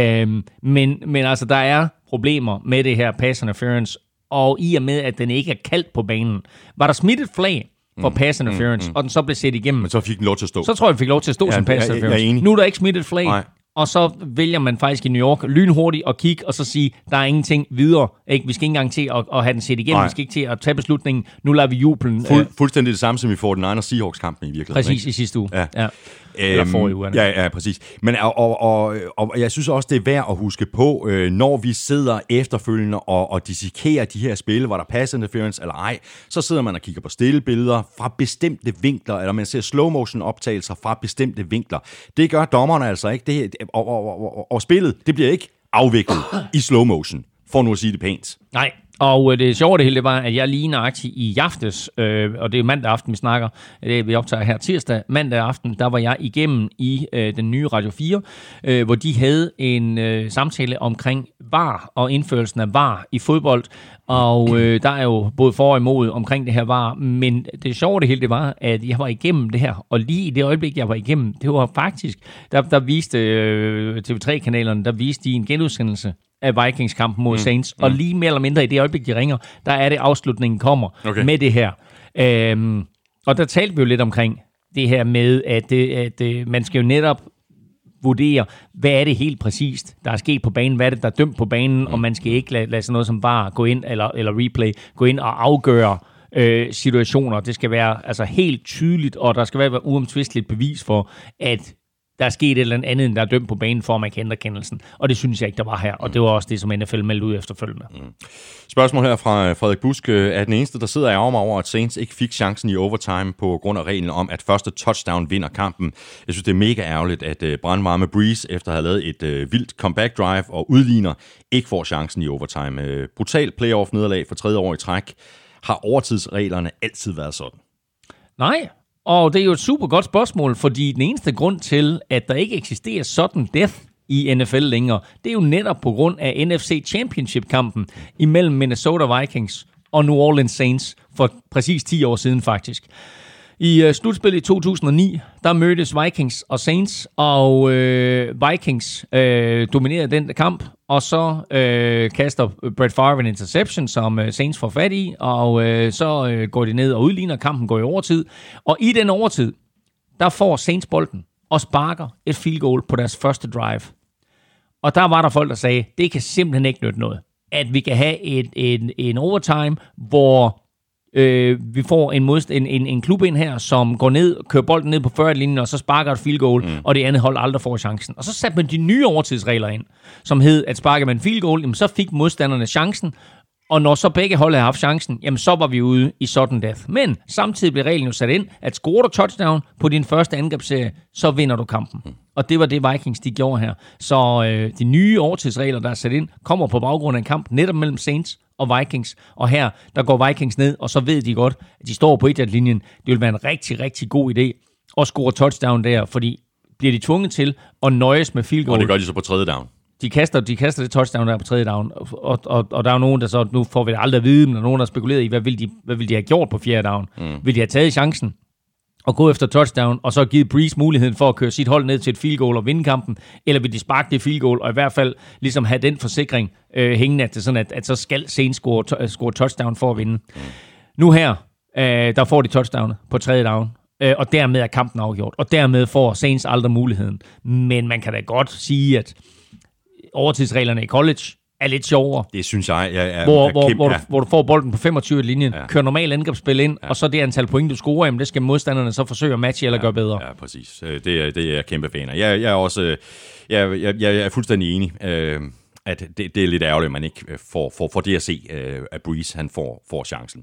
Men altså, der er problemer med det her pass interference, og i og med, at den ikke er kaldt på banen. Var der smidt et flag for pass interference, og den så blev set igennem? Men så fik den lov til at stå. Så tror jeg, den fik lov til at stå som pass interference. Nu er der ikke smidt et flag. Nej. Og så vælger man faktisk i New York lynhurtigt at kigge og så sige, der er ingenting videre. Ikke? Vi skal ikke engang til at have den set igen. Nej. Vi skal ikke til at tage beslutningen. Nu lader vi jublen. Fuldstændig det samme, som vi får den egen Seahawks-kampen i virkeligheden. Præcis, ikke? I sidste uge. Ja. Eller forrige uge. Ja, præcis. Men og jeg synes også, det er værd at huske på, når vi sidder efterfølgende og dissekerer de her spil, hvor der pass interference eller ej, så sidder man og kigger på stillebilleder fra bestemte vinkler, eller man ser slow-motion-optagelser fra bestemte vinkler. Det gør dommerne altså ikke. Og spillet, det bliver ikke afviklet i slow-motion, for nu at sige det pænt. Nej. Og det sjove det hele, det var, at jeg lige nøjagtigt i aftes, og det er mandag aften, vi snakker, vi optager her tirsdag, mandag aften, der var jeg igennem i den nye Radio 4, hvor de havde en samtale omkring VAR og indførelsen af VAR i fodbold, og der er jo både for og imod omkring det her VAR, men det sjove det hele, det var, at jeg var igennem det her, og lige i det øjeblik, jeg var igennem, det var faktisk, der viste TV3-kanalerne, der viste de en genudsendelse af Vikings-kampen mod Saints, og lige mere eller mindre i det øjeblik, de ringer, der er det afslutningen kommer med det her. Og der talte vi jo lidt omkring det her med, at man skal jo netop vurdere, hvad er det helt præcist, der er sket på banen, hvad er det, der er dømt på banen, og man skal ikke lade sådan noget som bare gå ind, eller replay, gå ind og afgøre situationer. Det skal være altså helt tydeligt, og der skal være uomtvisteligt bevis for, at der er sket et eller andet, end der er dømt på banen, for at man kan ændre kendelsen. Og det synes jeg ikke, der var her. Og det var også det, som NFL meldte ud efterfølgende. Spørgsmål her fra Frederik Busk. Er den eneste, der sidder og ærger mig over, at Saints ikke fik chancen i overtime på grund af reglen om, at første touchdown vinder kampen? Jeg synes, det er mega ærgerligt, at brandvarme Breeze, efter at have lavet et vildt comeback drive og udligner, ikke får chancen i overtime. Brutal playoff-nederlag for tredje år i træk. Har overtidsreglerne altid været sådan? Nej. Og det er jo et super godt spørgsmål, fordi den eneste grund til, at der ikke eksisterer sådan death i NFL længere, det er jo netop på grund af NFC Championship-kampen imellem Minnesota Vikings og New Orleans Saints for præcis 10 år siden faktisk. I slutspillet i 2009, der mødtes Vikings og Saints, og Vikings dominerede den kamp, og så kaster Brett Favre en interception, som Saints får fat i, og så går de ned og udligner, kampen går i overtid, og i den overtid, der får Saints bolden og sparker et field goal på deres første drive. Og der var der folk, der sagde, det kan simpelthen ikke nytte noget, at vi kan have en overtime, hvor vi får en klub ind her, som går ned, kører bolden ned på 40-linjen, og så sparker et field goal, og det andet hold aldrig får chancen. Og så satte man de nye overtidsregler ind, som hed, at sparker man field goal, så fik modstanderne chancen, Og når så begge hold havde haft chancen, jamen så var vi ude i sudden death. Men samtidig blev reglen jo sat ind, at scorer du touchdown på din første angrebsserie, så vinder du kampen. Og det var det Vikings, de gjorde her. Så de nye overtidsregler, der er sat ind, kommer på baggrund af en kamp netop mellem Saints og Vikings. Og her, der går Vikings ned, og så ved de godt, at de står på 1-linjen. Det vil være en rigtig, rigtig god idé at score touchdown der, fordi bliver de tvunget til at nøjes med field goal. Og det gør de så på tredje down. De kaster det touchdown der på tredje down, og der er jo nogen, der så, nu får vi det aldrig at vide, men der er nogen, der spekulerer i, hvad vil de have gjort på fjerde down? Vil de have taget chancen og gå efter touchdown, og så give Breeze muligheden for at køre sit hold ned til et field goal og vinde kampen, eller vil de sparke det field goal, og i hvert fald ligesom have den forsikring hængende, at, det sådan at så skal Saints score touchdown for at vinde. Nu her, der får de touchdown på tredje down, og dermed er kampen afgjort, og dermed får Saints aldrig muligheden. Men man kan da godt sige, at overtidsreglerne i college er lidt sjovere. Det synes jeg hvor du får bolden på 25-linjen, kører normal angrebsspil ind, og så det antal point, du scorer, jamen det skal modstanderne så forsøge at matche eller gøre bedre. Ja, præcis. Det er jeg kæmpe fan af. Jeg er også jeg er fuldstændig enig, at det er lidt ærgerligt, at man ikke får det at se, at Breeze han får chancen.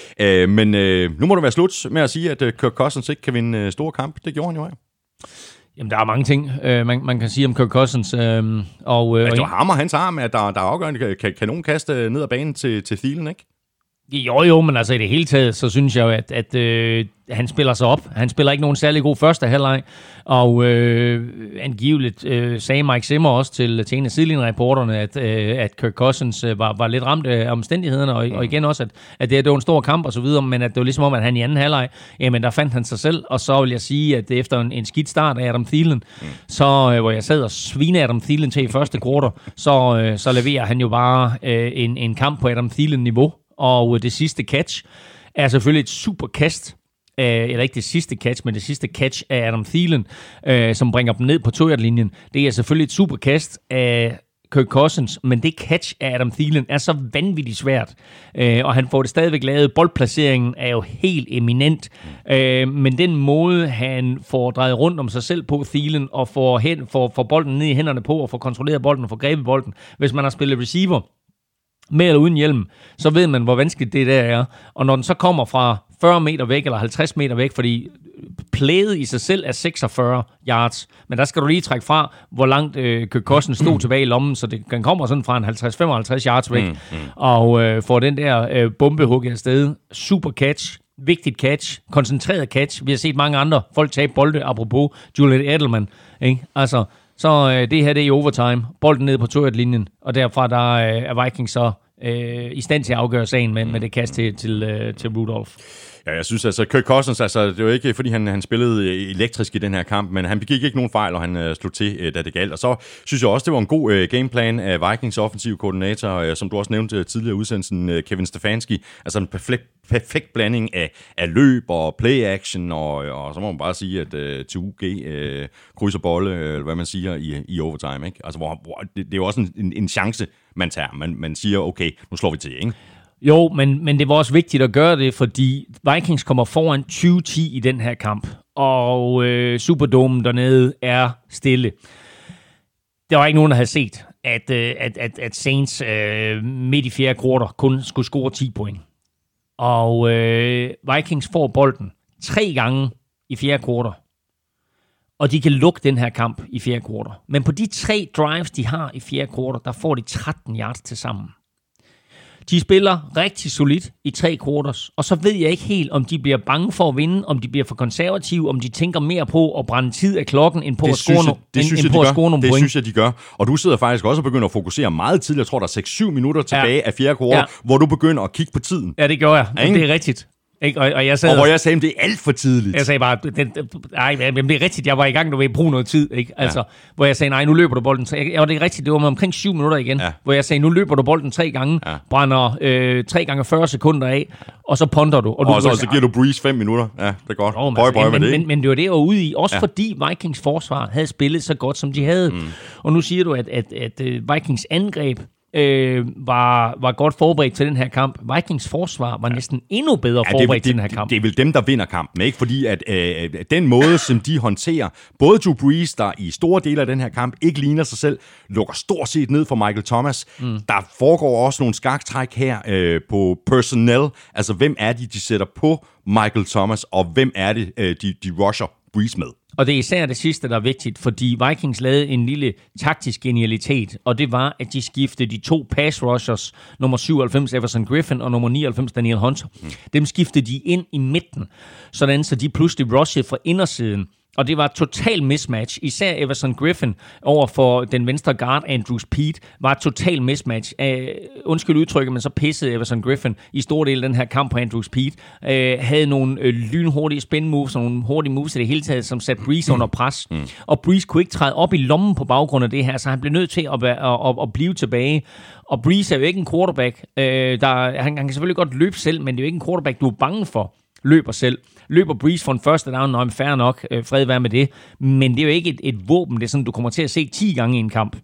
Men nu må det være slut med at sige, at Kirk Cousins ikke kan vinde store kamp. Det gjorde han jo af. Jamen, der er mange ting, man kan sige om Kirk Cousins. Det var hammer hans arm, at der er afgørende kanonkaste ned ad banen til Thielen, ikke? Jo, men altså i det hele taget, så synes jeg jo, at han spiller sig op. Han spiller ikke nogen særlig god første halvleg, og angiveligt sagde Mike Zimmer også til en af sidelinjereporterne, at Kirk Cousins var lidt ramt af omstændighederne, og igen også, at det var en stor kamp og så videre, men at det var ligesom om, at han i anden halvleg, jamen der fandt han sig selv, og så vil jeg sige, at efter en skidt start af Adam Thielen, så hvor jeg sad og svinede Adam Thielen til i første kvartal, så leverer han jo bare en kamp på Adam Thielen-niveau. Og det sidste catch er selvfølgelig et super kast, eller ikke det sidste catch, men det sidste catch af Adam Thielen, som bringer dem ned på 2-linjen. Det er selvfølgelig et super kast af Kirk Cousins, men det catch af Adam Thielen er så vanvittigt svært, og han får det stadigvæk lavet. Boldplaceringen er jo helt eminent, men den måde, han får drejet rundt om sig selv på Thielen, og får bolden ned i hænderne på, og får kontrolleret bolden og får grebet bolden. Hvis man har spillet receiver, med eller uden hjelm, så ved man, hvor vanskeligt det der er. Og når den så kommer fra 40 meter væk, eller 50 meter væk, fordi playet i sig selv er 46 yards, men der skal du lige trække fra, hvor langt Kirk Cousins stod tilbage i lommen, så den kommer sådan fra en 50-55 yards væk, og får den der bombehug afsted. Super catch, vigtigt catch, koncentreret catch. Vi har set mange andre folk tabe bolde, apropos Julian Edelman, ikke? Altså, så det her det er i overtime. Bolden ned på 2-linjen, og derfra der er Vikings så i stand til at afgøre sagen med det kast til Rudolph. Ja, jeg synes altså, Kirk Cousins, altså, det var ikke fordi han spillede elektrisk i den her kamp, men han begik ikke nogen fejl, og han slog til, da det galt. Og så synes jeg også, det var en god gameplan af Vikings offensive koordinator, som du også nævnte tidligere i udsendelsen, Kevin Stefanski. Altså en perfekt blanding af løb og play-action, og så må man bare sige, at til UG krydser bolle, eller hvad man siger, i overtime. Ikke? Altså, hvor det er jo også en chance, man tager. Man siger, okay, nu slår vi til, ikke? Jo, men det var også vigtigt at gøre det, fordi Vikings kommer foran 20-10 i den her kamp, og Superdomen dernede er stille. Der var ikke nogen, der havde set, at Saints midt i fjerde kvartal kun skulle score 10 point. Og Vikings får bolden 3 gange i fjerde kvartal, og de kan lukke den her kamp i fjerde kvartal. Men på de 3 drives, de har i fjerde kvartal, der får de 13 yards til sammen. De spiller rigtig solidt i 3 quarters, og så ved jeg ikke helt, om de bliver bange for at vinde, om de bliver for konservative, om de tænker mere på at brænde tid af klokken, end på at score nogle point. Det synes jeg, de gør. Og du sidder faktisk også og begynder at fokusere meget tidligt. Jeg tror, der er 6-7 minutter tilbage af fjerde kvartal, hvor du begynder at kigge på tiden. Ja, det gør jeg. Det er rigtigt. Og jeg hvor jeg sagde, at det er alt for tidligt. Jeg sagde bare, men det er rigtigt, jeg var i gang, du vil bruge noget tid, ikke? Altså, hvor jeg sagde, nej, nu løber du bolden 3. Og det er rigtigt, det var med omkring 7 minutter igen, hvor jeg sagde, nu løber du bolden 3 gange, brænder 3 gange 40 sekunder af, og så punter du. Og så giver du Breeze 5 minutter. Ja, det er godt. Men det var det, jeg var ude i, også fordi Vikings forsvar havde spillet så godt, som de havde. Og nu siger du, at Vikings angreb var godt forberedt til den her kamp. Vikings forsvar var næsten endnu bedre forberedt til den her kamp. Det er vel dem, der vinder kampen, ikke? Fordi at den måde, som de håndterer, både Drew Brees, der i store dele af den her kamp ikke ligner sig selv, lukker stort set ned for Michael Thomas. Der foregår også nogle skaktræk her på personnel. Altså, hvem er de sætter på Michael Thomas, og hvem er det, de rusher Brees med? Og det er især det sidste, der er vigtigt, fordi Vikings lavede en lille taktisk genialitet, og det var, at de skiftede de 2 pass rushers, nummer 97 Everson Griffin og nummer 99 Daniel Hunter. Dem skiftede de ind i midten, sådan så de pludselig rushede fra indersiden. Og det var et total mismatch. Især Everson Griffin over for den venstre guard, Andrews Pete, var et total mismatch. Undskyld udtrykket, men så pissede Everson Griffin i stor del af den her kamp på Andrews Pete. Havde nogle lynhurtige spin moves og nogle hurtige moves i det hele taget, som satte Brees under pres. Og Brees kunne ikke træde op i lommen på baggrund af det her, så han blev nødt til at blive tilbage. Og Brees er jo ikke en quarterback. Han kan selvfølgelig godt løbe selv, men det er jo ikke en quarterback, du er bange for. Løber selv. Løber Brees for en første down, fair nok, fred være med det. Men det er jo ikke et våben, det er sådan, du kommer til at se 10 gange i en kamp.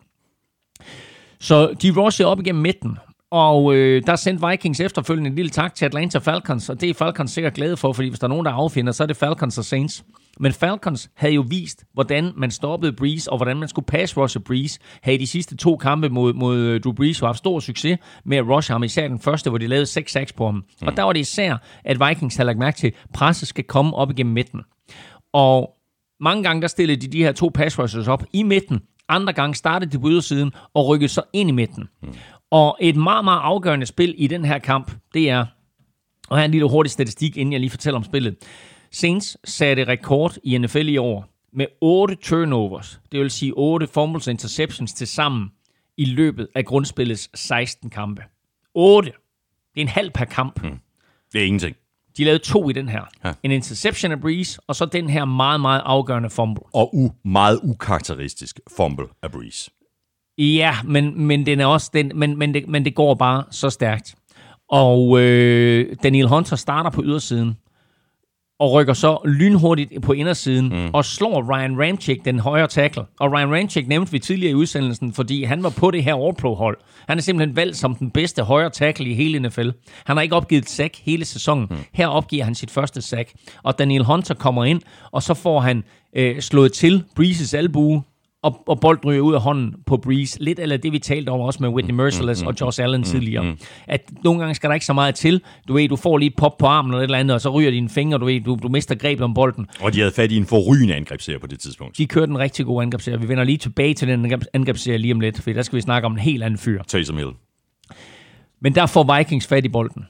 Så de rushede op igennem midten, og der sendte Vikings efterfølgende en lille tak til Atlanta Falcons, og det er Falcons sikkert glade for, fordi hvis der er nogen, der affinder, så er det Falcons og Saints. Men Falcons havde jo vist, hvordan man stoppede Brees, og hvordan man skulle pass-rushe Brees. Havde de sidste 2 kampe mod Drew Brees, og haft stor succes med at rushe ham, især den første, hvor de lavede 6 sacks på ham. Og der var det især, at Vikings havde lagt mærke til, at presset skal komme op igennem midten. Og mange gange, der stillede de her 2 pass-rushers op i midten. Andre gange startede de på ydersiden og rykkede så ind i midten. Og et meget, meget afgørende spil i den her kamp, det er, og her er en lille hurtig statistik, inden jeg lige fortæller om spillet. Saints satte rekord i NFL i år med 8 turnovers, det vil sige 8 fumbles og interceptions til sammen i løbet af grundspillets 16 kampe. 8. Det er en halv per kamp. Det er ingenting. De lavede 2 i den her. Ja. En interception af Brees, og så den her meget, meget afgørende fumble. Og meget ukarakteristisk fumble af Brees. Ja, men den er også men det går bare så stærkt. Og Daniel Hunter starter på ydersiden og rykker så lynhurtigt på indersiden og slår Ryan Ramczyk, den højre tackle. Og Ryan Ramczyk nævnte vi tidligere i udsendelsen, fordi han var på det her All-Pro-hold. Han er simpelthen valgt som den bedste højre tackle i hele NFL. Han har ikke opgivet et sack hele sæsonen. Her opgiver han sit første sack. Og Daniel Hunter kommer ind, og så får han slået til Brees' albue, og bolden ryger ud af hånden på Brees. Lidt eller det, vi talte om også med Whitney Merciless og Josh Allen tidligere. At nogle gange skal der ikke så meget til. Du får lige et pop på armen eller et eller andet, og så ryger dine fingre, du mister grebet om bolden. Og de havde fat i en forrygende angrebsserie på det tidspunkt. De kørte en rigtig god angrebsserie. Vi vender lige tilbage til den angrebsserie lige om lidt, for der skal vi snakke om en helt anden fyr. Taysom Hill. Men der får Vikings fat i bolden.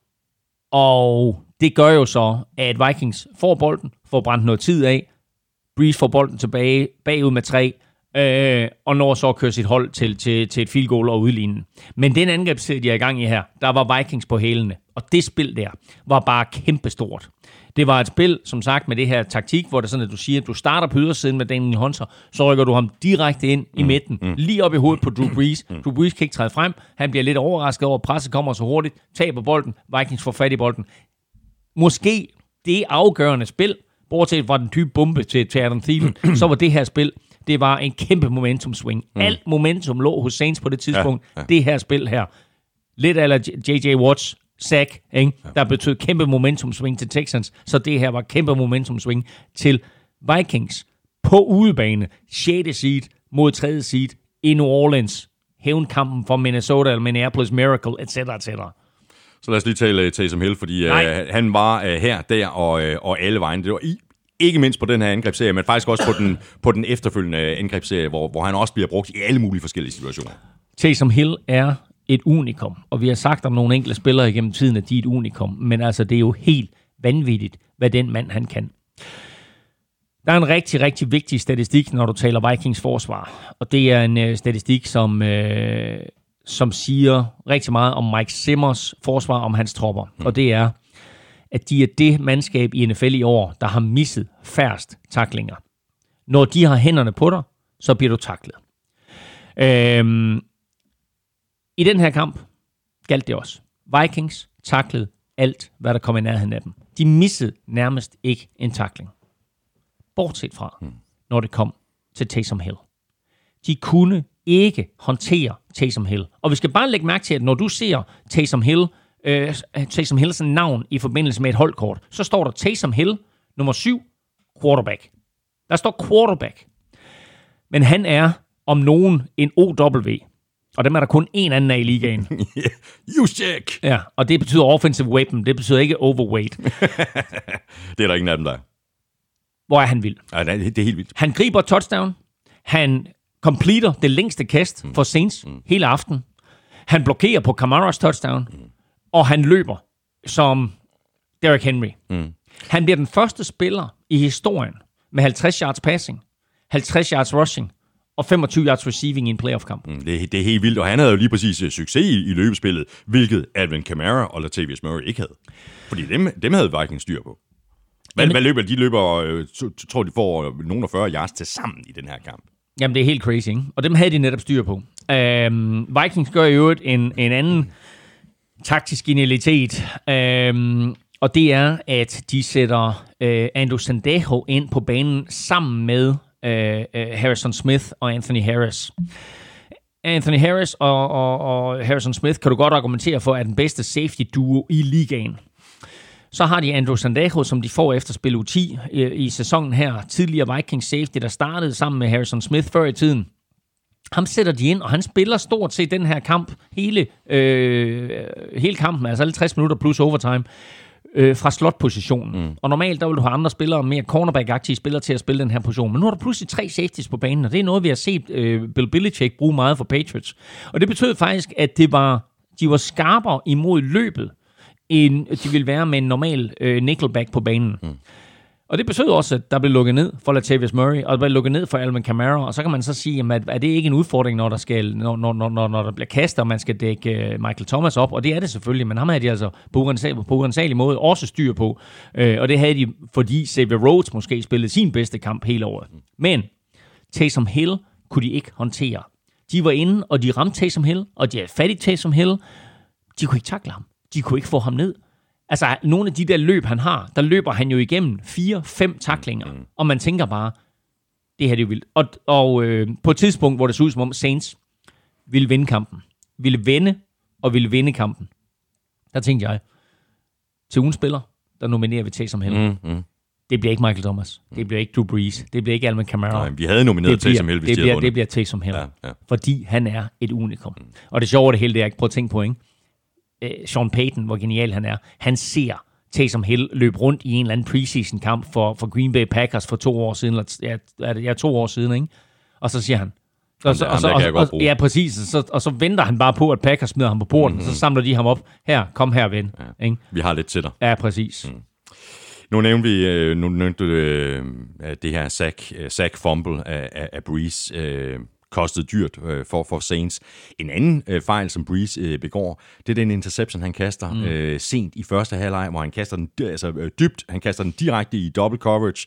Og det gør jo så, at Vikings får bolden, får brændt noget tid af. Brees får bolden tilbage, bagud med 3, og når så at køre sit hold til et field goal og udligne. Men den angrebsserie, de er i gang i her, der var Vikings på hælene. Og det spil der var bare kæmpestort. Det var et spil, som sagt, med det her taktik, hvor det er sådan, at du siger, at du starter på ydersiden med Daniel Hunter, så rykker du ham direkte ind i midten, lige op i hovedet på Drew Brees. Drew Brees kan ikke træde frem. Han bliver lidt overrasket over, at presset kommer så hurtigt, taber bolden, Vikings får fat i bolden. Måske det afgørende spil, bortset fra den dybe bombe til Adam Thielen, så var det her spil, det var en kæmpe momentum swing. Alt momentum lå hos Saints på det tidspunkt. Ja. Det her spil her. Lidt eller J.J. Watts sack, ikke? Der betød kæmpe momentum swing til Texans, så det her var kæmpe momentum swing til Vikings på udebane. 6. seed mod 3. seed i New Orleans. Hævnkampen for Minnesota eller Minneapolis Miracle, etc. Så lad os lige tale Taysom Hill, fordi han var her, der og alle vejen. Det var ikke mindst på den her angrebsserie, men faktisk også på den efterfølgende angrebsserie, hvor han også bliver brugt i alle mulige forskellige situationer. Taysom Hill er et unikum, og vi har sagt om nogle enkelte spillere igennem tiden, at de er et unikum, men altså det er jo helt vanvittigt, hvad den mand han kan. Der er en rigtig, rigtig vigtig statistik, når du taler Vikings forsvar, og det er en statistik, som siger rigtig meget om Mike Zimmers forsvar, om hans tropper. Og det er, at de er det mandskab i NFL i år, der har misset færrest tacklinger. Når de har hænderne på dig, så bliver du tacklet. I den her kamp galt det også. Vikings tacklede alt, hvad der kom i nærheden af dem. De missede nærmest ikke en tackling. Bortset fra, når det kom til Taysom Hill. De kunne ikke håndtere Taysom Hill. Og vi skal bare lægge mærke til, at når du ser Taysom Hills navn i forbindelse med et holdkort, så står der Taysom Hill, nummer 7, quarterback. Der står quarterback. Men han er om nogen en OW. Og dem er der kun en anden af i ligaen. Juszczyk! Ja, og det betyder offensive weapon. Det betyder ikke overweight. Det er der ingen af dem, der er. Hvor er han vild? Ja, det er helt vildt. Han griber touchdown. Han completer det længste kast for Saints hele aften. Han blokerer på Kamaras touchdown. Og han løber som Derrick Henry. Han bliver den første spiller i historien med 50 yards passing, 50 yards rushing og 25 yards receiving i en playoff-kamp. Det er helt vildt, og han havde jo lige præcis succes i løbespillet, hvilket Alvin Kamara og Latavius Murray ikke havde. Fordi dem havde Vikings styr på. Hvad løber de? Tror de får nogen af 40 yards til sammen i den her kamp. Jamen, det er helt crazy, ikke? Og dem havde de netop styr på. Vikings gør jo en anden taktisk genialitet, og det er, at de sætter Andrew Sendejo ind på banen sammen med Harrison Smith og Anthony Harris. Anthony Harris og Harrison Smith kan du godt argumentere for, er den bedste safety duo i ligaen. Så har de Andrew Sendejo, som de får efter spil U10 i sæsonen her. Tidligere Vikings safety, der startede sammen med Harrison Smith før i tiden. Ham sætter de ind, og han spiller stort set den her kamp, hele kampen, altså alle 60 minutter plus overtime, fra slot-positionen. Og normalt, der vil du have andre spillere, mere cornerback-aktive spillere til at spille den her position. Men nu er der pludselig 3 safeties på banen, og det er noget, vi har set Bill Belichick bruge meget for Patriots. Og det betød faktisk, at de var skarpere imod løbet, end de ville være med en normal nickelback på banen. Og det betød også, at der blev lukket ned for Latavius Murray, og der blev lukket ned for Alvin Kamara, og så kan man så sige, jamen, er det ikke en udfordring, når der bliver kastet, og man skal dække Michael Thomas op, og det er det selvfølgelig, men ham havde de altså på uansagelig måde også styr på, og det havde de, fordi Xavier Rhodes måske spillede sin bedste kamp hele året. Men Taysom Hill kunne de ikke håndtere. De var inde, og de ramte Taysom Hill, og de havde fat i Taysom Hill. De kunne ikke takle ham. De kunne ikke få ham ned. Altså, nogle af de der løb, han har, der løber han jo igennem 4-5 tacklinger. Og man tænker bare, det her det er jo vildt. Og på et tidspunkt, hvor det så ud som om Saints ville vinde kampen, ville vinde kampen, der tænkte jeg, til ugen spiller, der nominerer vi Taysom Hill. Det bliver ikke Michael Thomas. Det bliver ikke Drew Brees. Det bliver ikke Alvin Kamara. Nej, vi havde nomineret Taysom Hill, hvis det bliver Taysom Hill. Ja. Fordi han er et unikum. Og det sjove af det hele, det er ikke. Prøv at tænke på, ikke? Sean Payton, hvor genial han er. Han ser Taysom Hill løbe rundt i en eller anden preseason-kamp for Green Bay Packers for 2 år siden. Ja, 2 år siden, ikke? Og så siger han... Ja, præcis. Og så venter han bare på, at Packers smider ham på porten. Så samler de ham op. Kom her, ven. Ja. Ikke? Vi har lidt til dig. Ja, præcis. Nu nævnte du det her sack fumble af Brees, kostede dyrt for Saints. En anden fejl, som Brees begår, det er den interception, han kaster sent i første halvleg, hvor han kaster den dybt. Han kaster den direkte i double coverage.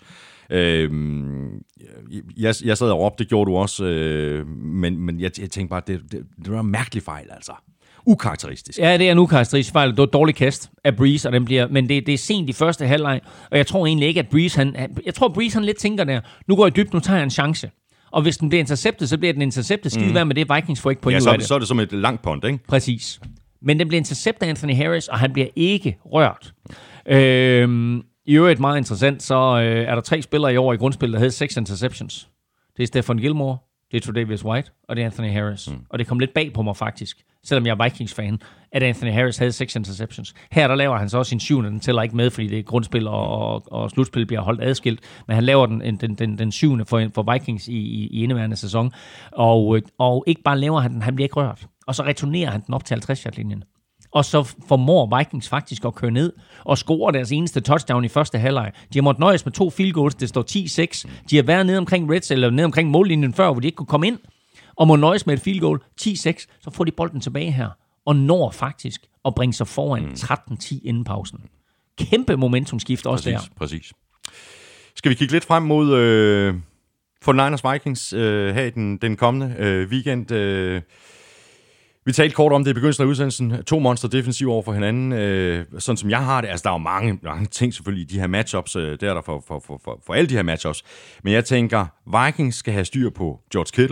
Jeg sad og råbte, det gjorde du også, men jeg tænkte bare, det var en mærkelig fejl, altså. Ukarakteristisk. Ja, det er en ukarakteristisk fejl. Det var et dårligt kast af Brees, og men det er sent i første halvleg, og jeg tror egentlig ikke, at Brees, Brees lidt tænker der, nu går jeg dybt, nu tager jeg en chance. Og hvis den bliver interceptet, så bliver den interceptet. Skide være med det, Vikings får ikke point ud af det. Så er det som et langt punt, ikke? Præcis. Men den bliver interceptet af Anthony Harris, og han bliver ikke rørt. I øvrigt meget interessant, så er der 3 spillere i år i grundspillet, der havde 6 interceptions. Det er Stephon Gilmore, det er Tre'Davious White, og det er Anthony Harris. Og det kom lidt bag på mig faktisk, selvom jeg er Vikings-fan, at Anthony Harris havde 6 interceptions. Her der laver han så også sin 7. Den tæller ikke med, fordi det er grundspil og slutspil bliver holdt adskilt. Men han laver den 7. for Vikings i indeværende sæson. Og ikke bare laver han den, han bliver ikke rørt. Og så returnerer han den op til 50-yard-linjen. Og så formår Vikings faktisk at køre ned og score deres eneste touchdown i første halvleg. De har måttet nøjes med 2 field goals, det står 10-6. De har været nede omkring Reds, eller nede omkring mållinjen før, hvor de ikke kunne komme ind. Og må nøjes med et field goal 10-6, så får de bolden tilbage her. Og når faktisk at bringe sig foran 13-10 inden pausen. Kæmpe momentumskift også der. Præcis. Skal vi kigge lidt frem mod for Niners Vikings her i den kommende weekend? Vi talte kort om det i begyndelsen af udsendelsen. 2 monster defensiv over for hinanden. Sådan som jeg har det. Altså, der er jo mange ting selvfølgelig i de her matchups. Det er der for alle de her matchups. Men jeg tænker, Vikings skal have styr på George Kittle.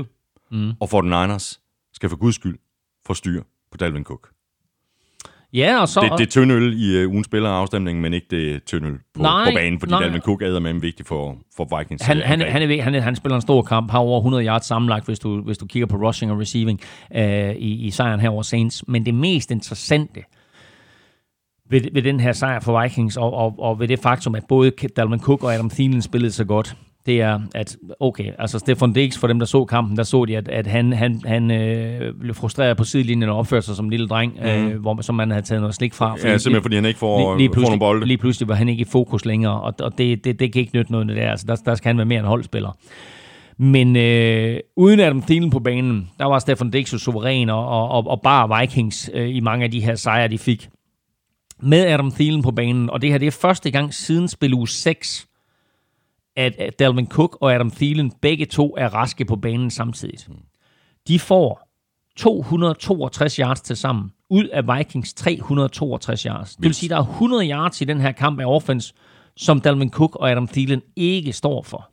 og 49ers skal for guds skyld få styr på Dalvin Cook. Ja, og så... Det er tynd øl i ugens spillerafstemning, men ikke det tynd øl på banen, fordi Dalvin Cook er med vigtig for Vikings. Han spiller en stor kamp, har over 100 yards sammenlagt, hvis du kigger på rushing og receiving i sejren her over Saints. Men det mest interessante ved den her sejr for Vikings, og ved det faktum, at både Dalvin Cook og Adam Thielen spillede så godt, det er, at altså Stefan Diggs, for dem, der så kampen, der så de, at han blev frustreret på sidelinjen og opførte sig som en lille dreng, som man havde taget noget slik fra. Ja, simpelthen fordi han ikke får nogle bolde. Lige pludselig var han ikke i fokus længere, og det kan ikke nytte noget der. Altså, der skal han være mere en holdspiller. Men uden Adam Thielen på banen, der var Stefan Diggs jo suveræn og bare Vikings i mange af de her sejre, de fik. Med Adam Thielen på banen, og det her det er første gang siden spil uge 6, at Dalvin Cook og Adam Thielen begge to er raske på banen samtidig. De får 262 yards til sammen, ud af Vikings 362 yards. Det vil sige, at der er 100 yards i den her kamp af offense, som Dalvin Cook og Adam Thielen ikke står for.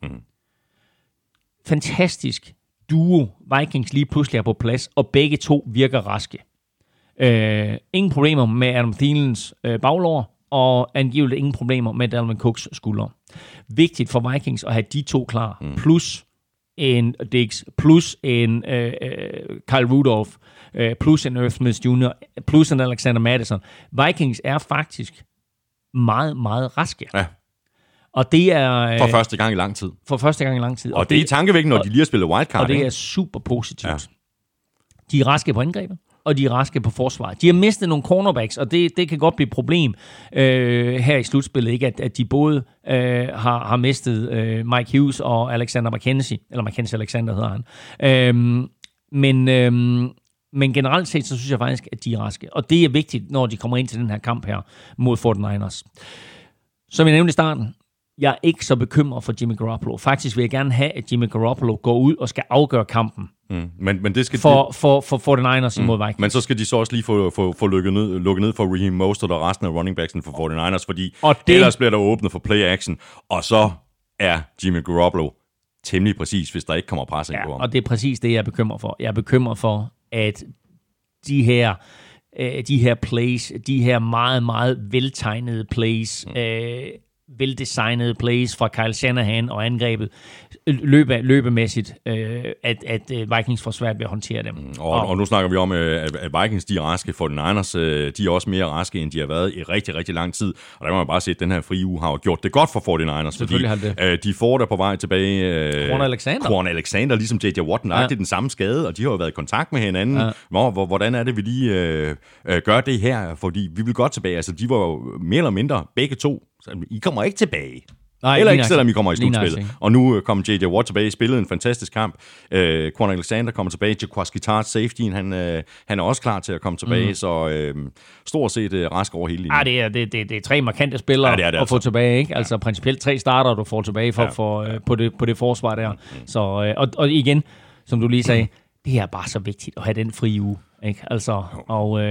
Fantastisk duo. Vikings lige pludselig er på plads, og begge to virker raske. Ingen problemer med Adam Thielens baglår, og angiveligt ingen problemer med Dalvin Cooks skuldre. Vigtigt for Vikings at have de to klar, plus en Diggs, plus en Kyle Rudolph, plus en Irv Smith Jr., plus en Alexander Mattison. Vikings er faktisk meget, meget raske. Ja. Og det er... For første gang i lang tid. Og det er tankevækkende, når de lige har spillet wildcard. Og det er super positivt. Ja. De er raske på angrebet, og de er raske på forsvaret. De har mistet nogle cornerbacks, og det kan godt blive et problem her i slutspillet, ikke? At de både har mistet Mike Hughes og Alexander McKenzie, eller McKenzie Alexander hedder han. Men generelt set, så synes jeg faktisk, at de er raske. Og det er vigtigt, når de kommer ind til den her kamp her mod 49ers. Som jeg nævnte i starten, jeg er ikke så bekymret for Jimmy Garoppolo. Faktisk vil jeg gerne have, at Jimmy Garoppolo går ud og skal afgøre kampen. Men det skal for 49ers imod Vikings. Men så skal de så også lige få lukket ned for Raheem Mostert og resten af running backsen for 49ers, fordi ellers bliver der åbnet for play action, og så er Jimmy Garoppolo temmelig præcis, hvis der ikke kommer pres ind på ham. Og det er præcis det, jeg er bekymret for. Jeg er bekymret for, at de her plays, de her meget, meget veltegnede plays, veldesignede plays fra Kyle Shanahan og angrebet løbemæssigt, at Vikings får svært ved at håndtere dem. Og nu snakker vi om, at Vikings, de er raske. 49ers, de er også mere raske, end de har været i rigtig, rigtig lang tid. Og der må man bare se, at den her frie uge har gjort det godt for 49ers, fordi de får der på vej tilbage. Quan Alexander, ligesom J.J. Watt, det er den samme skade, og de har jo været i kontakt med hinanden. Ja. Hvordan er det, vi lige gør det her? Fordi vi vil godt tilbage. Altså, de var jo mere eller mindre begge to. Så I kommer ikke tilbage. Nej, heller ikke, selvom I kommer i slutspillet. Og nu kom J.J. Watt tilbage i spillet. En fantastisk kamp. Quan Alexander kommer tilbage. Jaquaski Tartt, safetyen, han er også klar til at komme tilbage. Så stort set rask over hele linjen. Det er tre markante spillere at få tilbage. Ikke? Altså principielt 3 starter, du får tilbage på det forsvar der. Så, og igen, som du lige sagde, det er bare så vigtigt at have den frie uge. Ikke? Altså, og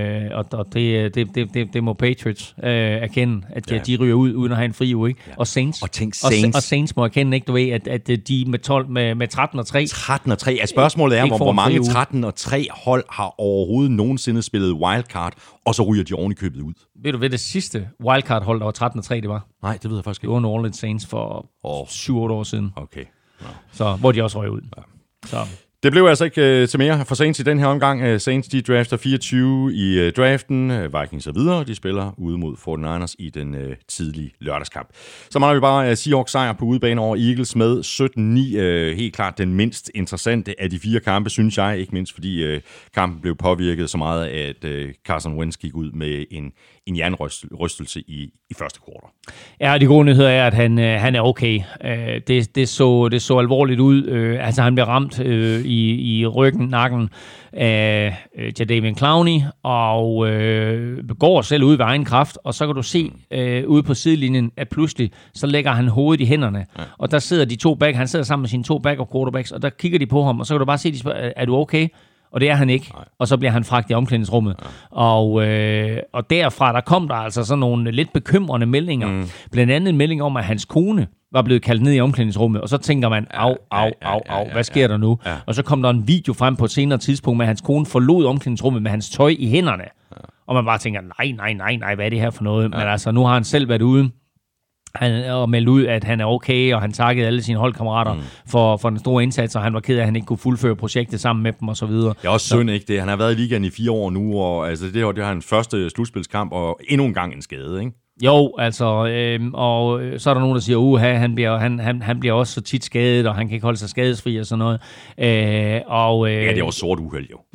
det må Patriots erkende, at de ryger ud uden at have en fri uge, ikke? Ja. Og Saints må erkende, ikke, du ved, at de med 13-3. Ja, spørgsmålet er, hvor mange 13-3 hold har overhovedet nogensinde spillet wildcard, og så ryger de oven i købet ud. Ved du, hvad det sidste wildcard hold, der var 13-3, det var? Nej, det ved jeg faktisk ikke. Det var New Orleans Saints for 7-8 år siden. Okay. No. Så, hvor de også røg ud. Ja. Så... Det blev altså ikke til mere for Saints i den her omgang. Saints, de drafter 24 i draften. Vikings og videre, de spiller ude mod 49ers i den tidlige lørdagskamp. Så mangler vi bare Seahawks sejr på udebane over Eagles med 17-9. Helt klart den mindst interessante af de 4 kampe, synes jeg. Ikke mindst fordi kampen blev påvirket så meget, at Carson Wentz gik ud med en jernrystelse i første kvartal. Ja, de gode nyheder er, at han er okay. Det så alvorligt ud. Altså han blev ramt i ryggen, nakken af Jadeveon Clowney, og går selv ud ved egen kraft, og så kan du se ude på sidelinjen, at pludselig så lægger han hovedet i hænderne, og der sidder de 2 back, han sidder sammen med sine 2 backup quarterbacks, og der kigger de på ham, og så kan du bare se, de spørger, er du okay? Og det er han ikke. Nej. Og så bliver han fragt i omklædningsrummet. Ja. Og derfra, der kom der altså sådan nogle lidt bekymrende meldinger. Blandt andet en melding om, at hans kone var blevet kaldt ned i omklædningsrummet, og så tænker man, hvad sker der nu? Ja. Og så kom der en video frem på et senere tidspunkt, med hans kone forlod omklædningsrummet med hans tøj i hænderne. Ja. Og man bare tænker, nej, hvad er det her for noget? Ja. Men altså, nu har han selv været ude og meldt ud, at han er okay, og han takkede alle sine holdkammerater for den store indsats, og han var ked af, at han ikke kunne fuldføre projektet sammen med dem, og så videre. Det er også synd, ikke det? Han har været i ligaen i 4 år nu, og altså, det har hans første slutspilskamp, og endnu en gang en skade, ikke? Jo, altså, og så er der nogen, der siger, han bliver også så tit skadet, og han kan ikke holde sig skadesfri og sådan noget. Ja, det er også sort uheld, jo.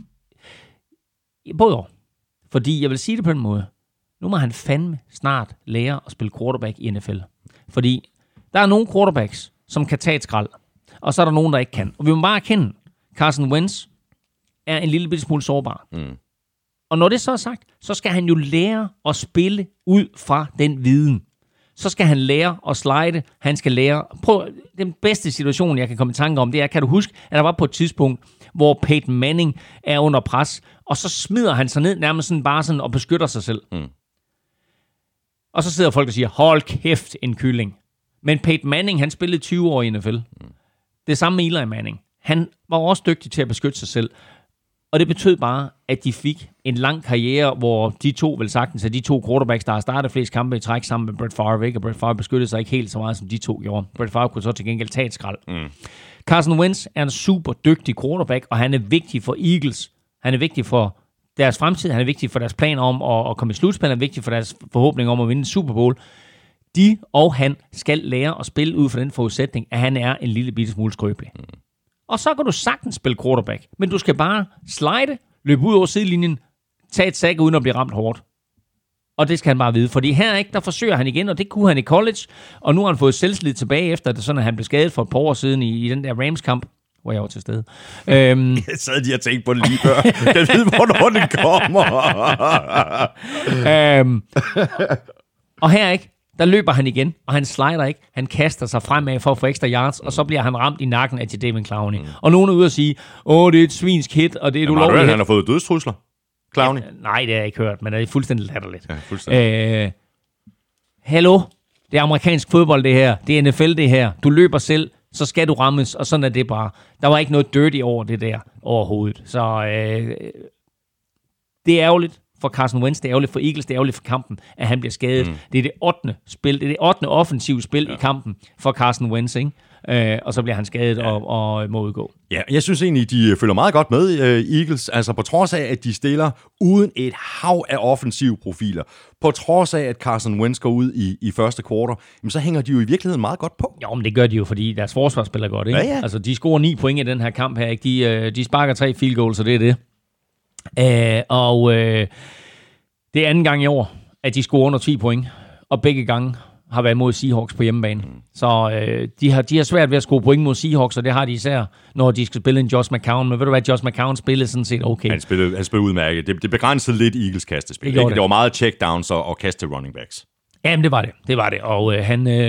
Både år. Fordi jeg vil sige det på den måde. Nu må han fandme snart lære at spille quarterback i NFL. Fordi der er nogle quarterbacks, som kan tage et skrald, og så er der nogen, der ikke kan. Og vi må bare erkende, Carson Wentz er en lille bitte smule sårbar. Og når det så er sagt, så skal han jo lære at spille ud fra den viden. Så skal han lære at slide. Han skal lære... Prøv, den bedste situation, jeg kan komme i tanke om, det er, kan du huske, at der var på et tidspunkt, hvor Peyton Manning er under pres, og så smider han sig ned nærmest sådan bare sådan og beskytter sig selv. Og så sidder folk og siger, hold kæft, en kylling. Men Peyton Manning, han spillede 20 år i NFL. Det samme med Eli Manning. Han var også dygtig til at beskytte sig selv. Og det betød bare, at de fik en lang karriere, hvor de to, vel sagtens, de to quarterbacks, der har startet flest kampe i træk sammen med Brett Favre, ikke? Og Brett Favre beskyttede sig ikke helt så meget, som de to gjorde. Brett Favre kunne så til gengæld tage et skrald. Carson Wentz er en super dygtig quarterback, og han er vigtig for Eagles. Han er vigtig for deres fremtid, han er vigtig for deres planer om at komme i slutspil, han er vigtig for deres forhåbning om at vinde Super Bowl. De og han skal lære at spille ud fra den forudsætning, at han er en lille bitte smule skrøbelig. Og så kan du sagtens spille quarterback, men du skal bare slide, løbe ud over sidelinjen, tage et sack uden at blive ramt hårdt. Og det skal han bare vide, fordi her ikke, der forsøger han igen, og det kunne han i college, og nu har han fået selvslid tilbage efter, at sådan, at han blev skadet for et par år siden i den der Rams-kamp, hvor jeg var til stede. Jeg sad lige og tænkte på det lige før. Jeg ved, hvornår det kommer. Og her ikke, der løber han igen, og han slider ikke. Han kaster sig fremad for at få ekstra yards, og så bliver han ramt i nakken af Jadeveon Clowney. Og nogen er ude og sige, det er et svinsk hit, og det er et ulovligt hit. Han har fået dødstrusler, Clowney? Ja, nej, det har jeg ikke hørt, men det er fuldstændig latterligt. Ja, fuldstændig. Hallo? Det er amerikansk fodbold, det her. Det er NFL, det her. Du løber selv, så skal du rammes, og sådan er det bare. Der var ikke noget dirty over det der overhovedet. Så det er ærgerligt for Carson Wentz, det er ærgerligt for Eagles, det er ærgerligt for kampen, at han bliver skadet. Det er det 8. spil, det er det 8. offensive spil i kampen for Carson Wentz, ikke? Og så bliver han skadet og må udgå. Ja, jeg synes egentlig, de følger meget godt med Eagles, altså på trods af, at de stiller uden et hav af offensive profiler, på trods af, at Carson Wentz går ud i første kvartal, så hænger de jo i virkeligheden meget godt på. Jo, men det gør de jo, fordi deres forsvar spiller godt, ikke? Ja. Altså, de scorer 9 point i den her kamp her, ikke? De sparker 3 field goals, så det er det. Det er anden gang i år, at de scorer under 10 point, og begge gange har været mod Seahawks på hjemmebane. Så de har svært ved at score point mod Seahawks, og det har de især, når de skal spille en Josh McCown. Men ved du hvad, Josh McCown spillede sådan set okay. Han spillede udmærket. Det begrænsede lidt Eagles kastespil. Det var meget checkdowns og kast til running backs. Jamen, det var det. Og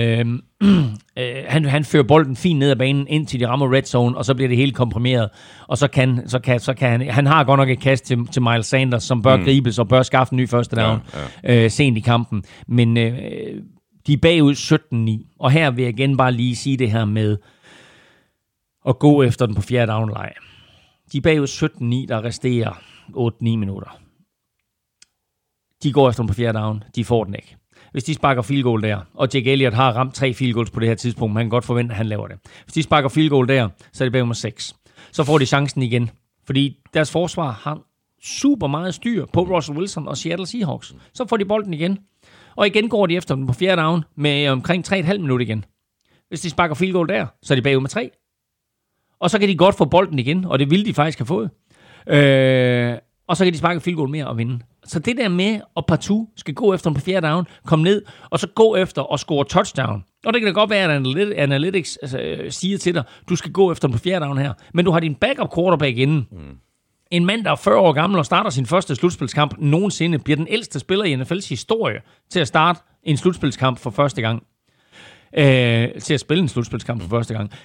han fører bolden fint ned ad banen, indtil de rammer red zone, og så bliver det helt komprimeret. Og så kan han har godt nok et kast til Miles Sanders, som bør gribes og bør skaffe en ny første down sent i kampen. Men de er bagud 17-9. Og her vil jeg igen bare lige sige det her med at gå efter den på fjerde down-leg. De er bagud 17-9, der resterer 8-9 minutter. De går efter den på fjerde down. De får den ikke. Hvis de sparker field goal der, og Jake Elliott har ramt 3 field goals på det her tidspunkt, man kan godt forvente, at han laver det. Hvis de sparker field goal der, så er det bagud med 6. Så får de chancen igen. Fordi deres forsvar har super meget styr på Russell Wilson og Seattle Seahawks. Så får de bolden igen. Og igen går de efter den på fjerde down med omkring 3,5 minutter igen. Hvis de sparker field goal der, så er de bagud med 3. Og så kan de godt få bolden igen, og det ville de faktisk have fået. Og så kan de sparke field goal mere og vinde. Så det der med, at partout skal gå efter den på fjerde down, komme ned, og så gå efter og score touchdown. Og det kan da godt være, at Analytics siger til dig, du skal gå efter den på fjerde down her. Men du har din backup quarterback inden. En mand, der er 40 år gammel og starter sin første slutspilskamp nogensinde, bliver den ældste spiller i NFL's historie til at starte en slutspilskamp for første gang. Til at spille en slutspilskamp for første gang.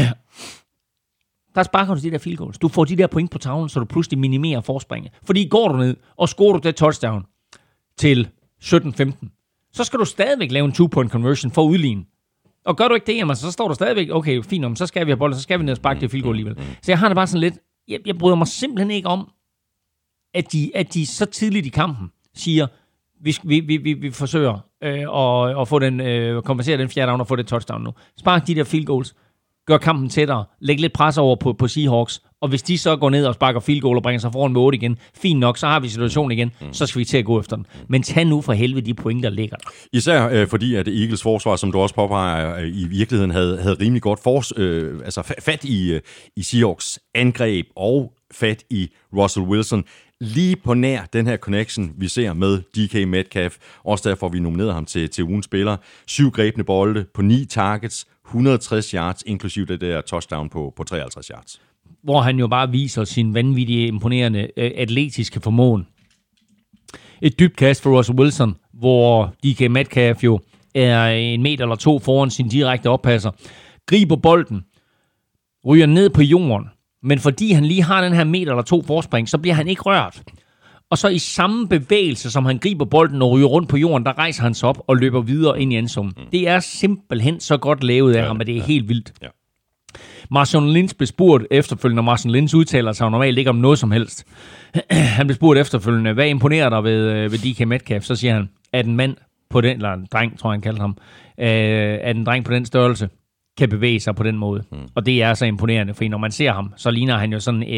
Der sparker du de der field goals. Du får de der point på tavlen, så du pludselig minimerer forspringet. Fordi går du ned og scorer du det touchdown til 17-15, så skal du stadigvæk lave en 2-point conversion for at udligne. Og gør du ikke det, jamen, så står du stadigvæk, okay, fint, så skal vi have bolden, så skal vi ned og sparke det field goal alligevel. Så jeg har det bare sådan lidt, jeg bryder mig simpelthen ikke om, at de så tidligt i kampen siger, vi forsøger at få den, kompensere den fjerde down og få det touchdown nu. Spark de der field goals, gør kampen tættere, læg lidt pres over på Seahawks, og hvis de så går ned og sparker field goal og bringer sig foran med 8 igen, fint nok, så har vi situationen igen, så skal vi til at gå efter den. Men tag nu for helvede de point, der ligger der. Især fordi, at Eagles forsvar, som du også påpeger, i virkeligheden havde rimelig godt fat i Seahawks angreb og fat i Russell Wilson. Lige på nær den her connection, vi ser med DK Metcalf. Også derfor, vi nominerede ham til ugens spiller. 7 grebne bolde på 9 targets, 160 yards, inklusiv det der touchdown på 53 yards. Hvor han jo bare viser sin vanvittige, imponerende atletiske formåen. Et dybt kast for Russell Wilson, hvor DK Metcalf jo er 1 meter eller 2 foran sin direkte oppasser. Griber bolden, ryger ned på jorden, men fordi han lige har den her meter eller 2 forspring, så bliver han ikke rørt. Og så i samme bevægelse, som han griber bolden og ryger rundt på jorden, der rejser han sig op og løber videre ind i endzone. Det er simpelthen så godt lavet af ham, at det er helt vildt. Ja. Marshawn Lynch blev spurgt efterfølgende, og Marshawn Lynch udtaler sig normalt ikke om noget som helst. Han blev spurgt efterfølgende, hvad imponerer dig ved DK Metcalf? Så siger han, at en mand på den, eller en dreng, tror jeg han kaldte ham, at en dreng på den størrelse kan bevæge sig på den måde. Og det er så imponerende, for når man ser ham, så ligner han jo sådan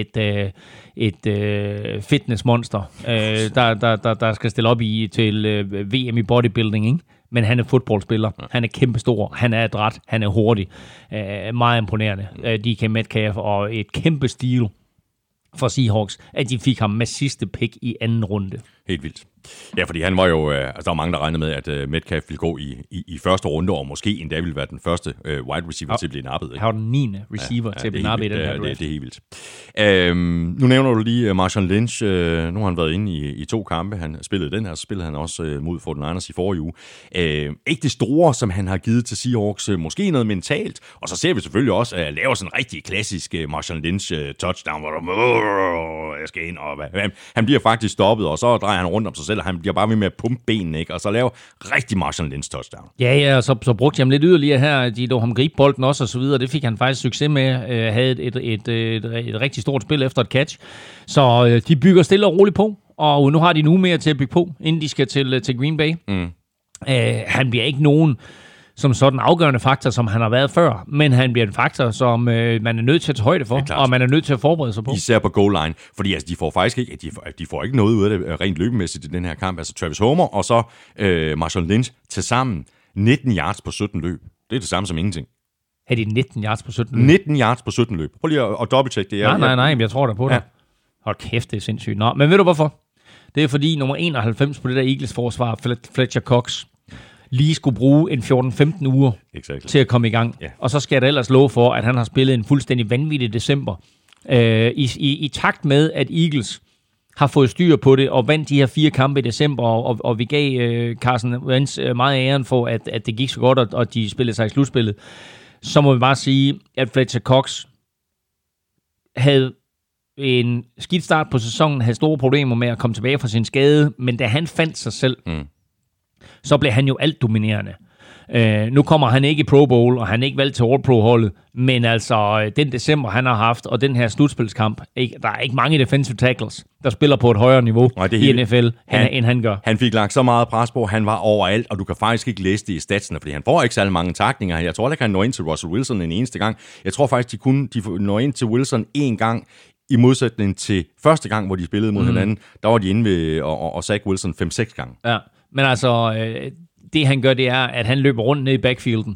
et fitnessmonster, der skal stille op til VM i bodybuilding, ikke? Men han er fodboldspiller. Han er kæmpestor. Han er adræt. Han er hurtig. Meget imponerende. DK Metcalf og et kæmpe stil for Seahawks, at de fik ham med sidste pick i anden runde. Helt vildt. Ja, fordi han var jo, der var mange, der regnede med, at Metcalf ville gå i første runde, og måske endda ville være den første wide receiver til at blive nappet. Han var den 9. receiver til at blive nappet i den her draft. Det er helt vildt. Nu nævner du lige Marshawn Lynch. Nu har han været inde i 2 kampe. Han spillede den her, så spillede han også mod 49ers i forrige uge. Ikke det store, som han har givet til Seahawks. Måske noget mentalt. Og så ser vi selvfølgelig også, at lave sådan en rigtig klassisk Marshawn Lynch touchdown, hvor jeg skal ind, og han bliver faktisk stoppet, og så drejer han rundt om sig selv, og han bliver bare ved med at pumpe benene, ikke? Og så lave rigtig Marshawn Lynch touchdown. Ja, og så brugte jeg ham lidt yderligere her. De lå ham gribe bolden også, og så videre. Det fik han faktisk succes med. Havde et rigtig stort spil efter et catch. Så de bygger stille og roligt på, og nu har de en uge mere til at bygge på, inden de skal til Green Bay. Han bliver ikke nogen som sådan en afgørende faktor, som han har været før, men han bliver en faktor, som man er nødt til at tage højde for, og man er nødt til at forberede sig på. Især på goal line, fordi altså, de får faktisk ikke, de får ikke noget ud af det rent løbemæssigt i den her kamp. Altså Travis Homer og så Marshawn Lynch til sammen 19 yards på 17 løb. Det er det samme som ingenting. Er det 19 yards på 17 løb? 19 yards på 17 løb. Prøv lige at dobbelttjekke det. Nej, jeg tror da på det. Ja. Hold kæft, det er sindssygt. Nå, men ved du hvorfor? Det er fordi nummer 91 på det der Eagles forsvar, Fletcher Cox, lige skulle bruge en 14-15 uger til at komme i gang. Yeah. Og så skal jeg da ellers love for, at han har spillet en fuldstændig vanvittig december. I takt med, at Eagles har fået styr på det og vandt de her 4 kampe i december, og vi gav Carson Wentz meget æren for, at det gik så godt, og de spillede sig i slutspillet, så må vi bare sige, at Fletcher Cox havde en skidt start på sæsonen, havde store problemer med at komme tilbage fra sin skade, men da han fandt sig selv, så blev han jo alt dominerende. Nu kommer han ikke i Pro Bowl, og han er ikke valgt til All-Pro-holdet, men altså den december, han har haft, og den her slutspilskamp, der er ikke mange defensive tackles, der spiller på et højere niveau i NFL, end han gør. Han fik lagt så meget pres på, han var overalt, og du kan faktisk ikke læse det i statsene, fordi han får ikke særlig mange tacklinger. Jeg tror ikke, han når ind til Russell Wilson en eneste gang. Jeg tror faktisk, de når ind til Wilson en gang, i modsætning til første gang, hvor de spillede mod hinanden. Der var de inde ved og sack Wilson 5-6 gange. Ja, men altså, det han gør, det er, at han løber rundt ned i backfielden.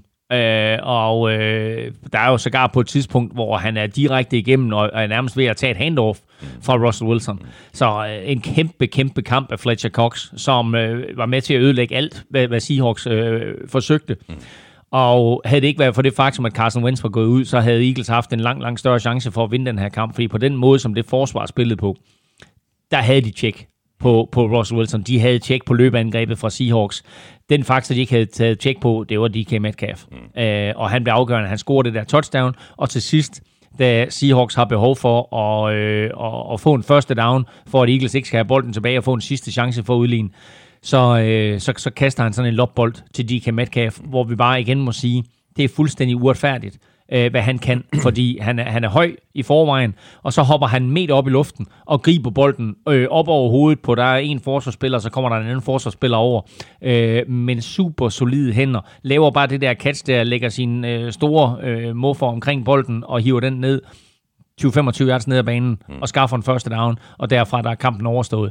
Der er jo sågar på et tidspunkt, hvor han er direkte igennem og er nærmest ved at tage et handoff fra Russell Wilson. Så en kæmpe kamp af Fletcher Cox, som var med til at ødelægge alt, hvad Seahawks forsøgte. Og havde det ikke været for det faktum, at Carson Wentz var gået ud, så havde Eagles haft en lang større chance for at vinde den her kamp. Fordi på den måde, som det forsvar spillede på, der havde de tjek på Russell Wilson. De havde tjek på løbeangrebet fra Seahawks. Den faktor, de ikke havde taget tjek på, det var DK Metcalf. Og han blev afgørende. Han scorede det der touchdown. Og til sidst, da Seahawks har behov for at få en første down, for at Eagles ikke skal have bolden tilbage og få en sidste chance for at udligne, så kaster han sådan en lopbold til DK Metcalf, hvor vi bare igen må sige, Det er fuldstændig uretfærdigt, hvad han kan, fordi han er høj i forvejen, og så hopper han meter op i luften og griber bolden op over hovedet på, der er en forsvarsspiller, så kommer der en anden forsvarsspiller over, men super solide hænder, laver bare det der catch der, lægger sine store muffer omkring bolden og hiver den ned 20-25 yards ned ad banen og skaffer en første down, og derfra der er kampen overstået.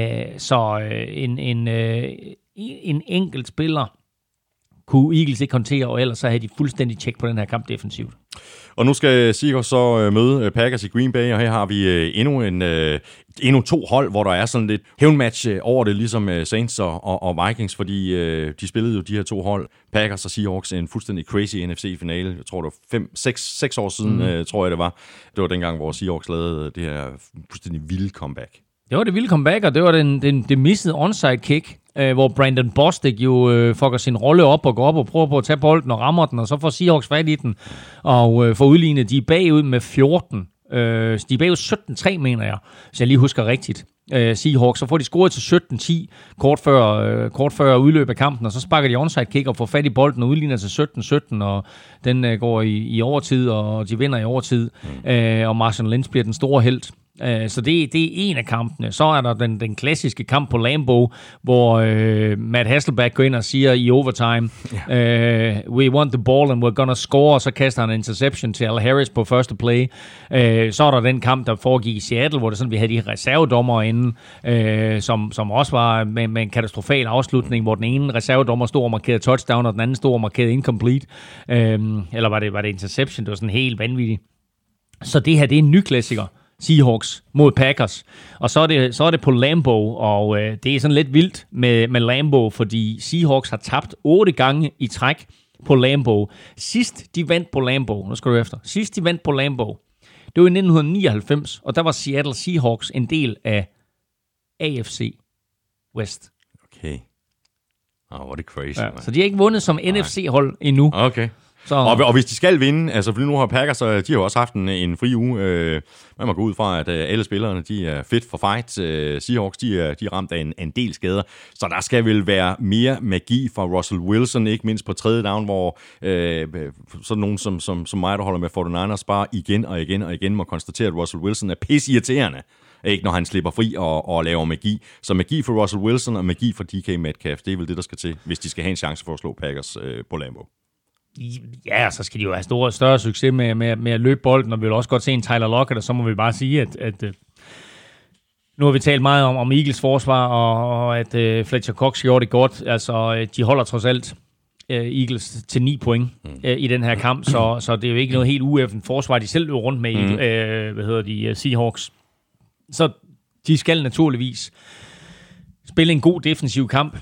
En enkelt spiller kunne Eagles ikke håndtere, og ellers så havde de fuldstændig tjek på den her kamp defensivt. Og nu skal Seahawks så møde Packers i Green Bay, og her har vi endnu to hold, hvor der er sådan lidt hævnmatch over det, ligesom Saints og Vikings, fordi de spillede jo de her to hold, Packers og Seahawks, en fuldstændig crazy NFC-finale. Jeg tror, det var 6 år siden, tror jeg det var. Det var dengang, hvor Seahawks lavede det her fuldstændig vilde comeback. Det var det vilde comeback, og det var det missede onside kick, hvor Brandon Bostic jo fucker sin rolle op og går op og prøver på at tage bolden og rammer den, og så får Seahawks fat i den og får udlignet. De er bagud med 14. De er bagud 17-3, mener jeg, hvis jeg lige husker rigtigt. Seahawks, så får de scoret til 17-10 kort før udløb af kampen, og så sparker de onside kick og får fat i bolden og udligner til 17-17, og den går i overtid, og de vinder i overtid, og Marshawn Lynch bliver den store helt. Så det er en af kampene. Så er der den klassiske kamp på Lambeau, hvor Matt Hasselbeck går ind og siger i overtime, we want the ball and we're gonna score, og så kaster han en interception til Al Harris på første play. Så er der den kamp, der foregik i Seattle, hvor det sådan, vi havde de reservedommer inde, som også var med en katastrofal afslutning, hvor den ene reservedommer stod og markerede touchdown, og den anden stod og markerede incomplete. Eller var det interception? Det var sådan helt vanvittigt. Så det her, det er en ny klassiker. Seahawks mod Packers. Og så er det på Lambeau, og det er sådan lidt vildt med Lambeau, fordi Seahawks har tabt 8 gange i træk på Lambeau. Sidst de vandt på Lambeau, nu skal du efter, sidst de vandt på Lambeau, det var i 1999, og der var Seattle Seahawks en del af AFC West. Okay. Hvor er det crazy. Ja, så de har ikke vundet som NFC-hold endnu. Okay. Så. Og hvis de skal vinde, altså fordi nu har Packers, så de har jo også haft en fri uge. Man må gå ud fra, at alle spillerne, de er fit for fight. Seahawks, de er ramt af en del skader. Så der skal vel være mere magi fra Russell Wilson, ikke mindst på tredje down, hvor sådan nogen som mig, der holder med 49ers, bare igen og igen må konstatere, at Russell Wilson er pisseirriterende. Ikke når han slipper fri og laver magi. Så magi for Russell Wilson og magi for DK Metcalf, det er vel det, der skal til, hvis de skal have en chance for at slå Packers på Lambeau. Ja, så skal de jo have større succes med at løbe bolden, og vi vil også godt se en Tyler Lockett, og så må vi bare sige, at nu har vi talt meget om Eagles forsvar, og at Fletcher Cox gjorde det godt. Altså, de holder trods alt Eagles til 9 point i den her kamp, så det er jo ikke noget helt ueffent forsvar, de selv løber rundt med Seahawks. Så de skal naturligvis spille en god defensiv kamp.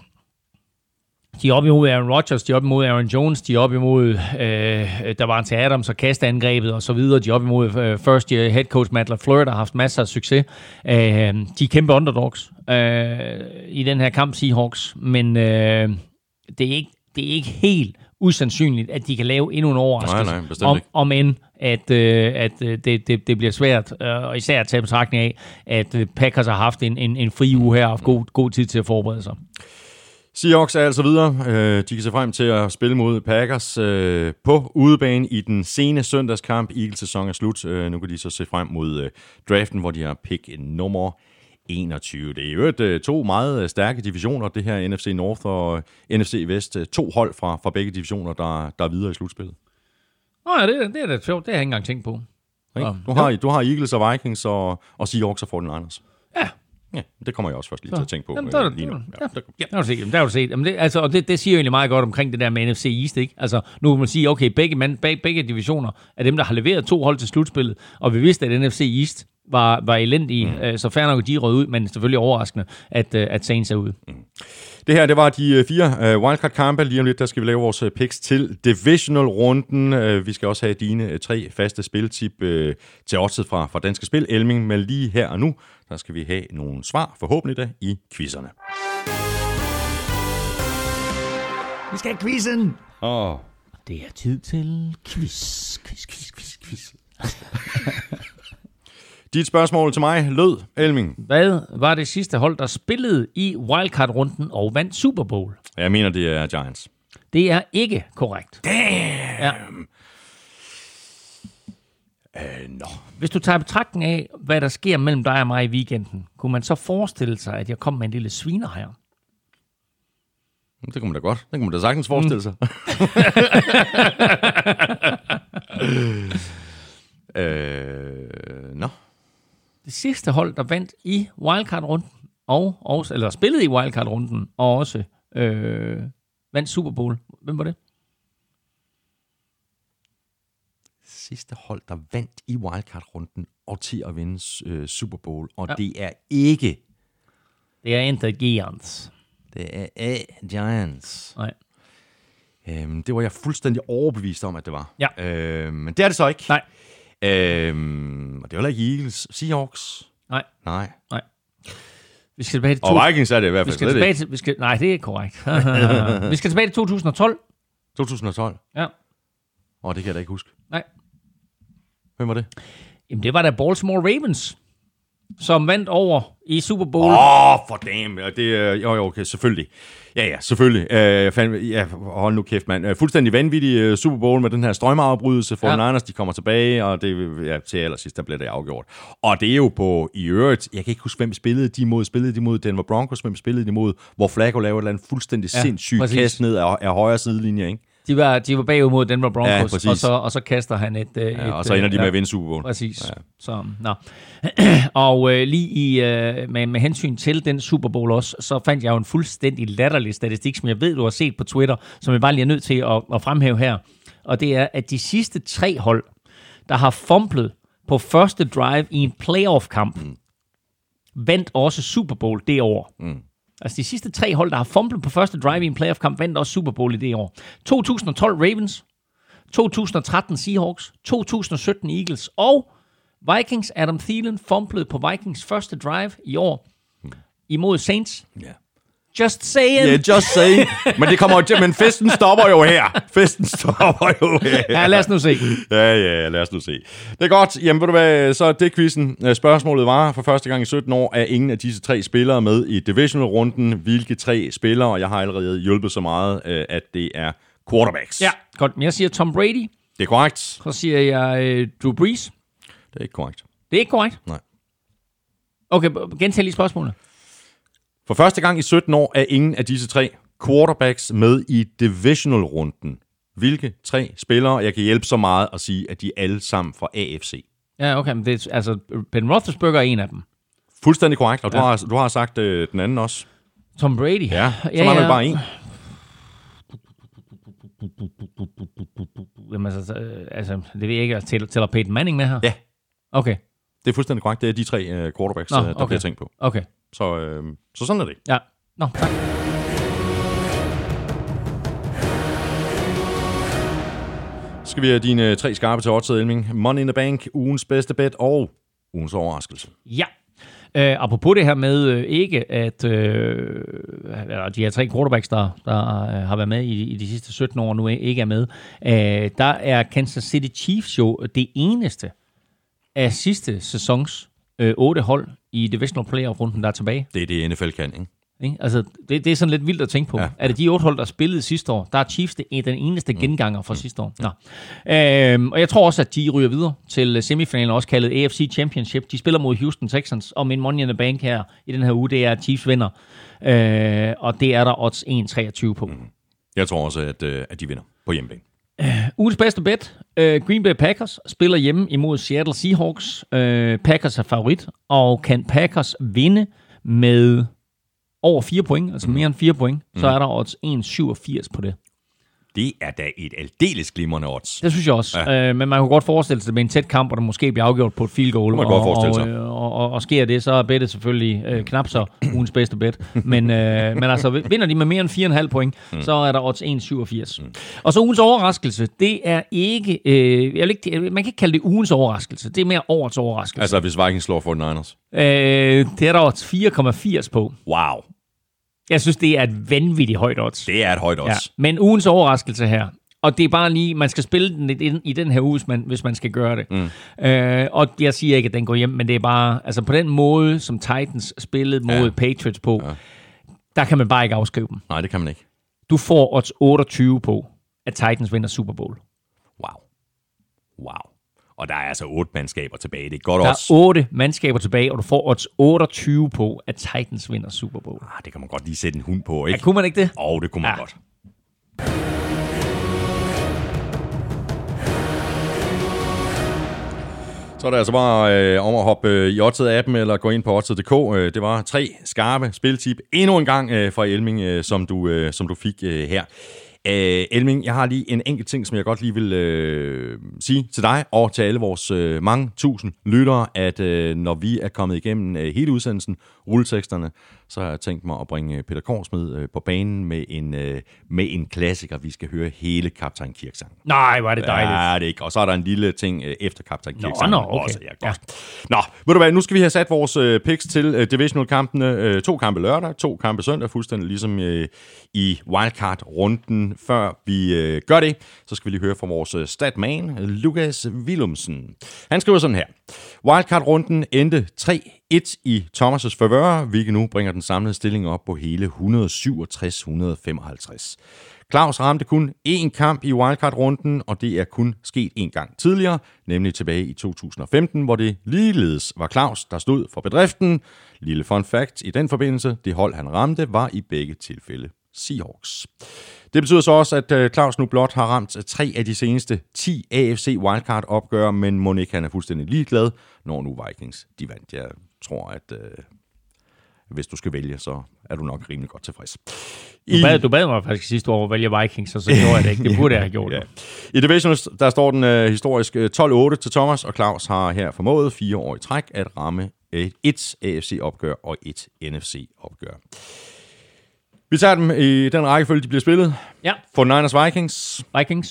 De er op imod Aaron Rodgers, de er op imod Aaron Jones, de er op imod Davante Adams og kasteangrebet og så videre. De er op imod first year head coach Matt LaFleur, der har haft masser af succes. De er kæmpe underdogs i den her kamp, Seahawks, men det er ikke helt usandsynligt, at de kan lave endnu en overraskelse, om end at det bliver svært, og især at tage betragtning af, at Packers har haft en fri uge her og haft god tid til at forberede sig. Seahawks er altså videre. De kan se frem til at spille mod Packers på udebane i den sene søndagskamp. Eagles sæson er slut. Nu kan de så se frem mod draften, hvor de har pick nummer 21. Det er jo to meget stærke divisioner, det her NFC North og NFC West. 2 hold fra begge divisioner, der er videre i slutspillet. Ja, det er da sjovt. Det har jeg ikke engang tænkt på. Du har Eagles og Vikings og Seahawks og 49ers. Ja, det kommer jeg også først lige til at tænke på lige nu. Der har du set. Det siger jo egentlig meget godt omkring det der med NFC East, ikke? Altså, nu kan man sige, okay, begge divisioner er dem, der har leveret 2 hold til slutspillet, og vi vidste, at NFC East var elendige, så fair nok, de rød ud, men selvfølgelig overraskende, at Saints er ude. Det her, det var de 4 wildcard-kampe. Lige om lidt, der skal vi lave vores picks til divisional-runden. Vi skal også have dine 3 faste spiltip til oddset fra Danske Spil, Elming, men lige her og nu, der skal vi have nogle svar, forhåbentlig da, i quizzerne. Vi skal have quizzen! Det er tid til quiz. Dit spørgsmål til mig lød, Elming. Hvad var det sidste hold, der spillede i wildcard-runden og vandt Super Bowl? Jeg mener, det er Giants. Det er ikke korrekt. Damn! Ja. Hvis du tager betragtning af, hvad der sker mellem dig og mig i weekenden, kunne man så forestille sig, at jeg kom med en lille sviner her? Det kunne man da godt. Det kunne man da sagtens forestille sig. Det sidste hold, der vandt i wildcard-runden, eller spillede i wildcard-runden, og også vandt Super Bowl. Hvem var det? Sidste hold, der vandt i wildcard-runden og til at vinde Super Bowl, og det er ikke... Det er ikke Giants. Det er Giants. Nej. Det var jeg fuldstændig overbevist om, at det var. Ja. Men det er det så ikke. Nej. Og det er heller ikke Eagles. Seahawks? Nej. Nej. Vi skal tilbage til og Vikings er det i hvert fald nej, det er korrekt. Vi skal tilbage til 2012. 2012? Ja. Det kan jeg da ikke huske. Nej. Hvem var det? Jamen, det var da Baltimore Ravens, som vandt over i Super Bowl. For damn. Det okay, selvfølgelig. Ja, selvfølgelig. Hold nu kæft, mand. Fuldstændig vanvittig Super Bowl med den her strømafbrydelse. 49ers, de kommer tilbage, og det til allersidst, der bliver det afgjort. Og det er jo på i øvrigt, jeg kan ikke huske, hvem spillede de mod. Spillede de mod Denver Broncos? Hvem spillede de mod? Hvor Flacco lavede et eller andet fuldstændig sindssygt kast ned af højre sidelinje, ikke? De var bagud mod Denver Broncos, og så kaster han et og så ender de med at vinde Super Bowl. Præcis. Ja. Så, og lige med hensyn til den Super Bowl også, så fandt jeg jo en fuldstændig latterlig statistik, som jeg ved, du har set på Twitter, som jeg bare lige er nødt til at fremhæve her. Og det er, at de sidste 3 hold, der har fumblet på første drive i en playoff-kamp, vandt også Super Bowl det år. Altså de sidste 3 hold, der har fumblet på første drive i en playoff-kamp, vandt også Super Bowl i det år. 2012 Ravens, 2013 Seahawks, 2017 Eagles og Vikings. Adam Thielen fumblede på Vikings første drive i år imod Saints. Ja. Just saying. Yeah, just saying. Men det kommer jo til, men festen stopper jo her. Ja, lad os nu se. Ja, lad os nu se. Det er godt. Jamen, ved du hvad, så er det quizzen. Spørgsmålet var, for første gang i 17 år, er ingen af disse 3 spillere med i divisional-runden. Hvilke 3 spillere? Og jeg har allerede hjulpet så meget, at det er quarterbacks. Ja, godt. Men jeg siger Tom Brady. Det er korrekt. Så siger jeg Drew Brees. Det er ikke korrekt. Det er ikke korrekt? Nej. Okay, gentag lige spørgsmålet. For første gang i 17 år er ingen af disse 3 quarterbacks med i divisional-runden. Hvilke 3 spillere? Jeg kan hjælpe så meget at sige, at de er alle sammen fra AFC. Ja, okay, men det er, altså Ben Roethlisberger er en af dem. Fuldstændig korrekt, og du har sagt den anden også. Tom Brady? Ja, så mangler bare en. Jamen, altså, det ved jeg ikke, tæller Peyton Manning med her? Ja. Okay. Det er fuldstændig korrekt. Det er de 3 quarterbacks, der bliver tænkt på. Okay. Så sådan er det. Ja. Nå, tak. Så skal vi have dine 3 skarpe til oddset, Elming. Money in the Bank, ugens bedste bet og ugens overraskelse. Ja. Apropos det her med ikke, at de her 3 quarterbacks, der har været med i de sidste 17 år, nu ikke er med, der er Kansas City Chiefs jo det eneste af sidste sæsons 8 hold i divisional playoff-runden, der er tilbage. Det er det, NFL kan, ikke? Altså, det er sådan lidt vildt at tænke på. Ja. Er det de 8 hold, der spillede sidste år? Der er Chiefs den eneste genganger fra sidste år. Nå. Og jeg tror også, at de ryger videre til semifinalen, også kaldet AFC Championship. De spiller mod Houston Texans, og min Money in the Bank her i den her uge, det er, at Chiefs vinder. Og det er der odds 1,23 på. Jeg tror også, at de vinder på hjemmebane. Ugens bedste bet. Green Bay Packers spiller hjemme imod Seattle Seahawks. Packers er favorit, og kan Packers vinde med over 4 point, altså mere end 4 point, så er der odds 1,87 på det. Det er da et aldeles glimrende odds. Det synes jeg også. Ja. Men man kunne godt forestille sig med en tæt kamp, og der måske bliver afgjort på et field goal. Og sker det, så er bettet selvfølgelig knap så ugens bedste bet. Men altså, vinder de med mere end 4,5 point, så er der odds 1,87. Og så ugens overraskelse, det er ikke... man kan ikke kalde det ugens overraskelse. Det er mere årets overraskelse. Altså, hvis Vikings slår 49ers? Det er der odds 4,80 på. Wow. Jeg synes, det er et vanvittigt højt odds. Det er et højt odds. Ja. Men ugens overraskelse her, og det er bare lige, man skal spille den i den her uge, hvis man skal gøre det. Og jeg siger ikke, at den går hjem, men det er bare, altså på den måde, som Titans spillede mod Patriots på, der kan man bare ikke afskrive dem. Nej, det kan man ikke. Du får odds 28 på, at Titans vinder Super Bowl. Wow. Og der er altså 8 mandskaber tilbage. Det er godt Der også. er 8 mandskaber tilbage, og du får odds 28 på, at Titans vinder Super Bowl. Det kan man godt lige sætte en hund på, ikke? Ja, kunne man ikke det? Det kunne man godt. Så er det altså bare om at hoppe i Odset-appen eller gå ind på Odset.dk. Det var 3 skarpe spiltip endnu en gang fra Elming, som du fik her. Elming, jeg har lige en enkelt ting, som jeg godt lige vil sige til dig og til alle vores mange tusind lyttere, at når vi er kommet igennem hele udsendelsen, rulleteksterne, så har jeg tænkt mig at bringe Peter Korsmed på banen med en klassiker. Vi skal høre hele Kaptajn Kirk-sangen. Nej, var det dejligt. Ja, det er ikke. Og så er der en lille ting efter Kaptajn Kirk-sangen. Okay. Også. Ja, godt. Nå, ved du hvad, nu skal vi have sat vores picks til divisional-kampene. 2 kampe lørdag, 2 kampe søndag, fuldstændig ligesom i wildcard-runden. Før vi gør det, så skal vi lige høre fra vores statman, Lukas Willumsen. Han skriver sådan her. Wildcard-runden endte 3-1 i Thomas' favør, hvilket nu bringer den samlede stilling op på hele 167-155. Claus ramte kun 1 kamp i wildcard-runden, og det er kun sket 1 gang tidligere, nemlig tilbage i 2015, hvor det ligeledes var Claus, der stod for bedriften. Lille fun fact i den forbindelse, det hold han ramte var i begge tilfælde Seahawks. Det betyder så også, at Claus nu blot har ramt 3 af de seneste 10 AFC wildcard-opgør, men mon ikke han er fuldstændig ligeglad, når nu Vikings de vandt. Jeg tror, at hvis du skal vælge, så er du nok rimelig godt tilfreds. Du bad mig faktisk sidste år at vælge Vikings, og så gjorde jeg det ikke. Det burde jeg have gjort. Ja. I Divisionals, der står den historisk 12-8 til Thomas, og Claus har her formået 4 år i træk at ramme et AFC-opgør og et NFC-opgør. Vi tager dem i den rækkefølge, de bliver spillet. Ja. 49ers Vikings.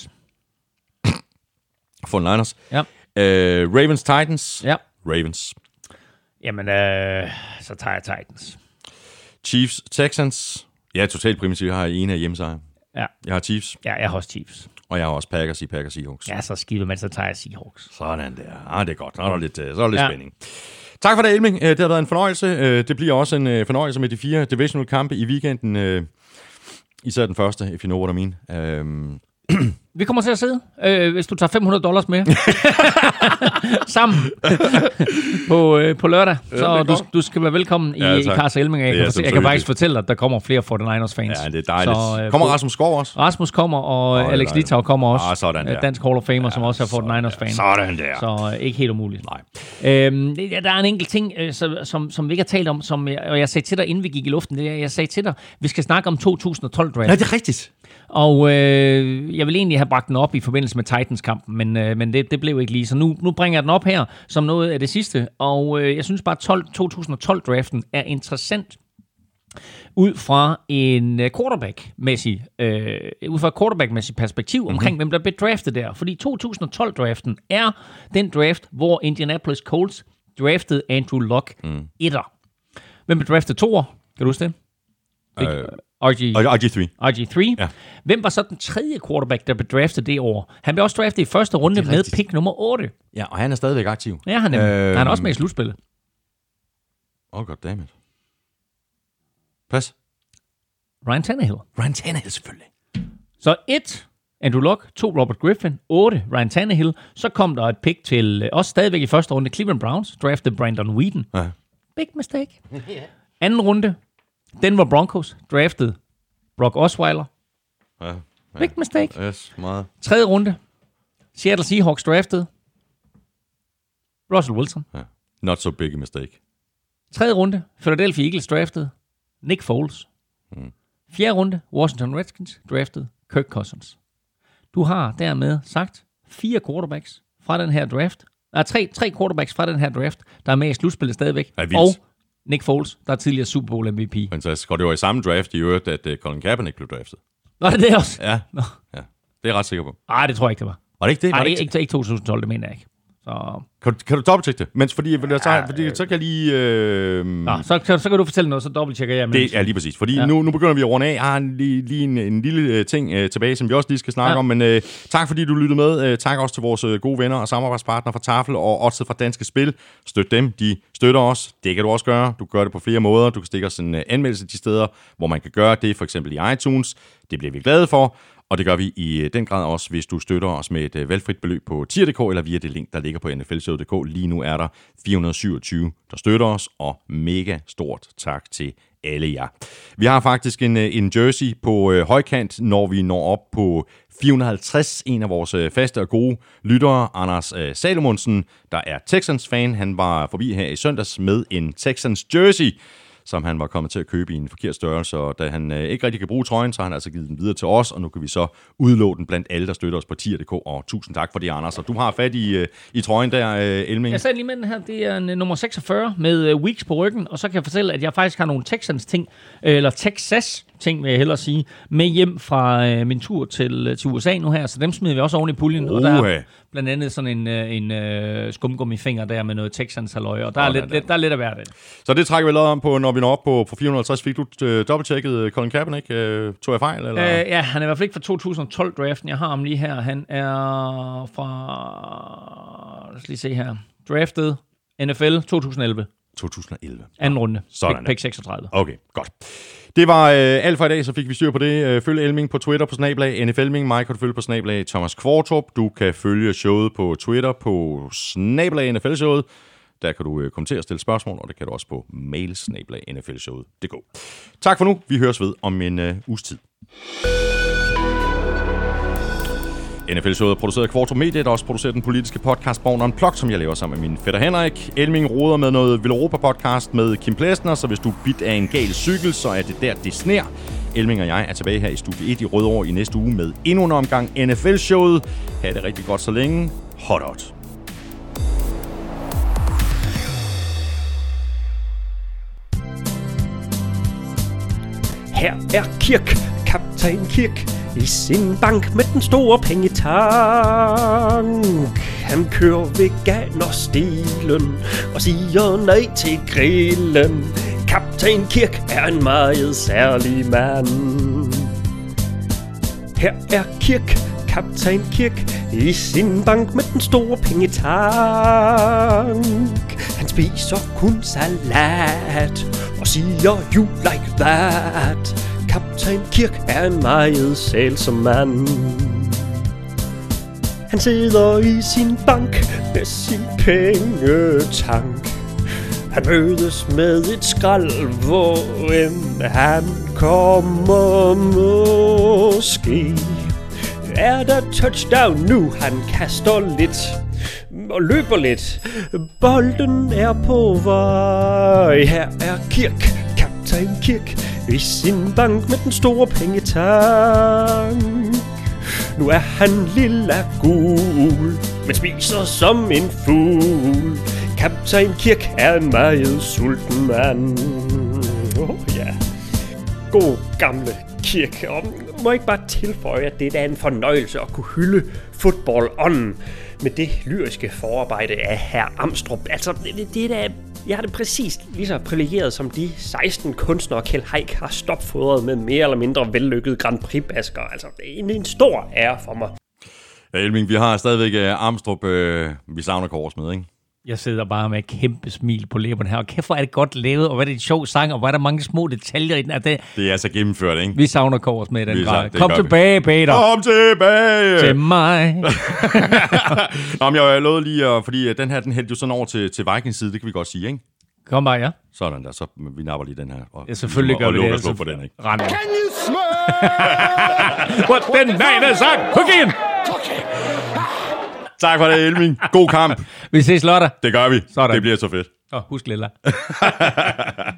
49ers. Ja. Ravens Titans. Ja. Ravens. Jamen, så tager jeg Titans. Chiefs Texans. Jeg er totalt primitiv. Jeg har en af hjemmesejre. Ja. Jeg har Chiefs. Ja, jeg har også Chiefs. Og jeg har også Packers Seahawks. Ja, så skider man, så tager jeg Seahawks. Sådan der. Det er godt. Så er der lidt spænding. Tak for det, Elming. Det har været en fornøjelse. Det bliver også en fornøjelse med de 4 divisional kampe i weekenden. Især den første, if you know what I mean. Vi kommer til at sidde, hvis du tager $500 med sammen på lørdag. Så du skal være velkommen i Carsten Elming. Jeg kan faktisk fortælle dig, at der kommer flere 49ers-fans. Ja, det er dejligt. Så, kommer Rasmus Skov også? Rasmus kommer, og Alex Littau kommer også. Sådan der. Dansk Hall of Famer, som også er 49ers-fan. Sådan der. Så ikke helt umuligt. Nej. Der er en enkelt ting, som vi ikke har talt om, og jeg sagde til dig, inden vi gik i luften, jeg sagde til dig, vi skal snakke om 2012-draft. Ja, det er rigtigt. Og jeg vil egentlig have bragt den op i forbindelse med Titans-kampen, men det blev ikke lige. Så nu bringer jeg den op her som noget af det sidste. Og jeg synes bare, at 2012-draften er interessant ud fra en quarterback-mæssig perspektiv omkring, hvem der blev draftet der. Fordi 2012-draften er den draft, hvor Indianapolis Colts draftede Andrew Luck etter. Hvem blev draftet toer? Kan du huske det? RG3. Ja. Hvem var så den tredje quarterback, der blev draftet det år? Han blev også draftet i første runde med pick nummer 8. Ja, og han er stadigvæk aktiv. Ja, han er også med i slutspillet. Goddammit. Pas. Ryan Tannehill selvfølgelig. Så 1, Andrew Luck, 2, Robert Griffin, 8, Ryan Tannehill. Så kom der et pick til, også stadigvæk i første runde, Cleveland Browns, drafted Brandon Whedon. Ja. Big mistake. Anden runde, Denver Broncos, drafted Brock Osweiler. Ja. Big mistake. Yes, meget. Tredje runde, Seattle Seahawks drafted Russell Wilson. Ja. Not so big a mistake. Tredje runde, Philadelphia Eagles drafted Nick Foles. Fjerde runde, Washington Redskins drafted Kirk Cousins. Du har dermed sagt 4 quarterbacks fra den her draft. Der er 3 quarterbacks fra den her draft, der er med i slutspillet stadigvæk. Og Nick Foles, der er tidligere Super Bowl MVP. Fantastisk. Og det var i samme draft i øvrigt, at Colin Kaepernick blev draftet. Var det også? Ja. Ja. Det er jeg ret sikker på. Nej, det tror jeg ikke, det var. Var det ikke det? Nej, ikke 2012, det mener jeg ikke. Så... Kan du dobbelttjekke det? Mens fordi så kan jeg lige... Så kan du fortælle noget, så dobbelttjekker jeg. Det er lige præcis. Fordi nu begynder vi at runde af. Jeg har lige en lille ting tilbage, som vi også lige skal snakke om. Men tak fordi du lyttede med. Tak også til vores gode venner og samarbejdspartnere fra Tafel og Odset fra Danske Spil. Støt dem. De støtter os. Det kan du også gøre. Du kan gøre det på flere måder. Du kan stikke os en anmeldelse de steder, hvor man kan gøre det. For eksempel i iTunes. Det bliver vi glade for. Og det gør vi i den grad også, hvis du støtter os med et valgfrit beløb på tier.dk eller via det link, der ligger på nflshowet.dk. Lige nu er der 427, der støtter os, og mega stort tak til alle jer. Vi har faktisk en jersey på højkant, når vi når op på 450. En af vores faste og gode lyttere, Anders Salomonsen, der er Texans-fan, han var forbi her i søndags med en Texans jersey, som han var kommet til at købe i en forkert størrelse, og da han ikke rigtig kan bruge trøjen, så har han altså givet den videre til os, og nu kan vi så udlåne den blandt alle, der støtter os på tier.dk, og tusind tak for det, Anders. Og du har fat i trøjen der, Elming. Jeg sad lige med den her, det er en nummer 46 med Weeks på ryggen, og så kan jeg fortælle, at jeg faktisk har nogle Texans ting, eller Texas ting, vil jeg hellere sige, med hjem fra min tur til USA nu her, så dem smider vi også oven i puljen, og der er blandt andet sådan en skumgummifinger der med noget Texans halløj, og der er lidt af hvert af det. Så det trækker vi lavet om på, når vi når op på 450. Fik du dobbelttjekket Colin Kaepernick? Tog jeg fejl? Eller? Ja, han er i hvert fald ikke fra 2012-draften. Jeg har ham lige her. Han er fra... Lad os lige se her. Draftet NFL 2011. 2011. Anden runde. Sådan. Pick 36. Okay, godt. Det var alt for i dag, så fik vi styr på det. Følg Elming på Twitter på @, NFLming. Mig kan du følge på @, Thomas Kvartrup. Du kan følge showet på Twitter på @, NFLshowet. Der kan du kommentere og stille spørgsmål, og det kan du også på mail @nflshowet.dk. Tak for nu. Vi høres ved om en uges tid. NFL-showet er produceret af Kvartrup Media, der også producerer den politiske podcast Born Unplugged, som jeg laver sammen med min fætter Henrik. Elming roder med noget Villeuropa-podcast med Kim Plesner, så hvis du er bidt af en gal cykel, så er det der, det sner. Elming og jeg er tilbage her i Studie 1 i Rødovre i næste uge med endnu en omgang NFL-showet. Ha' det rigtig godt så længe. Hot. Her er Kirk, kaptajn Kirk, i sin bank med den store pengetank. Han kører veganerstilen og siger nej til grillen. Kaptajn Kirk er en meget særlig mand. Her er Kirk, kaptajn Kirk, i sin bank med den store pengetank. Han spiser kun salat og siger you like that. Kaptajn Kirk er en meget sælsom mand. Han sidder i sin bank med sin pengetank. Han mødes med et skrald, hvor end han kommer måske. Er der touchdown nu? Han kaster lidt og løber lidt. Bolden er på vej. Her er Kirk, kaptajn Kirk, i sin bank med den store pengetank. Nu er han lilla gul, men spiser som en fugl. Kaptajn Kirk er en meget sulten mand. Ja. God gamle Kirk. Og må ikke bare tilføje, at det er en fornøjelse at kunne hylde fodboldånden med det lyriske forarbejde af hr. Amstrup. Altså, det er jeg har det præcis lige så privilegeret som de 16 kunstnere, Kjeld Haik har stopfodret med mere eller mindre vellykket Grand Prix-basker. Altså, det er en stor ære for mig. Ja, Elming, vi har stadigvæk Amstrup, vi savner Kors med, ikke? Jeg sidder bare med et kæmpe smil på læberne her, og kæft, hvor er det godt lavet, og hvad er det en sjov sang, og hvor er der mange små detaljer i den. Det er altså gennemført, ikke? Vi savner Kors med i den grad. Kom tilbage, Peter. Kom tilbage! Til mig. Nå, men jeg lovede lige, fordi den her, den hældte jo sådan over til Vikings side, det kan vi godt sige, ikke? Kom bare, ja. Sådan der, så vi napper lige den her. Og, ja, selvfølgelig gør vi det. Og lukker på den, ikke? Rand. Can you smell what den man er sagt? Cooking! Tak for det, Elming. God kamp. Vi ses lørdag. Det gør vi. Sådan. Det bliver så fedt. Husk Lilla.